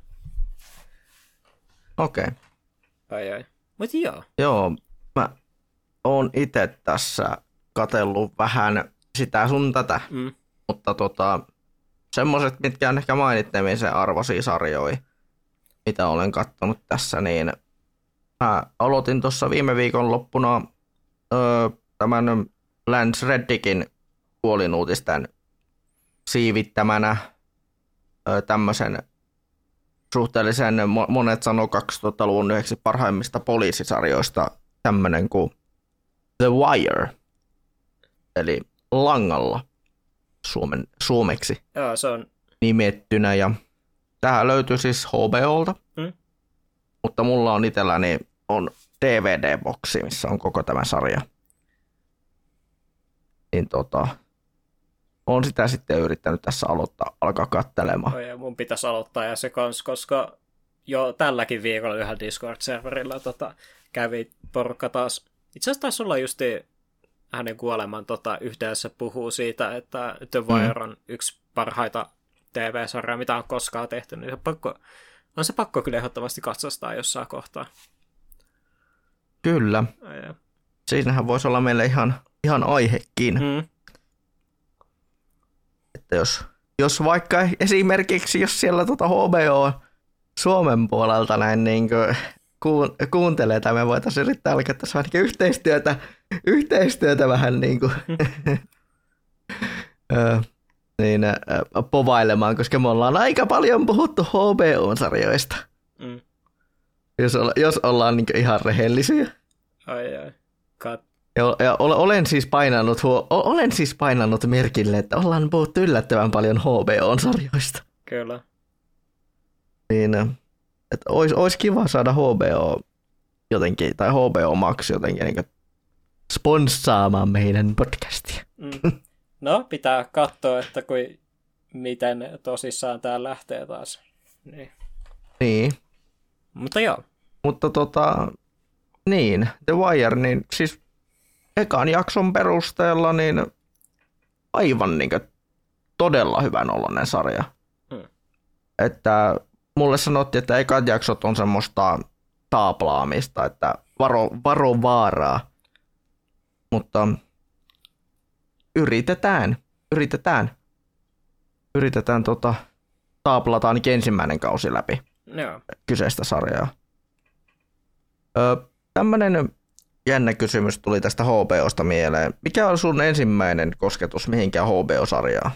Okei. Okay. Ai ai. Mut joo. Joo, mä oon itse tässä katsellut vähän sitä sun tätä, mm. mutta tota, semmoiset, mitkä on ehkä mainittemisen arvoisia sarjoja, mitä olen kattonut tässä, niin mä aloitin tuossa viime viikon loppuna öö, tämän Lance Reddickin kuolinuutisten siivittämänä öö, tämmöisen suhteellisen, monet sanoo kaksituhattaluvun yhdeksi parhaimmista poliisisarjoista, tämmöinen kuin The Wire, eli langalla suomen, suomeksi Joo, se on nimettynä, ja tähän löytyy siis H B O:lta, mm. mutta mulla on itselläni on D V D-boksi, missä on koko tämä sarja. Niin tota, on sitä sitten yrittänyt tässä aloittaa, alkaa katselemaan. Oh, ja mun pitäisi aloittaa ja se kans, koska jo tälläkin viikolla yhdellä Discord-serverillä tota, kävi porukka taas. Itse asiassa taisi olla justi hänen kuoleman tota, yhteydessä puhuu siitä, että The Wire on mm. yksi parhaita T V-sarjoja, mitä on koskaan tehty, niin se pakko, on se pakko kyllä ehdottomasti katsostaa jossain kohtaa. Kyllä. Ja. Siinähän voisi olla meille ihan, ihan aihekin. Mm. Että jos, jos vaikka esimerkiksi, jos siellä tuota H B O Suomen puolelta näin niin kuin kuun, kuuntelee, tai me voitaisiin yrittää alkaa tässä ainakin yhteistyötä, yhteistyötä vähän niin kuin niin, äh, povailemaan, koska me ollaan aika paljon puhuttu H B O-sarjoista. Mm. Jos, olla, jos ollaan niin ihan rehellisiä. Ai ai. Kat. Ja, ja olen, siis painanut, olen siis painanut merkille, että ollaan puhuttu yllättävän paljon H B O-sarjoista. Kyllä. Niin, että olisi, olisi kiva saada H B O jotenkin, tai H B O Max jotenkin niin sponssaamaan meidän podcastia. Mm. No, pitää katsoa, että kui, miten tosissaan tää lähtee taas. Niin. Niin. Mutta joo. Mutta tota, niin, The Wire, niin siis ekan jakson perusteella niin aivan niin kuin todella hyvän oloinen sarja. Hmm. Että mulle sanottiin, että ekat jaksot on semmoista taaplaamista, että varo, varo vaaraa. Mutta yritetään, yritetään, yritetään tota, taaplata ainakin ensimmäinen kausi läpi Joo. kyseistä sarjaa. Ö, tämmönen jännä kysymys tuli tästä H B O:sta mieleen. Mikä on sun ensimmäinen kosketus mihinkään H B O-sarjaan?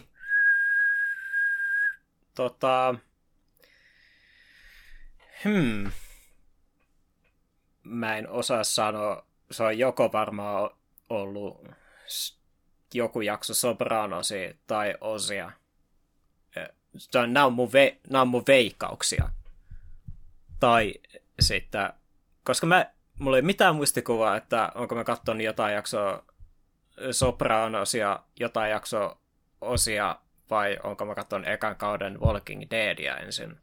Tota... Hmm. Mä en osaa sanoa. Se on joko varmaan ollut joku jakso Sopranosia tai Osia. Nämä on mun, ve- nämä on mun veikkauksia. Tai sitten, koska mä, mulla ei mitään muistikuvaa, että onko mä katsonut jotain jaksoa Sopranosia, jotain jaksoa Osia, vai onko mä katsonut ekan kauden Walking Deadia ensin.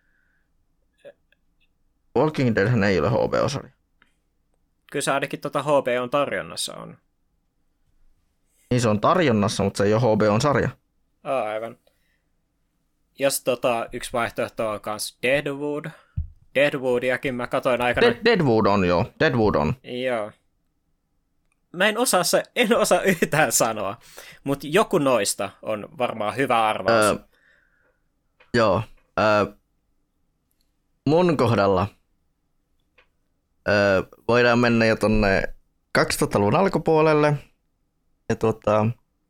Walking Deadhän ei ole H B O-sarja. Kyllä se ainakin tuota H B O:n tarjonnassa on. Niin se on tarjonnassa, mutta se ei ole H B O-sarja. Aivan. Jos tota, yksi vaihtoehto on myös Deadwood. Deadwoodiakin mä katsoin aikana. Dead, Deadwood on joo, Deadwood on. Joo. Mä en osaa, se, en osaa yhtään sanoa, mutta joku noista on varmaan hyvä arvaus. Öö, joo. Öö, mun kohdalla öö, voidaan mennä jo tonne kaksituhattaluvun alkupuolelle. Ja tota,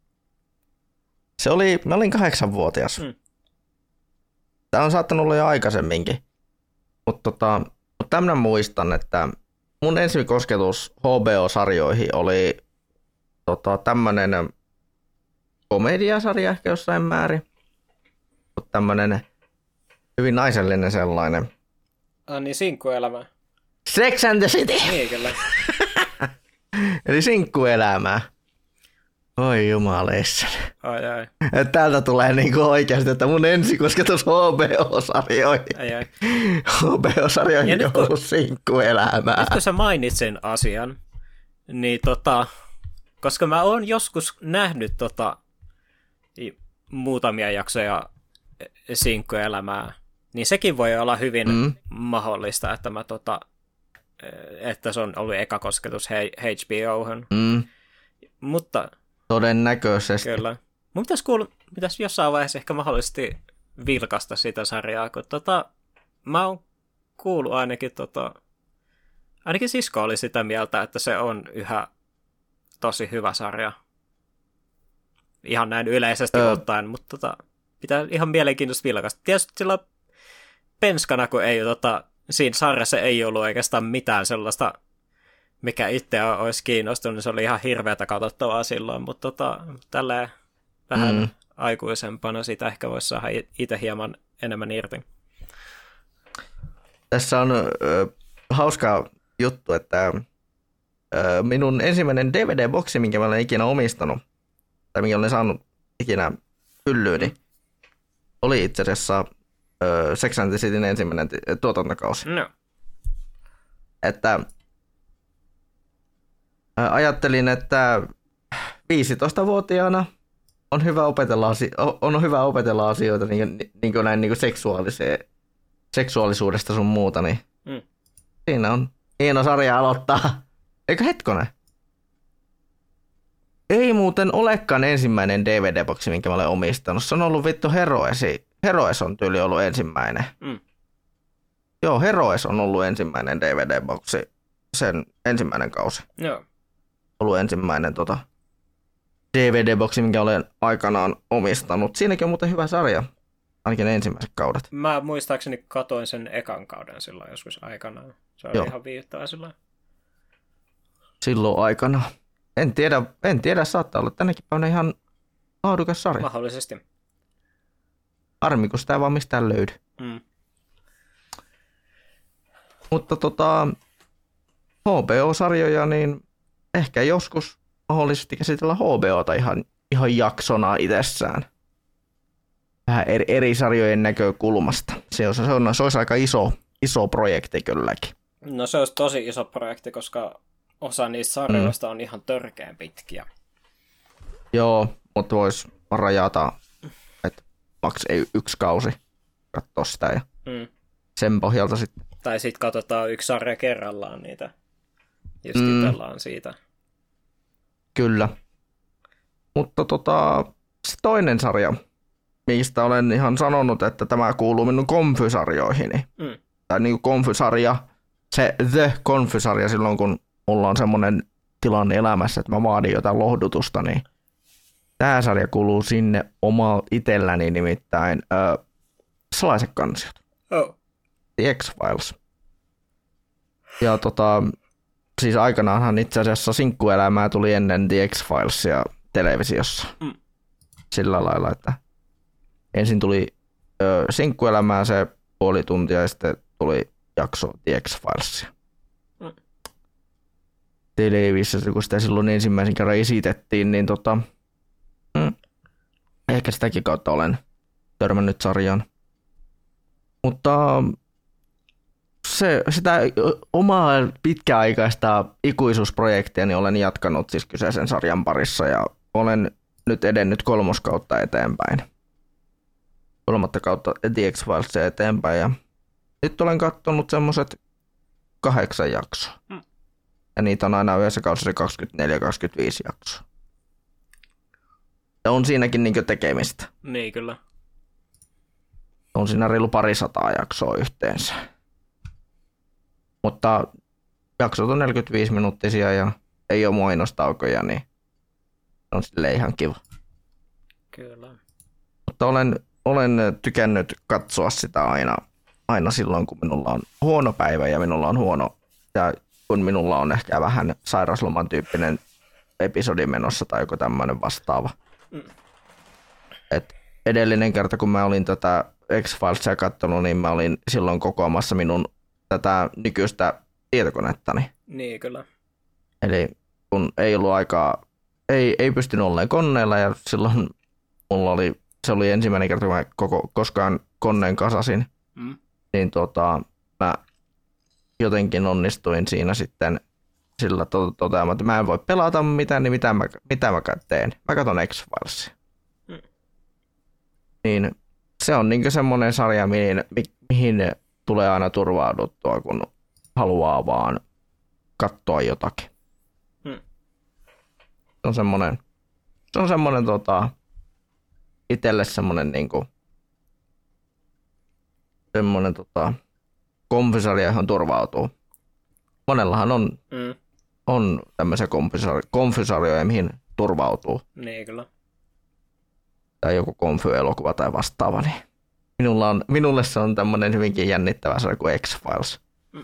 se oli, mä olin kahdeksanvuotias. Hmm. Tämä on saattanut olla jo aikaisemminkin. Mutta tota, mut tämmönen muistan, että mun ensimmäinen kosketus H B O-sarjoihin oli tota, tämmönen komediasarja ehkä jossain määrin. Mutta tämmönen hyvin naisellinen sellainen. Ah niin, sinkkuelämä. Sex and the City! Niin kyllä. Eli sinkkuelämää. Oi jumaleissani. Ai ai. Täältä tulee niinku oikeasti, että mun ensikosketus H B O-sarjoihin. Ai ai. H B O-sarjoihin on ollut sinkkuelämää. Nyt kun sä mainit sen asian, niin tota, koska mä oon joskus nähnyt tota, muutamia jaksoja sinkkuelämää, niin sekin voi olla hyvin mm. mahdollista, että, mä, tota, että se on ollut eka kosketus H B O:hun. Mm. Mutta todennäköisesti. Kyllä. Mun pitäisi, kuulla, pitäisi jossain vaiheessa ehkä mahdollisesti vilkaista sitä sarjaa, kun tota, mä oon kuullut ainakin, tota, ainakin sisko oli sitä mieltä, että se on yhä tosi hyvä sarja. Ihan näin yleisesti Ö... ottaen, mutta tota, pitää ihan mielenkiintoista vilkaista. Tietysti sillä penskana, kun ei, tota, siinä sarjassa ei ollut oikeastaan mitään sellaista, mikä itse olisi kiinnostunut, niin se oli ihan hirveätä katsottavaa silloin, mutta tota, tälleen vähän mm. aikuisempana sitä ehkä voisi saada itse hieman enemmän irti. Tässä on äh, hauska juttu, että äh, minun ensimmäinen D V D-boksi, minkä mä olen ikinä omistanut, tai minkä olen saanut ikinä hyllyyni, mm. oli itse asiassa äh, Sex and the Cityn ensimmäinen t- tuotantokausi. No. Että ajattelin, että viisitoistavuotiaana on hyvä opetella, on hyvä opetella asioita niin, niin kuin näin niin kuin seksuaalisuudesta sun muuta, niin mm. siinä on hieno sarja aloittaa. Eikö hetkonen? Ei muuten olekaan ensimmäinen D V D-boksi, minkä mä olen omistanut. Se on ollut vittu Heroesi. Heroes on tyyli ollut ensimmäinen. Mm. Joo, Heroes on ollut ensimmäinen D V D-boksi. Sen ensimmäinen kausi. Joo. Ollut ensimmäinen tota, D V D-boksi, minkä olen aikanaan omistanut. Siinäkin on muuten hyvä sarja, ainakin ne ensimmäiset kaudet. Mä muistaakseni katoin sen ekan kauden silloin joskus aikanaan. Se oli Joo. ihan viihdyttävä silloin. Silloin aikana. En tiedä, en tiedä, saattaa olla tänäkin päivänä ihan laadukas sarja. Mahdollisesti. Harmi, kun sitä ei vaan mistään löydy. Mm. Mutta tota, H B O-sarjoja, niin ehkä joskus mahdollisesti käsitellä H B O:ta ihan, ihan jaksona itsessään. Vähän eri, eri sarjojen näkökulmasta. Se, on, se, on, se olisi aika iso, iso projekti kylläkin. No se olisi tosi iso projekti, koska osa niistä sarjoista mm. on ihan törkeän pitkiä. Joo, mutta voisi rajata, että maks ei yksi kausi katsoa sitä ja mm. sen pohjalta sitten. Tai sitten katsotaan yksi sarja kerrallaan niitä. Just mm. itellaan siitä. Kyllä. Mutta tota, se toinen sarja, mistä olen ihan sanonut, että tämä kuuluu minun konfysarjoihini. Mm. Tai niin kuin konfysarja, se The konfysarja silloin, kun mulla on semmoinen tilanne elämässä, että mä vaadin jotain lohdutusta, niin tämä sarja kuuluu sinne oma itselläni, nimittäin äh, Salaiset kansiot. Oh. The X-Files. Ja tota, siis aikanaanhan itse asiassa sinkkuelämää tuli ennen The X-Filesia televisiossa. Mm. Sillä lailla, että ensin tuli ö, sinkkuelämää se puoli tuntia ja sitten tuli jakso The X-Filesia. Mm. Televisiossa, kun sitä silloin ensimmäisen kerran esitettiin, niin tota, mm, ehkä sitäkin kautta olen törmännyt sarjaan. Mutta se, sitä omaa pitkäaikaista ikuisuusprojektia niin olen jatkanut siis kyseisen sarjan parissa ja olen nyt edennyt kolmoskautta eteenpäin. Kolmatta kautta The X-Filesia eteenpäin ja nyt olen katsonut semmoset kahdeksan jaksoa. Mm. Ja niitä on aina yhdessä kaudessa kaksikymmentäneljä kaksikymmentäviisi jaksoa. Ja on siinäkin niinkö tekemistä. Niin kyllä. On siinä reilu parisataa jaksoa yhteensä. Mutta jaksot on neljäkymmentäviisi minuuttisia ja ei ole mainostaukoja, niin on silleen ihan kiva. Kyllä. Mutta olen, olen tykännyt katsoa sitä aina, aina silloin, kun minulla on huono päivä ja minulla on huono, ja kun minulla on ehkä vähän sairasloman tyyppinen episodi menossa tai joku tämmöinen vastaava. Mm. Et edellinen kerta, kun mä olin tätä X-Filesia katsonut, niin mä olin silloin kokoamassa minun tätä nykyistä tietokonettani. Niin, kyllä. Eli kun ei ollut aikaa, ei, ei pystynyt olleen koneella ja silloin mulla oli, se oli ensimmäinen kerta, kun mä koko, koskaan koneen kasasin, mm. niin tota, mä jotenkin onnistuin siinä sitten sillä to- toteamaan, että mä en voi pelata mitään, niin mitä mä, mitä mä teen? Mä katson X-Filesia. Mm. Niin se on niinku semmoinen sarja, mihin, mi- mihin tulee aina turvauduttua, kun haluaa vaan katsoa jotakin. Hmm. Se on semmoinen, se on semmoinen tota, itselle semmoinen niinku, semmoinen tota, konfisarja, johon turvautuu. Monellahan on, hmm. on tämmöisiä konfisar- konfisarjoja, mihin turvautuu. Niin kyllä. Tai joku konfy-elokuva tai vastaava, niin Minulla on, minulle se on tämmöinen hyvinkin jännittävä sarja kuin X-Files. Mm.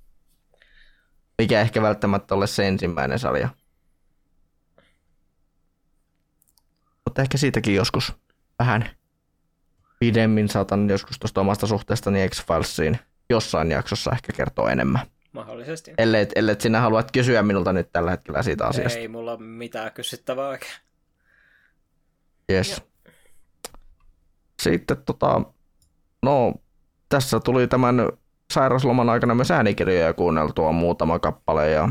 Mikä ehkä välttämättä ole se ensimmäinen sarja. Mutta ehkä siitäkin joskus vähän pidemmin saatan joskus tuosta omasta suhteestani X-Filesiin jossain jaksossa ehkä kertoo enemmän. Mahdollisesti. Elleet, elleet sinä haluat kysyä minulta nyt tällä hetkellä siitä asiasta. Ei mulla ole mitään kysyttävää oikein. Yes. Sitten tota, no tässä tuli tämän sairasloman aikana myös äänikirjoja kuunneltua muutama kappale ja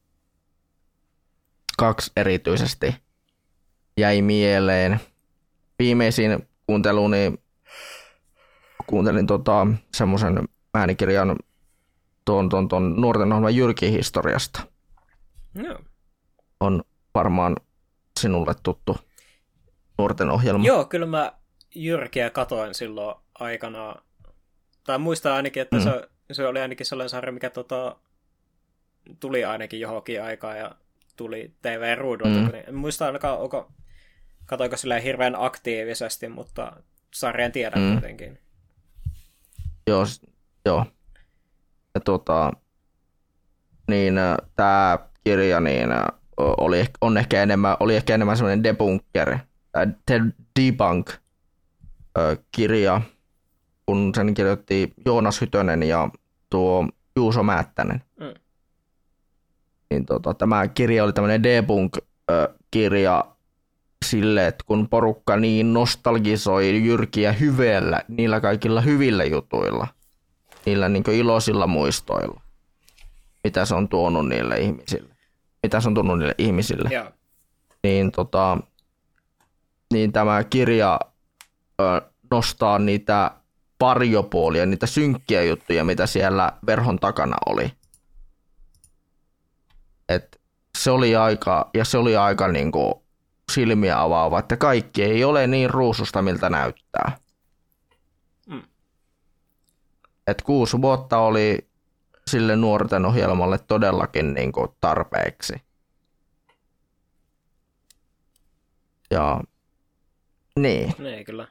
kaksi erityisesti jäi mieleen. Viimeisin kuunteluni kuuntelin tota semmoisen äänikirjan tuon, tuon, tuon nuorten ohjelman Jyrkin historiasta. No. On varmaan sinulle tuttu nuorten ohjelma. Joo, kyllä mä Jyrkiä katoin silloin aikanaan. Tai muistan ainakin, että mm. se, se oli ainakin sellainen sarja, mikä tota, tuli ainakin johonkin aikaan ja tuli T V-ruudulta. Mm. En muista ainakaan, onko, katoinko silleen hirveän aktiivisesti, mutta sarjan tiedän mm. kuitenkin. Joo, joo. Ja tota, niin tämä kirja niin, oli, on ehkä enemmän, oli ehkä enemmän semmoinen debunker, debunk kirja, kun sen kirjoitti Joonas Hytönen ja tuo Juuso Määttänen. Mm. Niin tota, tämä kirja oli tämmöinen debunk-kirja sille, että kun porukka niin nostalgisoi Jyrkiä hyvällä, niillä kaikilla hyvillä jutuilla, niillä niin kuin iloisilla muistoilla, mitä se on tuonut niille ihmisille, mitä se on tuonut niille ihmisille, yeah. niin, tota, niin tämä kirja ö, nostaa niitä varjopuolia, niitä synkkiä juttuja, mitä siellä verhon takana oli. Et se oli aika, ja se oli aika niin kuin silmiä avaava, että kaikki ei ole niin ruususta, miltä näyttää. Mm. Et kuusi vuotta oli sille nuorten ohjelmalle todellakin niin kuin tarpeeksi. Ja niin. Niin, kyllä.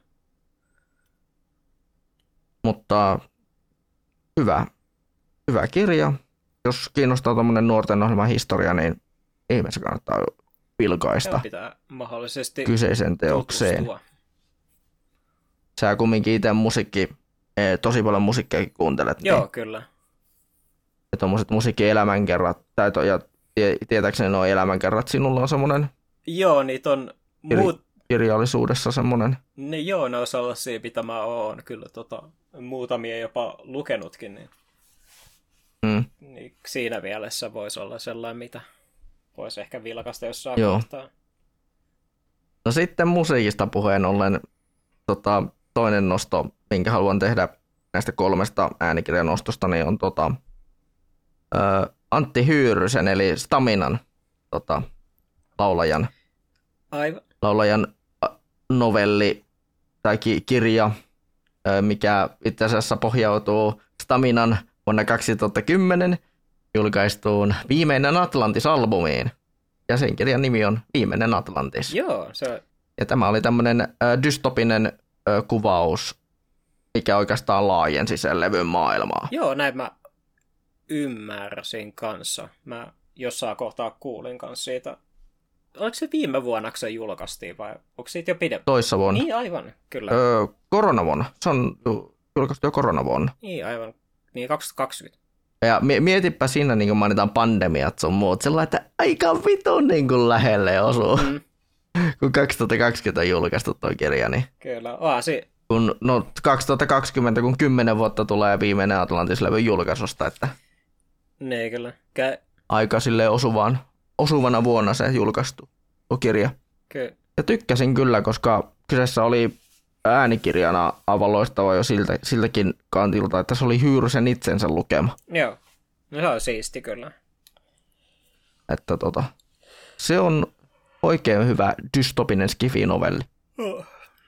Mutta hyvä, hyvä kirja. jos kiinnostaa tuommoinen nuorten ohjelman historia, niin ihmeessä kannattaa vilkaista Joo, pitää mahdollisesti kyseisen teokseen. tutustua. Sä kumminkin itse musiikki, tosi paljon musiikkia kuuntelet. Joo, niin, kyllä. ja tuommoiset musiikkielämänkerrat, tai to, ja tietääkseni nuo elämänkerrat, sinulla on semmoinen Joo, niitä on kir- muut... kirjallisuudessa semmoinen. Ne, joo, ne on sellaisia, mitä mä oon kyllä tota, muutamia jopa lukenutkin, niin, Mm. niin siinä mielessä voisi olla sellainen, mitä voisi ehkä vilkaista jossain Joo. kohtaa. No sitten musiikista puheen ollen tota, toinen nosto, minkä haluan tehdä näistä kolmesta äänikirjanostosta, niin on tota, ö, Antti Hyyrysen eli Staminan tota, laulajan, Aivan. laulajan novelli tai ki- kirja, ö, mikä itse asiassa pohjautuu Staminan vuonna kaksituhattakymmenen julkaistuun Viimeinen Atlantis-albumiin. Ja sen kirjan nimi on Viimeinen Atlantis. Joo, se Ja tämä oli tämmöinen ö, dystopinen ö, kuvaus, mikä oikeastaan laajensi sen levyn maailmaa. Joo, näin mä ymmärsin kanssa. Mä jossain kohtaa kuulin kanssa siitä. Oliko se viime vuonna, kun se julkaistiin vai onko siitä jo pidempään? Toissa vuonna. Niin, aivan, kyllä. Öö, koronavuonna. Se on ju- julkaistu jo koronavuonna. Niin, aivan. Niin, kaksituhattakaksikymmentä. Ja mietipä siinä, niin kuin mainitaan pandemiat sun muut, sellainen, että aika vitun niin kuin lähelle osuu, Mm, kun kaksituhattakaksikymmentä on julkaistu toi kirja. Niin kyllä. Oa, si- kun, no kaksituhattakaksikymmentä, kun kymmenen vuotta tulee Viimeinen Atlantis-levyn julkaisusta, että niin, kyllä. Kä- aika silleen osuvaan, osuvana vuonna se julkaistu tuo kirja. ky- Ja tykkäsin kyllä, koska kyseessä oli äänikirjana aivan loistava jo siltä, siltäkin kantilta, että se oli Hyyrysen itsensä lukema. Joo. No se on siisti kyllä. Että tota, se on oikein hyvä dystopinen skifi-novelli. Oh.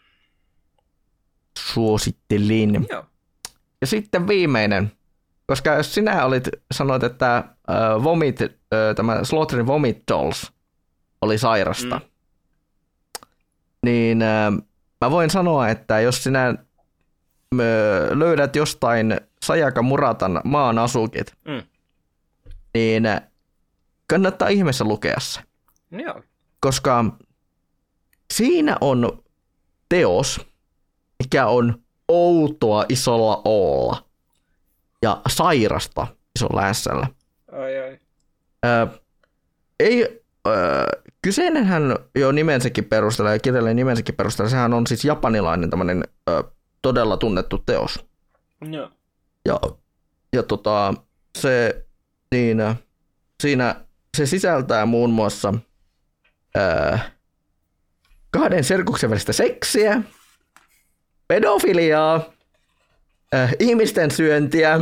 Suosittelin. Joo. Ja sitten viimeinen, koska jos sinä olit, sanoit, että äh, Vomit, äh, tämä Slaughterin Vomit Dolls oli sairasta, mm. niin äh, mä voin sanoa, että jos sinä äh, löydät jostain Sayaka Muratan Maan asukit, Mm. niin äh, kannattaa ihmeessä lukea se. Joo. Koska siinä on teos, mikä on outoa isolla O:lla ja sairasta isolla S:llä. Ai ai. Ö, ei, ö, kyseinenhän jo nimensäkin perusteella ja kirjallinen nimensäkin perusteella, sehän on siis japanilainen tämmöinen ö, todella tunnettu teos. Joo. Ja, ja tota, se, niin, siinä se sisältää muun muassa ö, kahden serkuksen välistä seksiä, pedofiliaa, äh, ihmisten syöntiä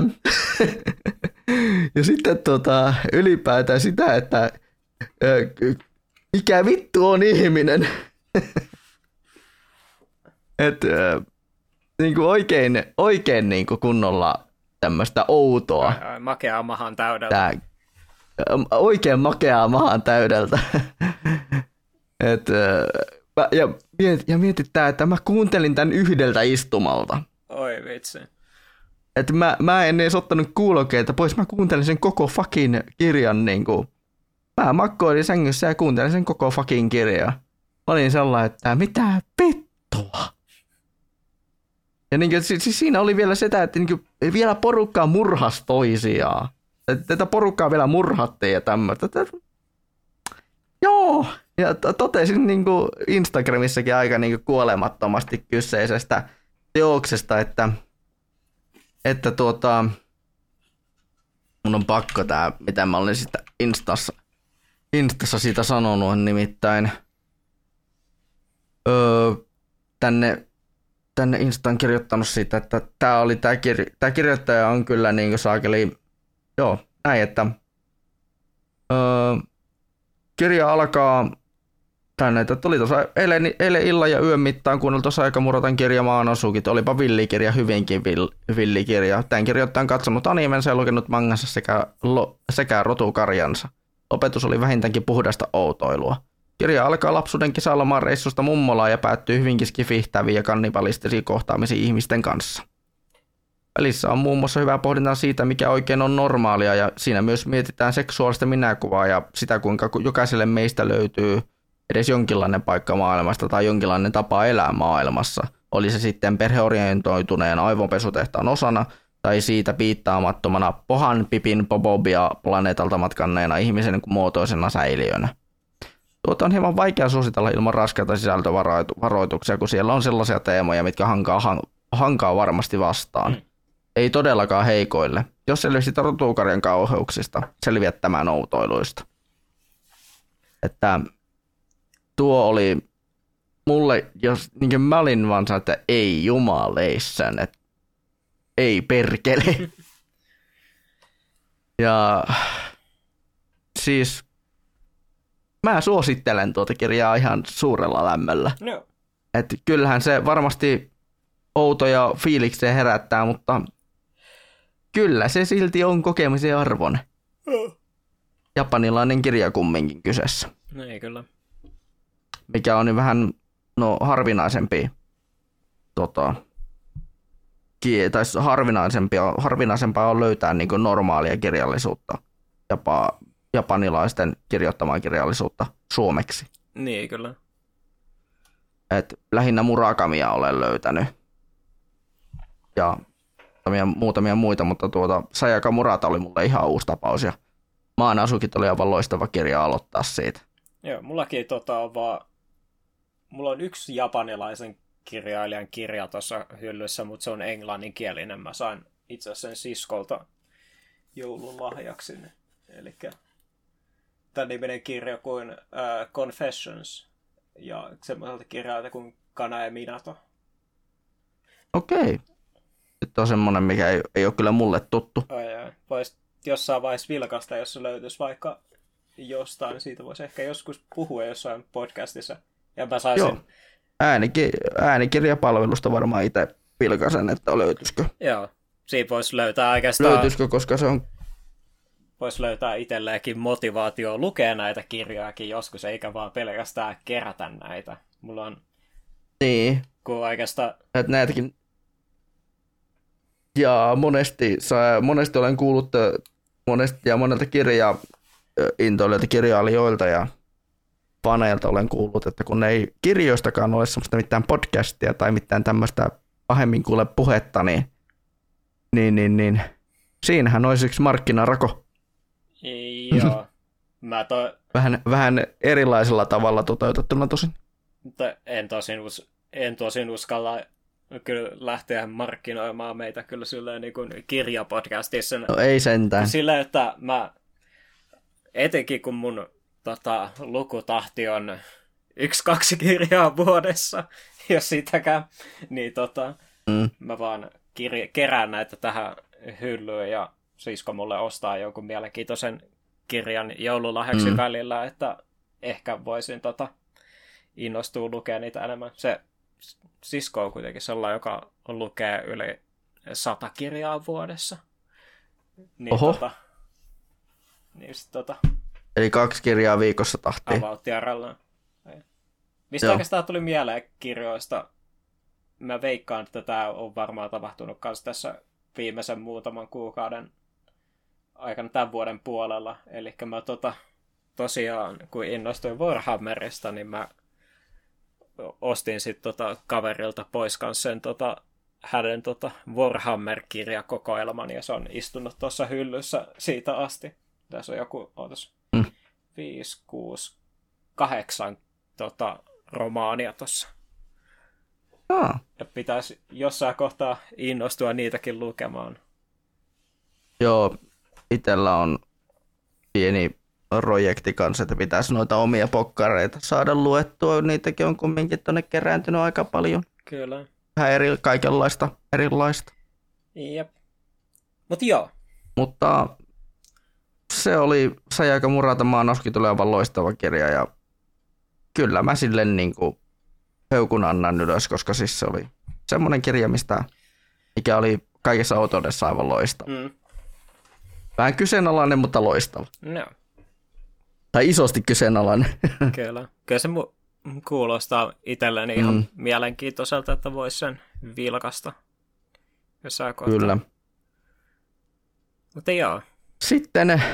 ja sitten tota, ylipäätään sitä, että äh, mikä vittu on ihminen. Et, äh, niinku oikein, oikein niinku kunnolla tämmöistä outoa. Ai, ai, makeaa mahan täydeltä. Tää, äh, oikein makeaa mahan täydeltä. Et, äh, ja, miet, ja mietittää, että mä kuuntelin tämän yhdeltä istumalta. Oi vitsi. Että mä, mä en edes ottanut kuulokkeita pois, mä kuuntelin sen koko fucking kirjan niinku. Mä makkoilin sängyssä ja kuuntelin sen koko fucking kirjan. Mä olin sellainen, että mitä vittua. Ja niinku, siis siinä oli vielä sitä, että niinku, vielä porukkaa murhasi toisiaan. Tätä porukkaa vielä murhattiin ja tämmöistä. Joo. Ja totesin niinku Instagramissakin aika niinku kuolemattomasti kyseisestä teoksesta, että, että tuota, mun on pakko tää, mitä mä olin sitä Instassa, Instassa siitä sanonut, nimittäin öö, tänne, tänne Instaan kirjoittanut siitä, että tää oli tää, kir, tää kirjoittaja on kyllä niinku saakeli, joo, näin, että öö, kirja alkaa tänne, että tuli tuossa eilen, eilen illan ja yön mittaan kuunneltu Sayaka Muratan kirja Maan asukit. Olipa villikirja, hyvinkin vill, villikirja. Tämän kirjoittajan katsonut animensa ja lukenut mangansa sekä, lo, sekä rotukarjansa. Lopetus oli vähintäänkin puhdasta outoilua. Kirja alkaa lapsuuden kesälomaan reissusta mummolaan ja päättyy hyvinkin skifihtäviin ja kannibalistisiin kohtaamisiin ihmisten kanssa. Välissä on muun muassa hyvä pohdinta siitä, mikä oikein on normaalia, ja siinä myös mietitään seksuaalista minäkuvaa ja sitä, kuinka jokaiselle meistä löytyy edes jonkinlainen paikka maailmasta tai jonkinlainen tapa elää maailmassa. Oli se sitten perheorientoituneen aivopesutehtaan osana tai siitä piittaamattomana pohan pipin bobobia planeetalta matkanneena ihmisen muotoisena säiliönä. Tuota on hieman vaikea suositella ilman raskaita sisältövaroituksia, kun siellä on sellaisia teemoja, mitkä hankaa, hankaa varmasti vastaan. Mm. Ei todellakaan heikoille. Jos selvisit rotuukarjan kauheuksista, selviät tämän outoiluista. Että tuo oli mulle, jos niin mä olin vaan sanonut, että ei jumaleissaan, että ei perkele. Ja siis mä suosittelen tuota kirjaa ihan suurella lämmöllä. No. Että kyllähän se varmasti outoja fiiliksiä herättää, mutta kyllä se silti on kokemisen arvon. No. Japanilainen kirja kumminkin kyseessä. No ei kyllä. Mikä on vähän no, harvinaisempi, tota, tai harvinaisempia, harvinaisempaa on löytää niin kuin normaalia kirjallisuutta, jopa japanilaisten kirjoittamaa kirjallisuutta suomeksi. Niin, kyllä. Et lähinnä Murakamia olen löytänyt. Ja muutamia, muutamia muita, mutta tuota Sayaka Murata oli mulle ihan uusi tapaus. Ja Maan asukit oli aivan loistava kirja aloittaa siitä. Joo, mullakin tota on vaan... Mulla on yksi japanilaisen kirjailijan kirja tuossa hyllyssä, mutta se on englanninkielinen. Mä sain itse asiassa sen siskolta joululahjaksi. Eli tämän niminen kirja kuin uh, Confessions ja semmoiselta kirjalta kuin Kana ja Minato. Okei. Sitten on semmoinen, mikä ei, ei ole kyllä mulle tuttu. Voisi jossain vaiheessa vilkaista, jos se löytyisi vaikka jostain. Siitä voisi ehkä joskus puhua jossain podcastissa. Ja mä saisin... Joo. Äänik- äänikirjapalvelusta varmaan itse vilkaisen, että löytyisikö. Joo. Siitä voisi löytää oikeastaan... Löytyisikö, koska se on... Voisi löytää itselleenkin motivaatio lukea näitä kirjojakin joskus, eikä vaan pelkästään kerätä näitä. Mulla on... Niin. Kun oikeastaan... Et näitäkin... Ja monesti, monesti olen kuullut monesti ja monelta kirjaa intoilijoilta, kirjailijoilta ja faneilta olen kuullut, että kun ei kirjoistakaan ole semmoista mitään podcastia tai mitään tämmöistä pahemmin kuule puhetta, niin, niin, niin, niin siinähän olisi yksi markkinarako. Joo. Mä to... vähän, vähän erilaisella tavalla toteutettuna tosin. Mutta en tosin, us... en tosin uskalla kyllä lähteä markkinoimaan meitä kyllä silleen niin kuin kirjapodcastissa. No ei sentään. Sillä, että mä etenkin kun mun tota, lukutahti on yksi, kaksi kirjaa vuodessa, jos sitäkään, niin tota, mm. mä vaan kirja- kerään näitä tähän hyllyyn ja sisko mulle ostaa jonkun mielenkiintoisen kirjan joululahjaksi mm. välillä, että ehkä voisin tota, innostua lukea niitä enemmän. Se sisko on kuitenkin sellainen, joka lukee yli sata kirjaa vuodessa. Niin, Oho. Tota, niin sit, tota, Eli kaksi kirjaa viikossa tahtiin. Avauttiarallaan. Mistä Joo. oikeastaan tuli mieleen kirjoista? Mä veikkaan, että tämä on varmaan tapahtunut myös tässä viimeisen muutaman kuukauden aikana tämän vuoden puolella. Eli mä tota, tosiaan, kun innostuin Warhammerista, niin mä ostin sitten tota kaverilta pois kanssa sen tota, hänen tota Warhammer-kirjakokoelman, ja se on istunut tuossa hyllyssä siitä asti. Tässä on joku, ootas, mm. viisi, kuusi, kahdeksan tota, romaania tuossa. Ah. Ja pitäisi jossain kohtaa innostua niitäkin lukemaan. Joo, itsellä on pieni projekti kanssa, että pitäisi noita omia pokkareita saada luettua. Niitäkin on kumminkin tuonne kerääntynyt aika paljon. Kyllä. Vähän eri, kaikenlaista erilaista. Jep. Mut joo. Mutta se oli Sayaka Murata Maan asukit oli aivan loistava kirja ja kyllä mä sille niin kuin höykun annan ylös, koska siis se oli semmoinen kirja, mistä, mikä oli kaikessa outoudessa aivan loistava. Mm. Vähän kyseenalainen, mutta loistava. No. Tai isosti kyseenalainen. Kyllä. Kyllä se mu- kuulostaa itselleni ihan mm. mielenkiintoiselta, että voisi sen vilkasta. jossain kohtaa. Kyllä. Mutta joo. Sitten äh,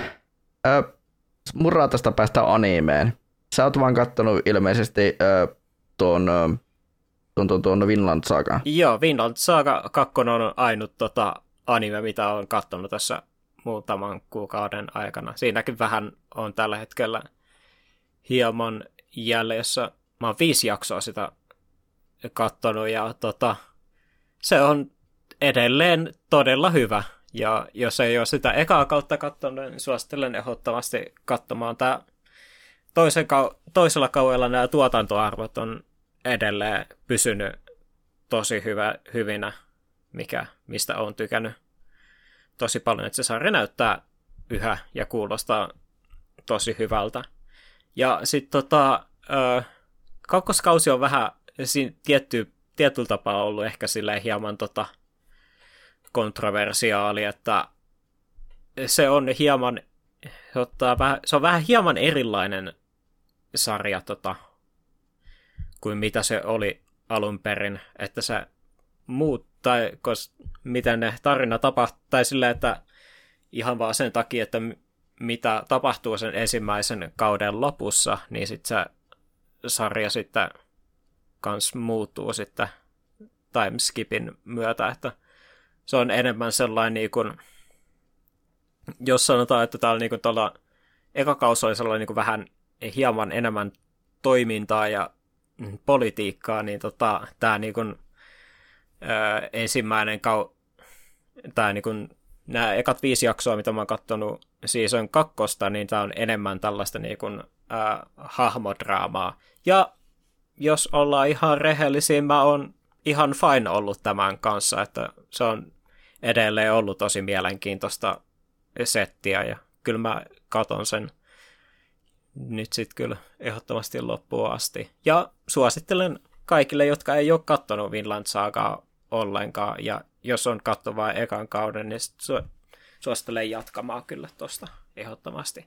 Muratasta päästään animeen. Sä oot vaan kattonut ilmeisesti äh, tuon, äh, tuon, tuon, tuon Vinland Sagan. Joo, Vinland Saga kaksi on ainut tota, anime, mitä olen katsonut tässä muutaman kuukauden aikana. Siinäkin vähän on tällä hetkellä hieman jäljessä. Mä oon viisi jaksoa sitä katsonut ja tota, se on edelleen todella hyvä. Ja jos ei ole sitä ekaa kautta katsonut, niin suosittelen ehdottomasti katsomaan. Tää toisen kau- toisella kaudella nämä tuotantoarvot on edelleen pysynyt tosi hyvä, hyvinä, mikä, mistä olen tykännyt tosi paljon, että se sarja näyttää yhä ja kuulostaa tosi hyvältä. Ja sitten tota, kakkoskausi on vähän siinä tietty, tietyllä tapaa ollut ehkä silleen hieman tota, kontroversiaali, että se on hieman, ottaa vähän, se on vähän hieman erilainen sarja tota, kuin mitä se oli alun perin, että se muut, tai kos, miten ne tarina tapahtuu, tai silleen, että ihan vaan sen takia, että mitä tapahtuu sen ensimmäisen kauden lopussa, niin sitten se sarja sitten kans muuttuu sitten timeskipin myötä, että se on enemmän sellainen niin kuin, jos sanotaan, että täällä niin kuin tuolla eka kausi oli sellainen niin kuin vähän hieman enemmän toimintaa ja politiikkaa, niin tota, tämä niin kuin, ö, ensimmäinen kau... tämä niin kuin, nämä ekat viisi jaksoa, mitä mä oon katsonut season kakkosta, niin tämä on enemmän tällaista niin kuin, ö, hahmodraamaa. Ja jos ollaan ihan rehellisiä, mä oon ihan fine ollut tämän kanssa, että se on edelleen ollut tosi mielenkiintoista settiä, ja kyllä mä katon sen nyt sitten kyllä ehdottomasti loppuun asti. Ja suosittelen kaikille, jotka ei ole katsonut Vinland Sagaa ollenkaan, ja jos on katso vain ekan kauden, niin su- suosittelen jatkamaan kyllä tuosta ehdottomasti.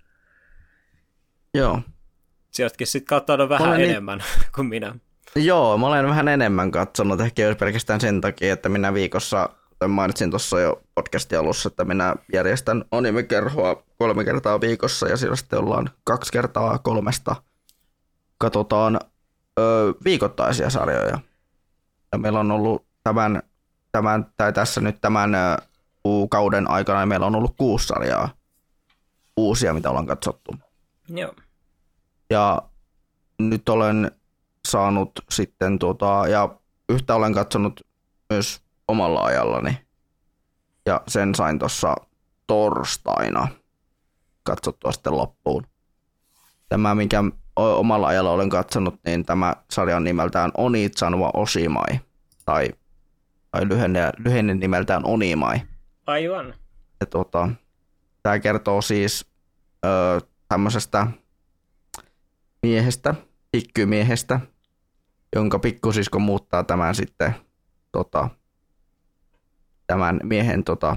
Joo. Sieltäkin sitten katsonut vähän olen enemmän niin... kuin minä. Joo, mä olen vähän enemmän katsonut, ehkä jos pelkästään sen takia, että minä viikossa, mainitsin tuossa jo podcastin alussa, että minä järjestän anime-kerhoa kolme kertaa viikossa, ja siellä sitten ollaan kaksi kertaa kolmesta. Katsotaan ö, viikoittaisia sarjoja. Ja meillä on ollut tämän, tämän tai tässä nyt tämän ö, kauden aikana, meillä on ollut kuusi sarjaa uusia, mitä ollaan katsottu. Joo. Ja nyt olen saanut sitten tuota, ja yhtä olen katsonut myös omalla ajallani. Ja sen sain tuossa torstaina katsottua sitten loppuun. Tämä, minkä omalla ajalla olen katsonut, niin tämä sarja on nimeltään Onitsan wa Oshimai. Tai, tai lyhenne, lyhenne nimeltään Onimai. Aivan. Ja tuota, tämä kertoo siis ö, tämmöisestä miehestä, hikkymiehestä, jonka pikkusisko muuttaa tämän sitten tota, tämän miehen tota,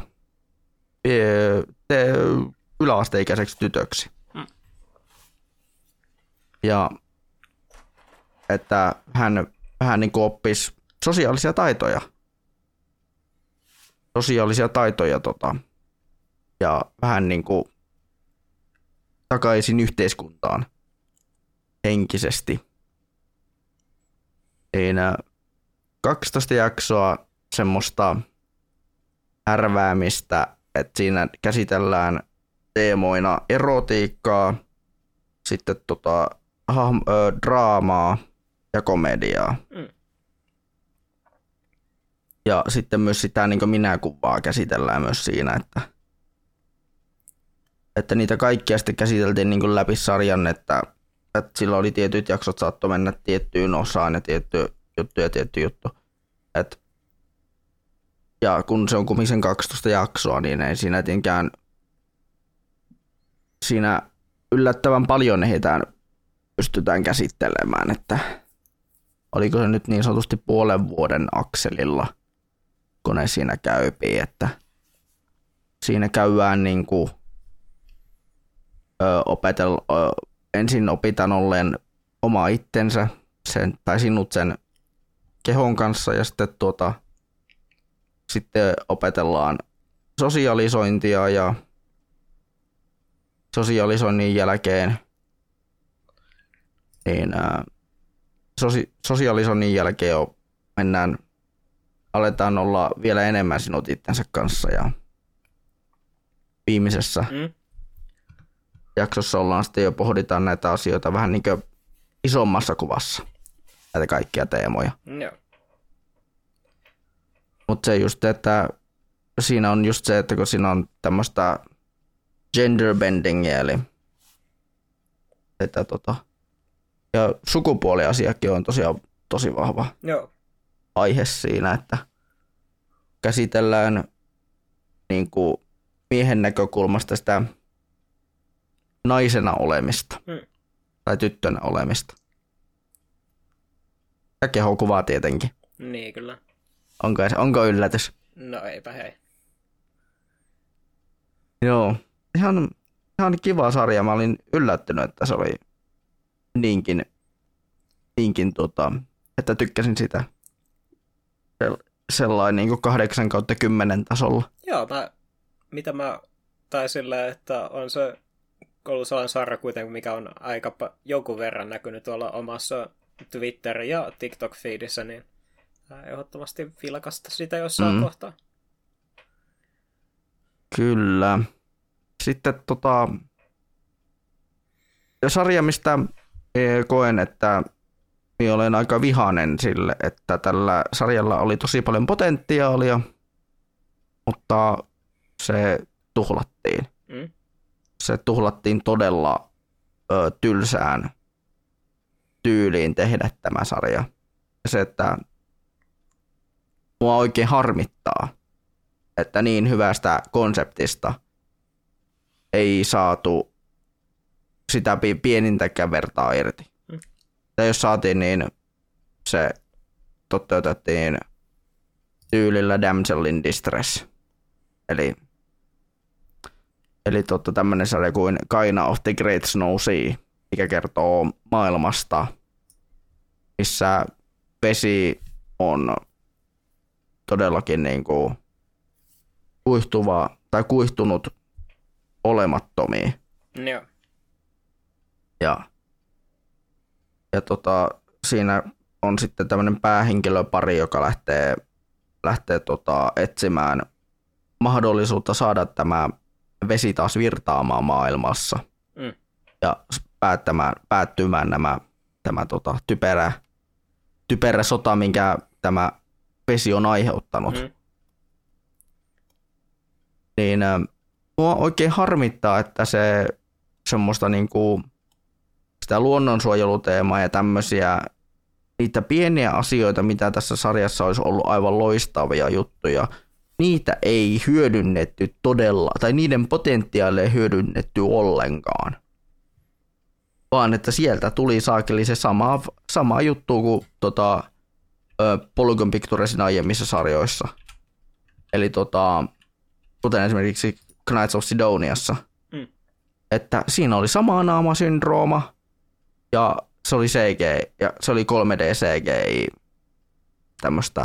te, yläasteikäiseksi tytöksi. Hmm. Ja että hän vähän niin kuin oppisi sosiaalisia taitoja. Sosiaalisia taitoja tota, ja vähän niin kuin takaisin yhteiskuntaan henkisesti. Siinä kaksitoista jaksoa semmoista härväämistä, että siinä käsitellään teemoina erotiikkaa, sitten tota, hahmo, ö, draamaa ja komediaa. Mm. Ja sitten myös sitä niin kuin minäkuvaa käsitellään myös siinä, että, että niitä kaikkia sitten käsiteltiin niin kuin läpi sarjan, että, että sillä oli tietyt jaksot saattoi mennä tiettyyn osaan ja tietty juttu ja tietty juttu. Et, ja kun se on kumisen kaksitoista jaksoa, niin ei siinä tietenkään siinä yllättävän paljon heitään pystytään käsittelemään, että oliko se nyt niin sanotusti puolen vuoden akselilla, kun ne siinä käypii, että siinä käydään niin kuin ö, opetel, ö, ensin opitaan olleen oma itsensä sen, tai sinut sen kehon kanssa ja sitten tuota, sitten opetellaan sosialisointia ja sosialisoinnin jälkeen niin ää, sosi, sosialisoinnin jälkeen jo mennään, aletaan olla vielä enemmän sinut itsensä kanssa ja viimeisessä mm. jaksossa ollaan sitten jo pohditaan näitä asioita vähän niin kuin isommassa kuvassa, näitä kaikkia teemoja. No. Mutta se just, että siinä on just se, että kun siinä on tämmöistä gender bendingia, eli että tota, ja sukupuoliasiakin on tosiaan tosi vahva Joo. aihe siinä, että käsitellään niin kuin miehen näkökulmasta sitä naisena olemista mm. tai tyttönä olemista. Ja kehokuvaa tietenkin. Niin, kyllä. Onko, onko yllätys? No eipä hei. Joo, ihan, ihan kiva sarja. Mä olin yllättynyt, että se oli niinkin, niinkin tota, että tykkäsin sitä sellainen niin kuin kahdeksan kautta kymmenen tasolla. Joo, mä, mitä mä, tai sillä, että on se ollut sellainen sarja kuitenkin, mikä on aika jonkun verran näkynyt tuolla omassa Twitter- ja TikTok-feedissä, niin ehdottomasti vilkasta sitä jossain mm. kohtaa. Kyllä. Sitten tota, sarja, mistä koen, että minä olen aika vihainen sille, että tällä sarjalla oli tosi paljon potentiaalia, mutta se tuhlattiin. Mm. Se tuhlattiin todella ö, tylsään tyyliin tehdä tämä sarja. Se, että mua oikein harmittaa, että niin hyvästä konseptista ei saatu sitä pienintäkään vertaa irti. Mm. Ja jos saatiin, niin se toteutettiin tyylillä Damsel in Distress. Eli, eli totta tämmöinen sarja kuin Kaina of the Great Snow Sea, mikä kertoo maailmasta, missä vesi on todellakin niin kuin kuihtuva tai kuihtunut olemattomiin. Joo. Ja, ja tota, siinä on sitten tämmöinen päähenkilöpari, joka lähtee, lähtee tota, etsimään mahdollisuutta saada tämä vesi taas virtaamaan maailmassa. Mm. Ja päättämään, päättymään nämä, tämä tota, typerä, typerä sota, minkä tämä vesi on aiheuttanut. Mm. Niin äh, mua oikein harmittaa, että se semmoista niinku, sitä luonnonsuojeluteemaa ja tämmöisiä niitä pieniä asioita, mitä tässä sarjassa olisi ollut aivan loistavia juttuja, niitä ei hyödynnetty todella, tai niiden potentiaalia ei hyödynnetty ollenkaan. Vaan että sieltä tuli saakeli se sama, sama juttu kuin tota, Polygon Picturesin aiemmissa sarjoissa. Eli tota, kuten esimerkiksi Knights of Sidoniassa. Mm. Että siinä oli sama naamasyndrooma ja se oli C G I, ja se oli kolme D C G I tämmöistä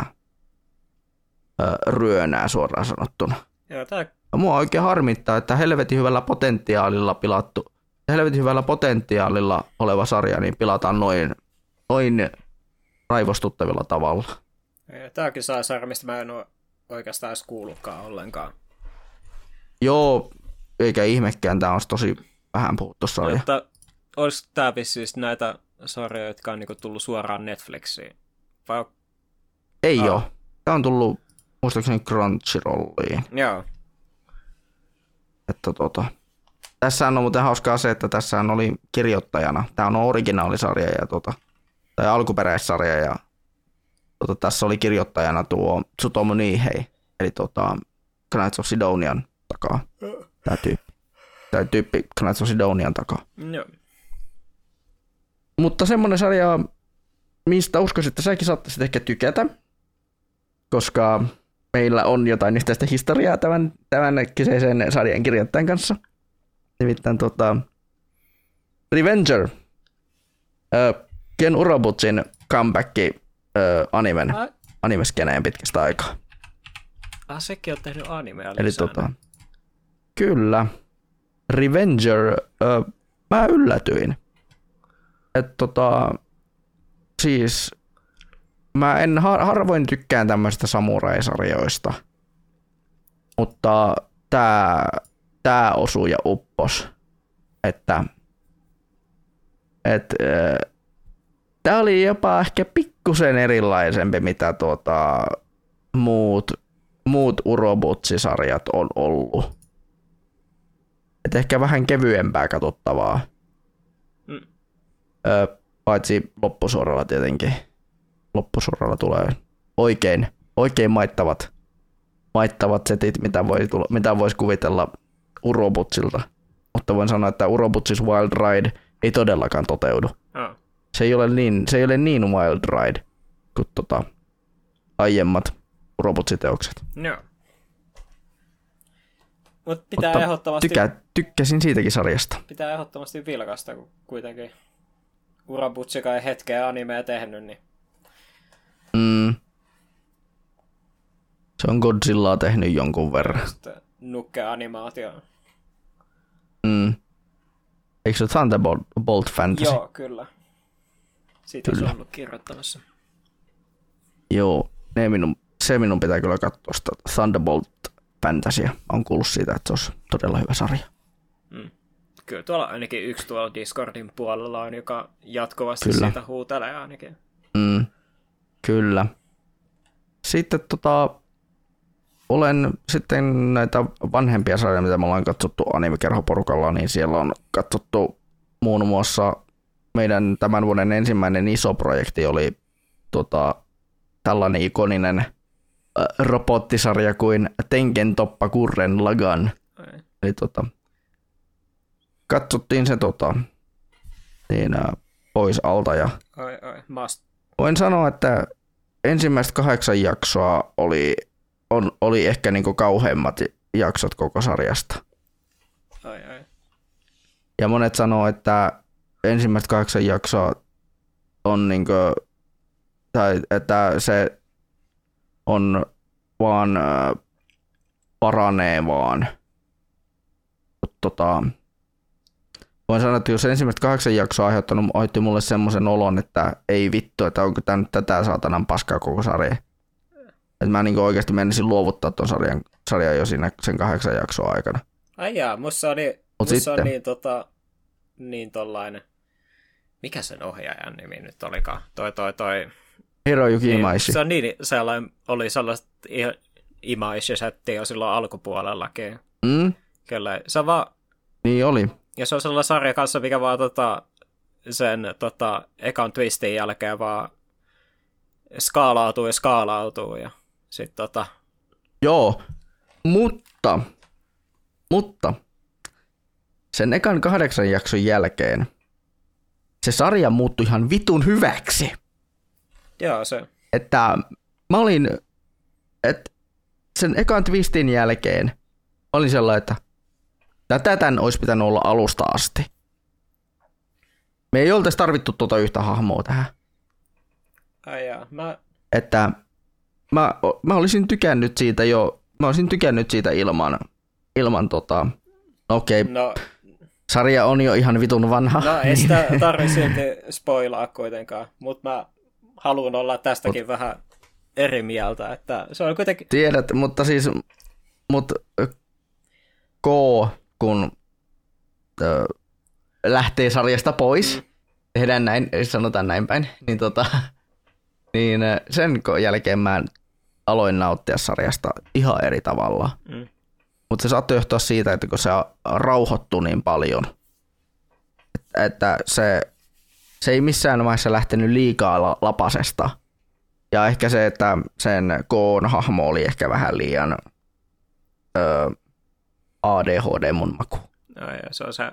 ryönää suoraan sanottuna. Joo, tää... Mua oikein harmittaa, että helvetin hyvällä potentiaalilla pilattu, helvetin hyvällä potentiaalilla oleva sarja niin pilataan noin, noin raivostuttavilla tavalla. Tämäkin saa sarja, mistä mä en ole oikeastaan edes kuullutkaan ollenkaan. Joo, eikä ihmekään, tämä on tosi vähän puhuttu sarja. Mutta olisi tämä siis näitä sarjoja, jotka on niinku tullut suoraan Netflixiin? Vai... Ei oh. ole. Tämä on tullut muistaakseni Crunchyrolliin. Joo. Että tota. Tässä on muuten hauskaa se, että tässä oli kirjoittajana. Tämä on originaalisarja ja tota, tai alkuperäissarja ja tota, tässä oli kirjoittajana tuo Tsutomu Nihei, eli tota, Knights of Sidonian takaa. Tämä tyyppi. Tämä tyyppi Knights of Sidonian takaa. Joo. Mutta semmoinen sarja, mistä uskoisin, että säkin saattaisit ehkä tykätä, koska meillä on jotain yhteistä historiaa tämän, tämän kyseisen sarjan kirjoittajan kanssa. Nimittäin tota, Revenger, äh, Ken Urobutsin comeback äh, animen, animeskeneen pitkästä aikaa. Ah, sekin on tehnyt animea Eli lisää. tota, kyllä. Revenger, ö, mä yllätyin. Että tota, siis mä en har- harvoin tykkään tämmöistä samurai-sarjoista, mutta tää, tää osuu ja uppos, että et, äh, tää oli jopa ehkä pikkusen erilaisempi, mitä tuota, muut, muut Urobutsi-sarjat on ollut. Et ehkä vähän kevyempää katsottavaa. Mm. Ö, paitsi loppusuoralla tietenkin. Loppusuoralla tulee oikein, oikein maittavat, maittavat setit, mitä, voi tulla, mitä voisi kuvitella Urobutsilta. Mutta voin sanoa, että Urobutsis Wild Ride ei todellakaan toteudu. Oh. Se ei ole niin, se ei ole niin Wild Ride kuin tota, aiemmat Urobutsi-teokset. Joo. Mut pitää Mutta ehdottomasti... Tykkää, tykkäsin siitäkin sarjasta. Pitää ehdottomasti vilkasta, kun kuitenkin Urabutsika ei hetkeä animea tehnyt, niin... Mm. Se on Godzillaa tehnyt jonkun verran. Sitten nukke-animaatio. Mm. Eikö se ole Thunderbolt Fantasy? Joo, kyllä. Siitä Kyllä. on ollut kirjoittamassa. Joo, ne minun, se minun pitää kyllä katsoa sitä Thunderbolt Fantasya. Olen kuullut siitä, että se olisi todella hyvä sarja. Mm. Kyllä tuolla ainakin yksi tuolla Discordin puolella on, joka jatkuvasti Kyllä. siitä huutelee ainakin. Mm. Kyllä. Sitten tota, olen sitten näitä vanhempia sarjoja, mitä me ollaan katsottu anime-kerhoporukalla, niin siellä on katsottu muun muassa meidän tämän vuoden ensimmäinen iso projekti oli tota, tällainen ikoninen äh, robottisarja kuin Tengen Toppa Gurren Lagann. Ai. Eli tota, katsottiin se tota, niin, äh, pois alta ja Ai, ai, must. voin sanoa, että ensimmäiset kahdeksan jaksoa oli, on, oli ehkä niinku kauheimmat jaksot koko sarjasta. Ai, ai. Ja monet sanoo, että ensimmäiset kahdeksan jaksoa on niinku, tai että se on vaan äh, paranee vaan. Tota, voin sanoa, että jos ensimmäiset kahdeksan jaksoa aiheuttanut, aiheutti mulle semmoisen olon, että ei vittu, että onko tämä nyt tätä saatanan paskaa koko sarja. Että mä niin oikeasti menisin luovuttaa ton sarjan, sarjan jo siinä sen kahdeksan jaksoa aikana. Ai jaa, musta on, niin, Mut musta on sitten- niin, tota, niin tollainen... Mikä sen ohjaajan nimi nyt olikaan? Toi, toi, toi... Hiroyuki Niin, Imaishi. se on niin, sellainen, oli sellaista Imaishi-settiä jo silloin alkupuolellakin. Mm, Kyllä, se on vaan... niin oli. Ja se on sellainen sarja kanssa, mikä vaan tota, sen tota, ekan twistin jälkeen vaan skaalautuu ja skaalautuu. Ja sit tota... Joo, mutta, mutta sen ekan kahdeksan jakson jälkeen se sarja muuttui ihan vitun hyväksi. Joo, se... Että mä olin, että sen ekan twistin jälkeen olin sellainen, että tätä tän olisi pitänyt olla alusta asti. Me ei oltaisi tarvittu tuota yhtä hahmoa tähän. Ai jaa, mä... Että mä, mä olisin tykännyt siitä jo, mä olisin tykännyt siitä ilman, ilman tota, okei, okay, No, sarja on jo ihan vitun vanha. no ei sitä tarvitse silti spoilaa kuitenkaan, mutta mä haluan olla tästäkin Mut. vähän eri mieltä, että se on kuitenkin... Tiedät, mutta siis, mut K, kun ö, lähtee sarjasta pois, mm. tehdään näin, sanotaan näin päin, niin, tota, niin sen jälkeen mä aloin nauttia sarjasta ihan eri tavalla. Mm. Mutta se saattoi johtua siitä, että kun se rauhoittui niin paljon, että, että se, se ei missään vaiheessa lähtenyt liikaa la, lapasesta. Ja ehkä se, että sen Koon hahmo oli ehkä vähän liian ö, A D H D mun maku. No, ja se on se...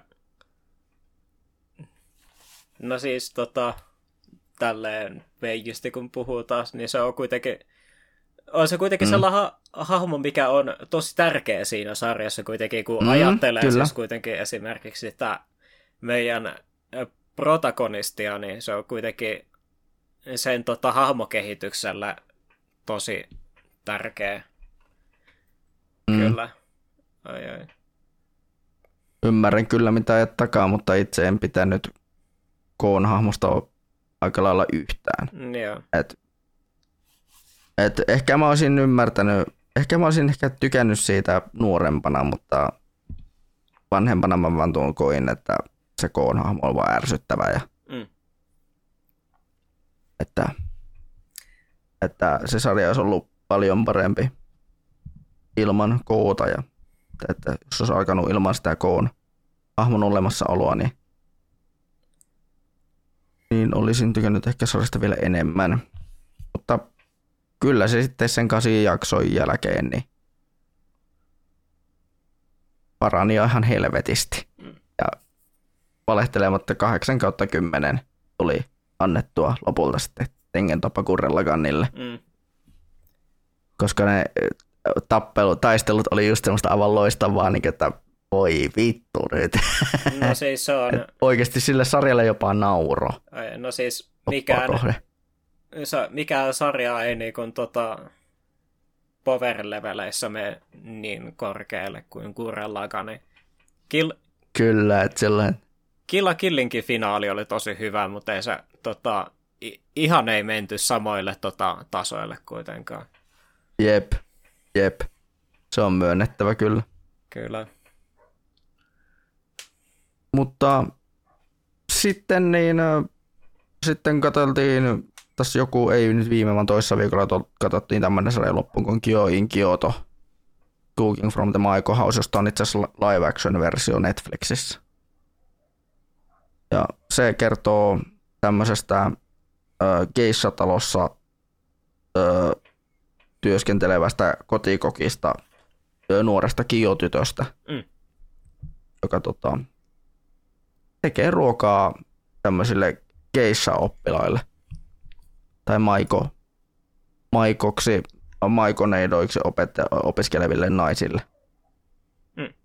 No siis tota, tälleen veikisti kun puhuu taas, niin se on kuitenkin, on se kuitenkin mm. sellainen ha- hahmo, mikä on tosi tärkeä siinä sarjassa kuitenkin, kun mm, ajattelee kyllä. Siis kuitenkin esimerkiksi sitä meidän protagonistia, niin se on kuitenkin sen tota, hahmokehityksellä tosi tärkeä. Kyllä. Ai, ai. Ymmärrän kyllä mitä ajat takaa, mutta itse en pitänyt Koon hahmosta aika lailla yhtään. Mm, joo. Et, et ehkä mä olisin ymmärtänyt, ehkä mä olisin ehkä tykännyt siitä nuorempana, mutta vanhempana mä vaan tuon koin, että se Koon hahmo on vaan ärsyttävä ja Mm. että, että se sarja olisi ollut paljon parempi ilman Koota ja että jos olisi alkanut ilman sitä Koon hahmon olemassaoloa, niin, niin olisin tykännyt ehkä sarjasta vielä enemmän. Mutta kyllä se sitten sen kasi jakson jälkeen niin parani ihan helvetisti. Mm. Ja valehtelematta kahdeksan kautta kymmenen tuli annettua lopulta sitten Tengen Toppa Gurren Lagannille. Mm. Koska ne tappelu, taistelut oli just semmoista aivan loistavaa, niin että voi vittu nyt. No siis se on... Oikeasti sille sarjalle jopa nauro. Ai, no siis mikään, mikään sarja ei niin kuin tota power-leveleissä mene niin korkealle kuin Gurren Lagann. Kill... Kyllä, että sellainen... Kill la Killinkin finaali oli tosi hyvä, mutta ei se tota, ihan ei menty samoille tota, tasoille kuitenkaan. Jep, jep. Se on myönnettävä kyllä. Kyllä. Mutta sitten niin, sitten katseltiin, tässä joku, ei nyt viime vaan toissa viikolla katsottiin tämmöinen sarja loppuun kuin Kyo-in Kyoto, Cooking from the Maiko House, josta on itse asiassa live action versio Netflixissä. Ja se kertoo tämmöisestä äh, geisha-talossa äh, työskentelevästä kotikokista äh, nuoresta Kyo-tytöstä, mm. joka tota, tekee ruokaa tämmöisille geisha-oppilaille tai maiko, maikoksi, maikoneidoiksi opet- opiskeleville naisille. Mm.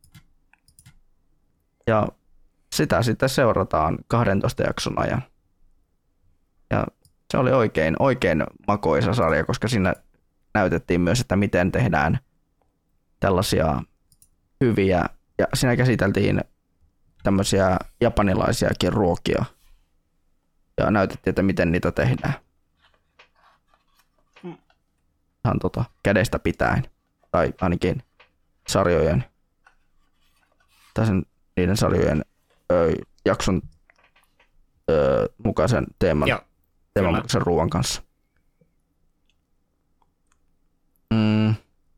Ja sitä sitten seurataan kahdentoista jakson ajan. Ja se oli oikein, oikein makoisa sarja, koska siinä näytettiin myös, että miten tehdään tällaisia hyviä, ja siinä käsiteltiin tämmöisiä japanilaisiakin ruokia. Ja näytettiin, että miten niitä tehdään. Ihan tota, kädestä pitäen. Tai ainakin sarjojen, tai sen, niiden sarjojen ö, jakson ö, mukaisen teeman, Joo, teeman mukaisen ruoan kanssa. Mm.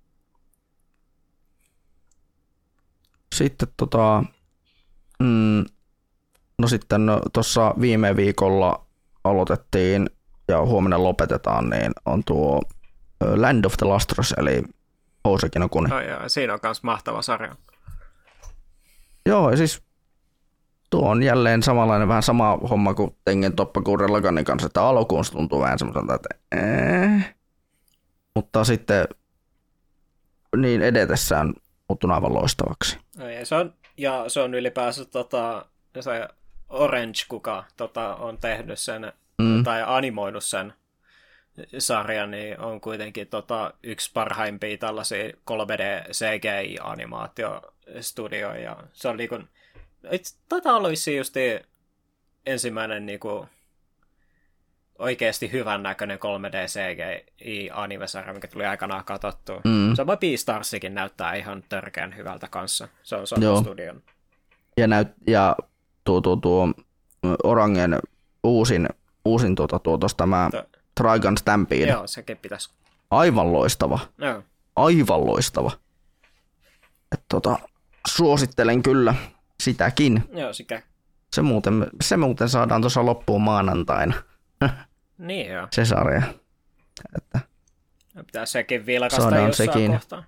Sitten tota... Mm, no sitten no, tuossa viime viikolla aloitettiin ja huomenna lopetetaan, niin on tuo Land of the Lustrous, eli Houseki no Kuni. Oh, joo, siinä on myös mahtava sarja. Joo, ja siis tuo on jälleen samanlainen, vähän sama homma kuin Tengen Toppa Gurren Lagannin kanssa, että alkuun se tuntuu vähän semmoiselta, että ee. Mutta sitten niin edetessään muuttunut aivan loistavaksi. No, ja, se on, ja se on ylipäänsä tota, se Orange, kuka tota, on tehnyt sen mm. tai animoinut sen sarjan, niin on kuitenkin tota, yksi parhaimpia tällaisia kolme D C G I-animaatiostudioja. Ja se on niinku, taitaa olla just ensimmäinen niinku, oikeasti hyvän näköinen kolme D C G I-anime-sarja, mikä tuli aikanaan katsottua. Mm. Sama Beastarsikin näyttää ihan törkeän hyvältä kanssa. Se on sama studion. Ja, näyt, ja tuo, tuo, tuo Orangen uusin, uusin tuota, tuo, tuosta tämä Trigun Stampede. Joo, sekin pitäisi. Aivan loistava. Joo. Aivan loistava. Et, tota, suosittelen kyllä sitäkin. Joo, sikä. Se muuten, se muuten saadaan tuossa loppuun maanantaina. Niin joo. Se sarja. Että pitää sekin vilkasta jossain sekin. kohtaa.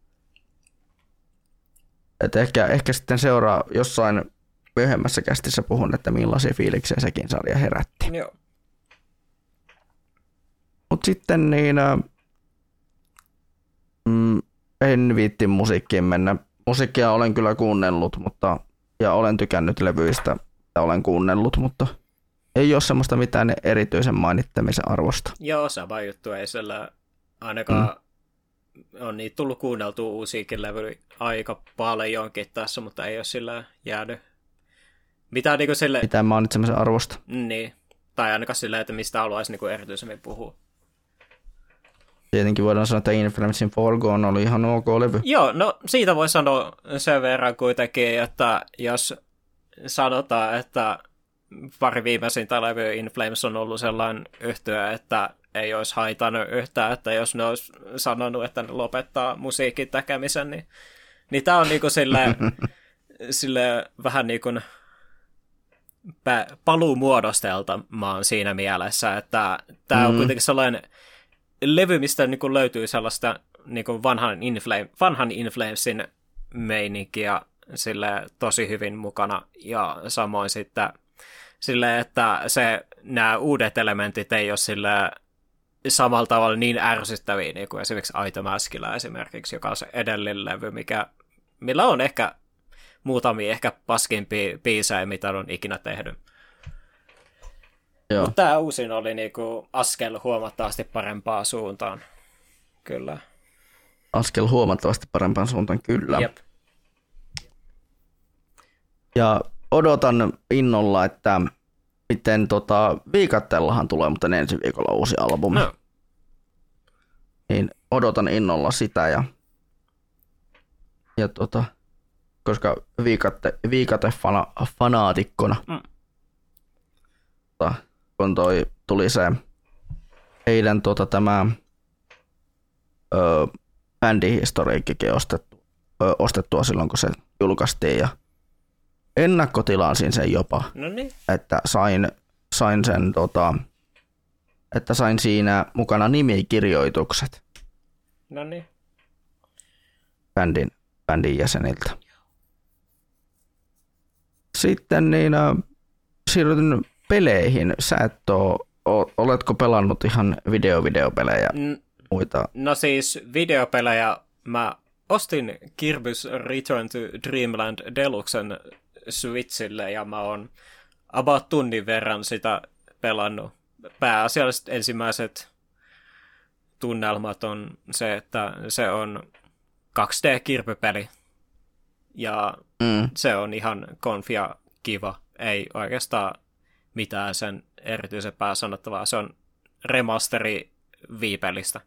Et ehkä, ehkä sitten seuraa jossain myöhemmässä kästissä puhun, että millaisia fiiliksiä sekin sarja herätti. Joo. Mut sitten niin mm, en viitti musiikkiin mennä. Musiikkia olen kyllä kuunnellut, mutta ja olen tykännyt levyistä ja olen kuunnellut, mutta ei ole semmoista mitään erityisen mainittamisen arvosta. Joo, sama juttu. Ei sillä ainakaan mm. on niitä tullut kuunneltua uusiakin levyjä aika paljonkin tässä, mutta ei ole sillä jäänyt mitään niin kuin sille... Mitään mainitsemisen arvosta. Niin, tai ainakaan silleen, että mistä haluaisi niin kuin erityisemmin puhua. Tietenkin voidaan sanoa, että In Flamesin Forgone oli ihan ok levy. Joo, no siitä voi sanoa sen verran kuitenkin, että jos sanotaan, että pari viimeisintä levyä In Flames on ollut sellainen yhtye, että ei olisi haitannut yhtään, että jos ne olisi sanonut, että ne lopettaa musiikin tekemisen, niin, niin tämä on niinku silleen, silleen vähän niin kuin paluumuodosteltamaan siinä mielessä, että tämä on mm. kuitenkin sellainen levy, mistä niin kuin löytyy sellaista niin kuin vanhan, Inflame, vanhan In Flamesin meininkiä sille tosi hyvin mukana, ja samoin sitten sille, että se, nämä uudet elementit ei ole sille samalla tavalla niin ärsyttäviä, niin kuin esimerkiksi Aito Mäskilä esimerkiksi, joka on se edellinen levy, mikä, millä on ehkä muutamia ehkä paskimpia biisejä, mitä on ikinä tehnyt. Mutta tämä uusin oli niinku askel huomattavasti parempaan suuntaan. Kyllä. Askel huomattavasti parempaan suuntaan, kyllä. Jep. Ja odotan innolla, että miten tota, Viikatteellahan tulee, mutta ensi viikolla uusi albumi. No. Niin odotan innolla sitä ja, ja tota, koska Viikatte, Viikate fana, fanaatikkona, mm. tota, kun toi tuli se heidän tota, tämä ö, bändihistoriikkikin ostettu, ö, ostettua silloin, kun se julkaistiin ja ennakkotilasin sen jopa, Noniin. että sain, sain sen tota, että sain siinä mukana nimikirjoitukset Noniin. bändin, bändin jäseniltä. Sitten niin äh, siirryn peleihin. Sä et oo, o, oletko pelannut ihan video-videopelejä N- muita? No siis videopelejä mä ostin Kirby's Return to Dreamland Deluxen Switchille ja mä oon about tunnin verran sitä pelannut. Pääasiallisesti ensimmäiset tunnelmat on se, että se on kaksi D-kirpypeli ja mm. se on ihan konfia kiva. Ei oikeastaan mitään sen erityisempää sanottavaa. Se on remasteri viipelistä.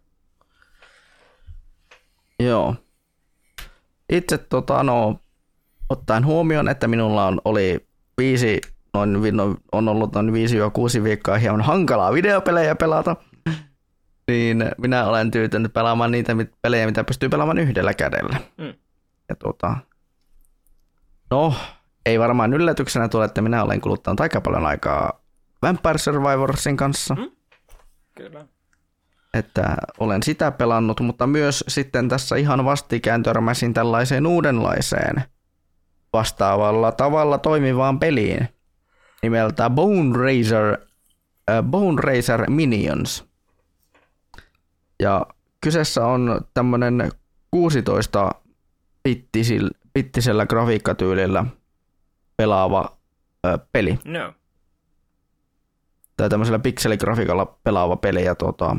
Joo. Itse tota, no, ottaen huomioon, että minulla on, oli viisi, noin, on ollut noin viisi kuusi viikkoa hieman hankalaa videopelejä pelata, niin minä olen tyytynyt pelaamaan niitä pelejä, mitä pystyy pelaamaan yhdellä kädellä. Mm. Ja tota, no, ei varmaan yllätyksenä tule, että minä olen kuluttanut aika paljon aikaa Vampire Survivorsin kanssa. Mm. Kyllä. Että olen sitä pelannut, mutta myös sitten tässä ihan vastikään törmäsin tällaiseen uudenlaiseen vastaavalla tavalla toimivaan peliin nimeltä Bone Racer, äh, Bone Racer Minions. Ja kyseessä on tämmönen kuusitoista bittisellä grafiikkatyylillä pelaava äh, peli. No. Tai tämmöisellä pikseligrafiikalla pelaava peli. Ja tota,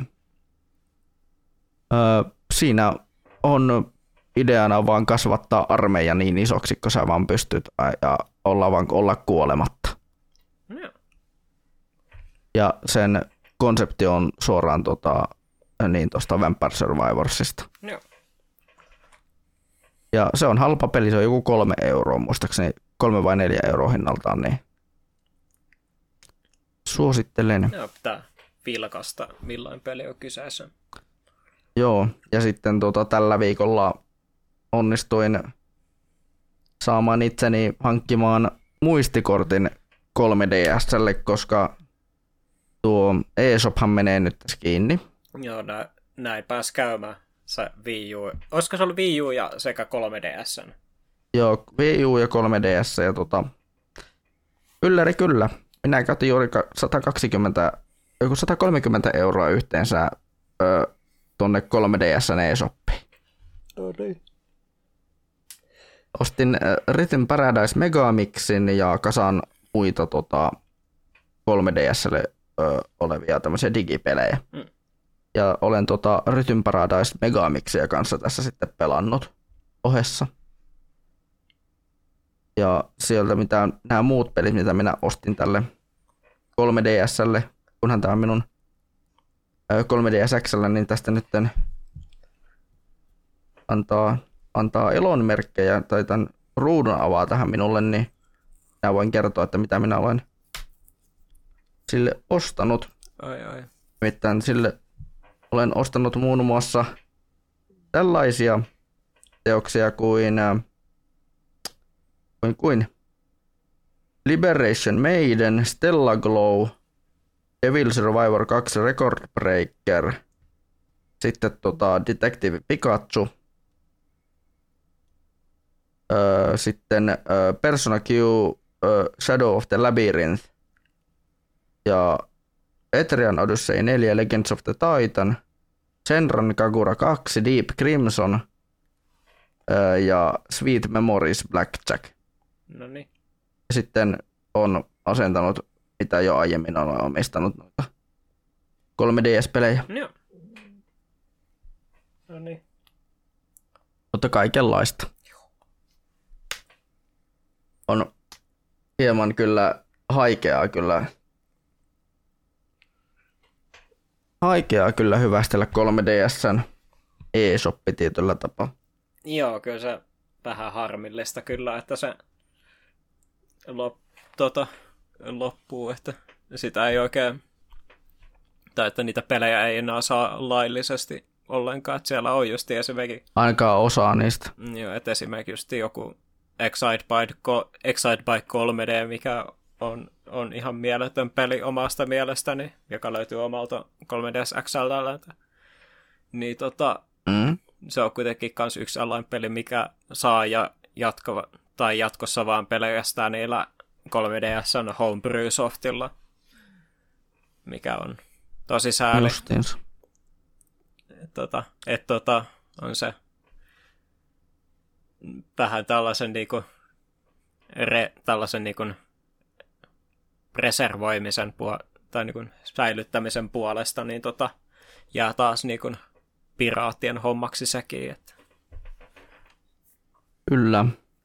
äh, siinä on ideana vaan kasvattaa armeija niin isoksi, kun sä vaan pystyt ja olla, vaan, olla kuolematta. No. Ja sen konsepti on suoraan tota, niin tuosta Vampire Survivorsista. No. Ja se on halpa peli, se on joku kolme euroa, muistaakseni kolme vai neljä euroa hinnaltaan, niin suosittelen. Joo, pitää vilkasta, millainen peli on kyseessä. Joo, ja sitten tota, tällä viikolla onnistuin saamaan itseni hankkimaan muistikortin kolme D S:lle, koska tuo eShophan menee nyt tässä kiinni. Joo, nä, näin pääsi käymään se Wii U. Olisiko se ollut Wii U ja sekä kolme D S? Joo, Wii U ja kolme D S. Ja tota, ylläri kyllä. Minä käytin juuri sata kaksikymmentä, joku sata kolmekymmentä euroa yhteensä ö, tuonne kolme D S:n eShoppiin. No niin. Ostin Rhythm Paradise Megamixin ja kasan muita tota, kolme D S:lle ö, olevia tämmöisiä digipelejä. Mm. Ja olen tota Rhythm Paradise Megamixia kanssa tässä sitten pelannut ohessa. Ja sieltä mitä nämä muut pelit, mitä minä ostin tälle kolme D S:lle, kunhan tämä on minun kolme D S X:llä, niin tästä nyt antaa, antaa elon merkkejä tai tämän ruudun avaa tähän minulle, niin minä voin kertoa, että mitä minä olen sille ostanut. Ai ai. Nimittäin sille olen ostanut muun muassa tällaisia teoksia kuin, kuin, kuin Liberation Maiden, Stella Glow, Devil Survivor kaksi Record Breaker, sitten tota Detective Pikachu, öö, sitten öö, Persona Q öö, Shadow of the Labyrinth ja Etrian Odyssey neljä Legends of the Titan, Senran Kagura kaksi Deep Crimson öö, ja Sweet Memories Blackjack. No niin. Ja sitten on asentanut, mitä jo aiemmin on omistanut noita kolme D S-pelejä. Joo. No niin. Mutta kaikenlaista. On hieman kyllä haikeaa kyllä. Haikeaa kyllä hyvästellä kolme D S:n eShoppi tietyllä tapaa. Joo, kyllä se vähän harmillista kyllä, että se lop, tota, loppuu, että sitä ei oikein, tai että niitä pelejä ei enää saa laillisesti ollenkaan, että siellä on just esimerkiksi... Ainakaan osaa niistä. Joo, että esimerkiksi just joku Excitebike, Excitebike kolme D, mikä on, on ihan mieletön peli omasta mielestäni, joka löytyy omalta kolme D S X L:ltä. Niin tota, mm. se on kuitenkin kans yksi sellainen peli, mikä saa ja jatkova, tai jatkossa vaan pelkästään niillä kolme D S:n Homebrew Softilla, mikä on tosi sääli. Justiinsa. Tota, että tota, on se vähän tällaisen niinku, re, tällaisen niinku reservoimisen puol- tai niinku säilyttämisen puolesta, niin tota, jää taas niinku piraattien hommaksi sekin. Että. Kyllä.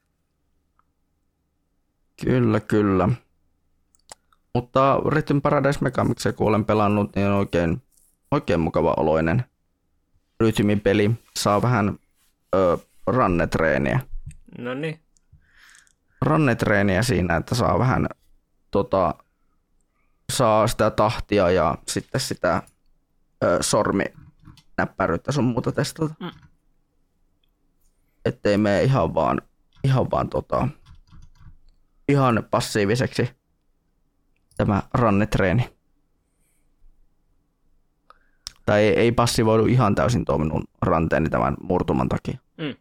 Kyllä, kyllä. Mutta Rhythm Paradise Megamixia, kun olen pelannut, niin on oikein, oikein mukava oloinen rytmipeli. Saa vähän ö, rannetreeniä. No niin. Rannetreeniä siinä, että saa vähän tota, saa sitä tahtia ja sitten sitä ö, sorminäppäryyttä sun muuta testata. Mm. Ettei mene ihan vaan, ihan vaan tota, ihan passiiviseksi tämä rannetreeni. Tai ei, ei passivoidu ihan täysin tuo minun ranteeni tämän murtuman takia. Mm.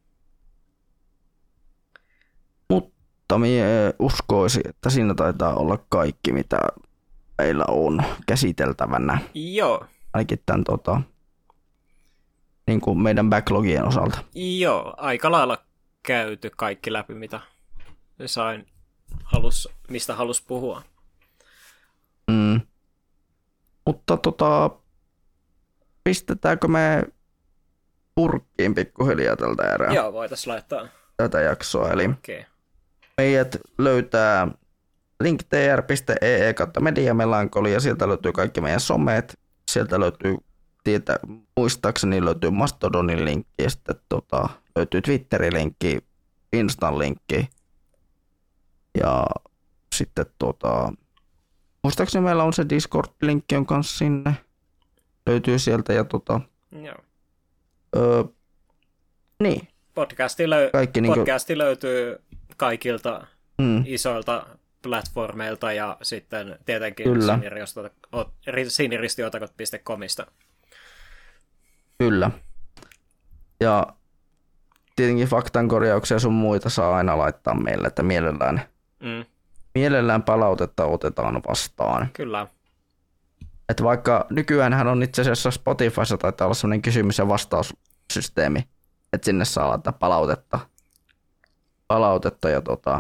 Mutta minä uskoisin, että siinä taitaa olla kaikki, mitä meillä on käsiteltävänä. Joo. Ainakin tämän tota, niin kuin meidän backlogien osalta. Joo, aika lailla käyty kaikki läpi, mitä sain halus, mistä halus puhua. Mm. Mutta tota, pistetäänkö me purkkiin pikkuhiljaa tältä erää? Joo, voitaisiin laittaa. Tätä jaksoa, eli okay. Meidät löytää linktr piste e e kautta mediamelankolia, sieltä löytyy kaikki meidän somet, sieltä löytyy, tietä, muistaakseni löytyy Mastodonin linkki, ja sitten tota, löytyy Twitterin linkki, Instan linkki, ja sitten tota, muistaakseni meillä on se Discord-linkki on kanssa sinne, löytyy sieltä, ja tota, joo. Öö, niin. Podcasti, löy- Kaikki, podcasti niin kuin löytyy kaikilta mm. isoilta platformeilta ja sitten tietenkin siniristiotakot piste comista. Kyllä. Ja tietenkin faktankorjauksia sun muita saa aina laittaa meille, että mielellään, mm. mielellään palautetta otetaan vastaan. Kyllä. Että vaikka nykyäänhän on itse asiassa Spotifyssa taitaa olla sellainen kysymys- ja vastaussysteemi, että sinne saa laittaa palautetta. Palautetta ja tota...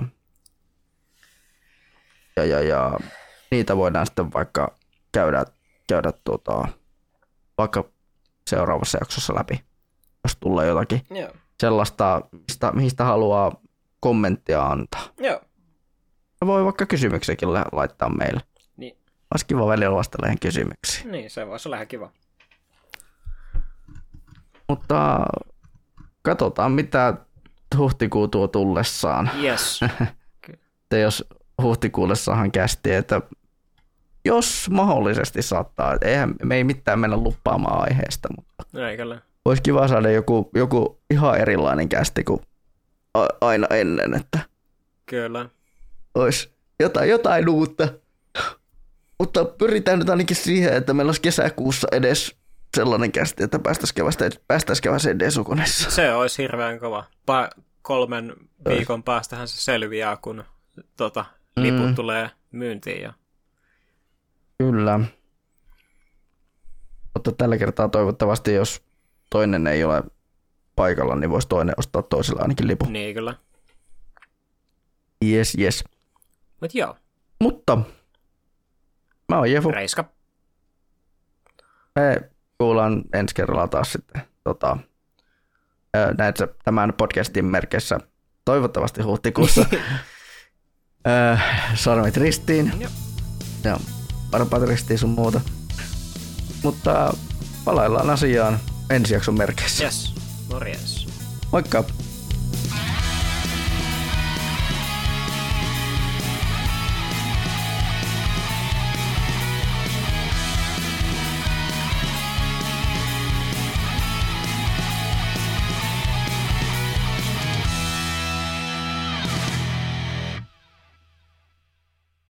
Ja, ja, ja niitä voidaan sitten vaikka käydä, käydä tota, vaikka seuraavassa jaksossa läpi, jos tulee jotakin Joo. sellaista, mistä, mistä haluaa kommenttia antaa. Joo. Voi vaikka kysymyksiäkin laittaa meille. Niin. Olisi kiva välillä vastata ihan kysymyksiin. Niin, se voisi olla ihan kiva. Mutta katsotaan, mitä huhtikuu tuo tullessaan. Yes. Että jos huhtikuulle saahan kästi, että jos mahdollisesti saattaa, eihän me ei mitään mennä luppaamaan aiheesta, mutta No ei kyllä. olisi kiva saada joku, joku ihan erilainen kästi kuin a- aina ennen, että Kyllä. olisi jotain, jotain uutta. Mutta pyritään nyt ainakin siihen, että meillä olisi kesäkuussa edes sellainen kästi, että päästäisiin kevästä, päästäisiin keväseen D-sukonessa. Se olisi hirveän kova. Pa- kolmen viikon päästähän se selviää, kun tota, liput mm. tulee myyntiin. Ja... Kyllä. Mutta tällä kertaa toivottavasti, jos toinen ei ole paikalla, niin voisi toinen ostaa toiselle ainakin lipun. Niin, kyllä. Yes, yes. Mut joo. Mutta mä oon Jefu. Reiska. Me kuullaan ensi kerralla taas sitten tota, näitä tämän podcastin merkeissä toivottavasti huhtikuussa. Sormit ristiin. Joo. Ja varpaat ristiin sun muuta. Mutta palaillaan asiaan ensi jakson merkeissä. Yes. Morjens. Moikka!